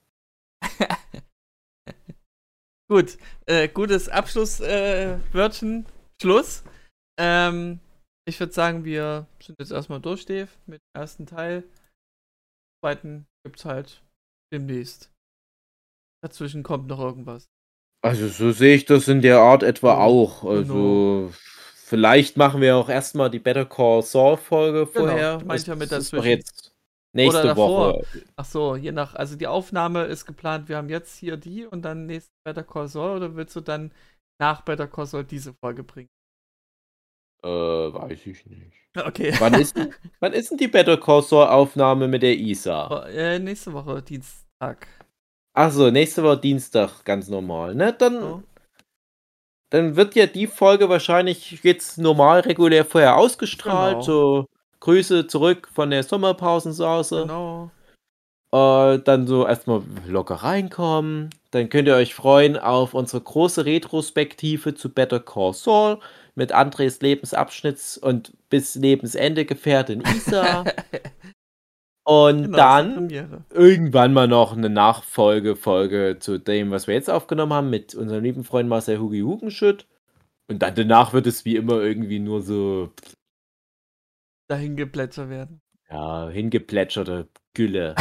Gut, äh, gutes Abschlusswörtchen. Äh, Schluss. Ähm, ich würde sagen, wir sind jetzt erstmal durch, Dave, mit dem ersten Teil. Den zweiten gibt's halt demnächst. Dazwischen kommt noch irgendwas. Also so sehe ich das in der Art etwa oh, auch. Also genau. Vielleicht machen wir auch erstmal die Better Call Saul Folge vorher. Genau, manchmal mit das ist doch dazwischen. jetzt nächste Oder davor. Woche. Ach so, je nach, also die Aufnahme ist geplant, wir haben jetzt hier die und dann nächste Better Call Saul, oder willst du dann nach Better Call Saul diese Folge bringen? Äh, weiß ich nicht. Okay. Wann ist, wann ist denn die Better Call Saul Aufnahme mit der Isa? Oh, äh, nächste Woche, Dienstag. Ach so, nächste Woche Dienstag, ganz normal, ne? Dann, Oh. dann wird ja die Folge wahrscheinlich jetzt normal, regulär vorher ausgestrahlt. Genau. So, Grüße zurück von der Sommerpausensause. Genau. Äh, dann so erstmal locker reinkommen. Dann könnt ihr euch freuen auf unsere große Retrospektive zu Better Call Saul mit Andres Lebensabschnitts und bis Lebensende Gefährtin Isa. Und Genau, dann zur Premiere. irgendwann mal noch eine Nachfolgefolge zu dem, was wir jetzt aufgenommen haben, mit unserem lieben Freund Marcel Hugi Hugenschütt. Und dann danach wird es wie immer irgendwie nur so Dahin geplätschert werden. ja, hingeplätscherte Gülle.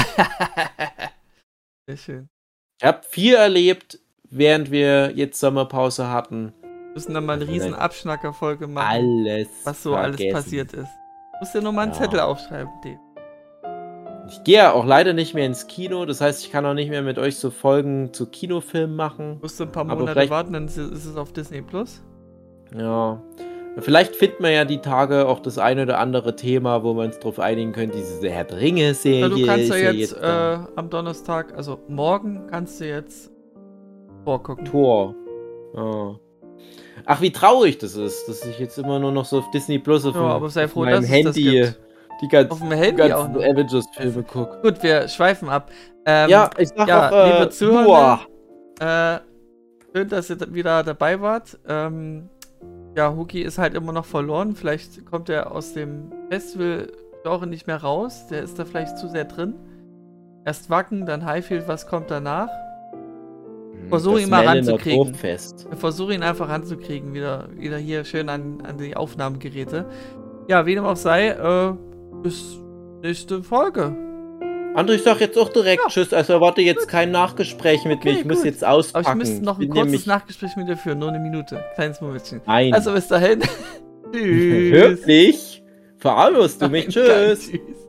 Sehr schön. Ich habe viel erlebt, während wir jetzt Sommerpause hatten. Wir müssen dann mal eine riesen Abschnacker-Folge machen, Alles was so vergessen. alles passiert ist. Du musst dir nur mal einen Ja. Zettel aufschreiben, Dave. Ich gehe ja auch leider nicht mehr ins Kino, das heißt, ich kann auch nicht mehr mit euch so Folgen zu Kinofilmen machen. Du musst ein paar Aber Monate vielleicht- warten, dann ist es auf Disney Plus. Ja. Vielleicht findet man ja die Tage auch das eine oder andere Thema, wo wir uns drauf einigen können. Diese Herr der Ringe-Serie. Ja, du kannst ja ist jetzt, da. äh, am Donnerstag, also morgen, kannst du jetzt vorgucken. Tor. Ja. Ach, wie traurig das ist, dass ich jetzt immer nur noch so auf Disney Plus auf, Ja, dem- aber sei auf froh, meinem dass es das Handy gibt. die ganzen, Auf dem Handy ganzen auch noch. Avengers-Filme gucke. Gut, wir schweifen ab. Ähm, Ja, ich sag ja, auch, äh, liebe Zuhörer, boah. Äh, schön, dass ihr da wieder dabei wart. Ähm, ja, Huki ist halt immer noch verloren. Vielleicht kommt er aus dem Festival-Genre nicht mehr raus. Der ist da vielleicht zu sehr drin. Erst Wacken, dann Highfield, was kommt danach? Versuch Das ihn mal Mellener ranzukriegen. Dorffest. Wir versuchen ihn einfach ranzukriegen, wieder, wieder hier schön an, an die Aufnahmegeräte. Ja, wie dem auch sei, äh, bis nächste Folge. André, ich sag jetzt auch direkt Ja. Tschüss. Also erwarte jetzt kein Nachgespräch mit Okay, mir. Ich muss gut. jetzt auspacken. Aber ich müsste noch ein bin kurzes nämlich- Nachgespräch mit dir führen, nur eine Minute. Kleines Momentchen. Nein. Also bis dahin. Tschüss. Wirklich? Verarmst du mich? Danke, Tschüss. Tschüss.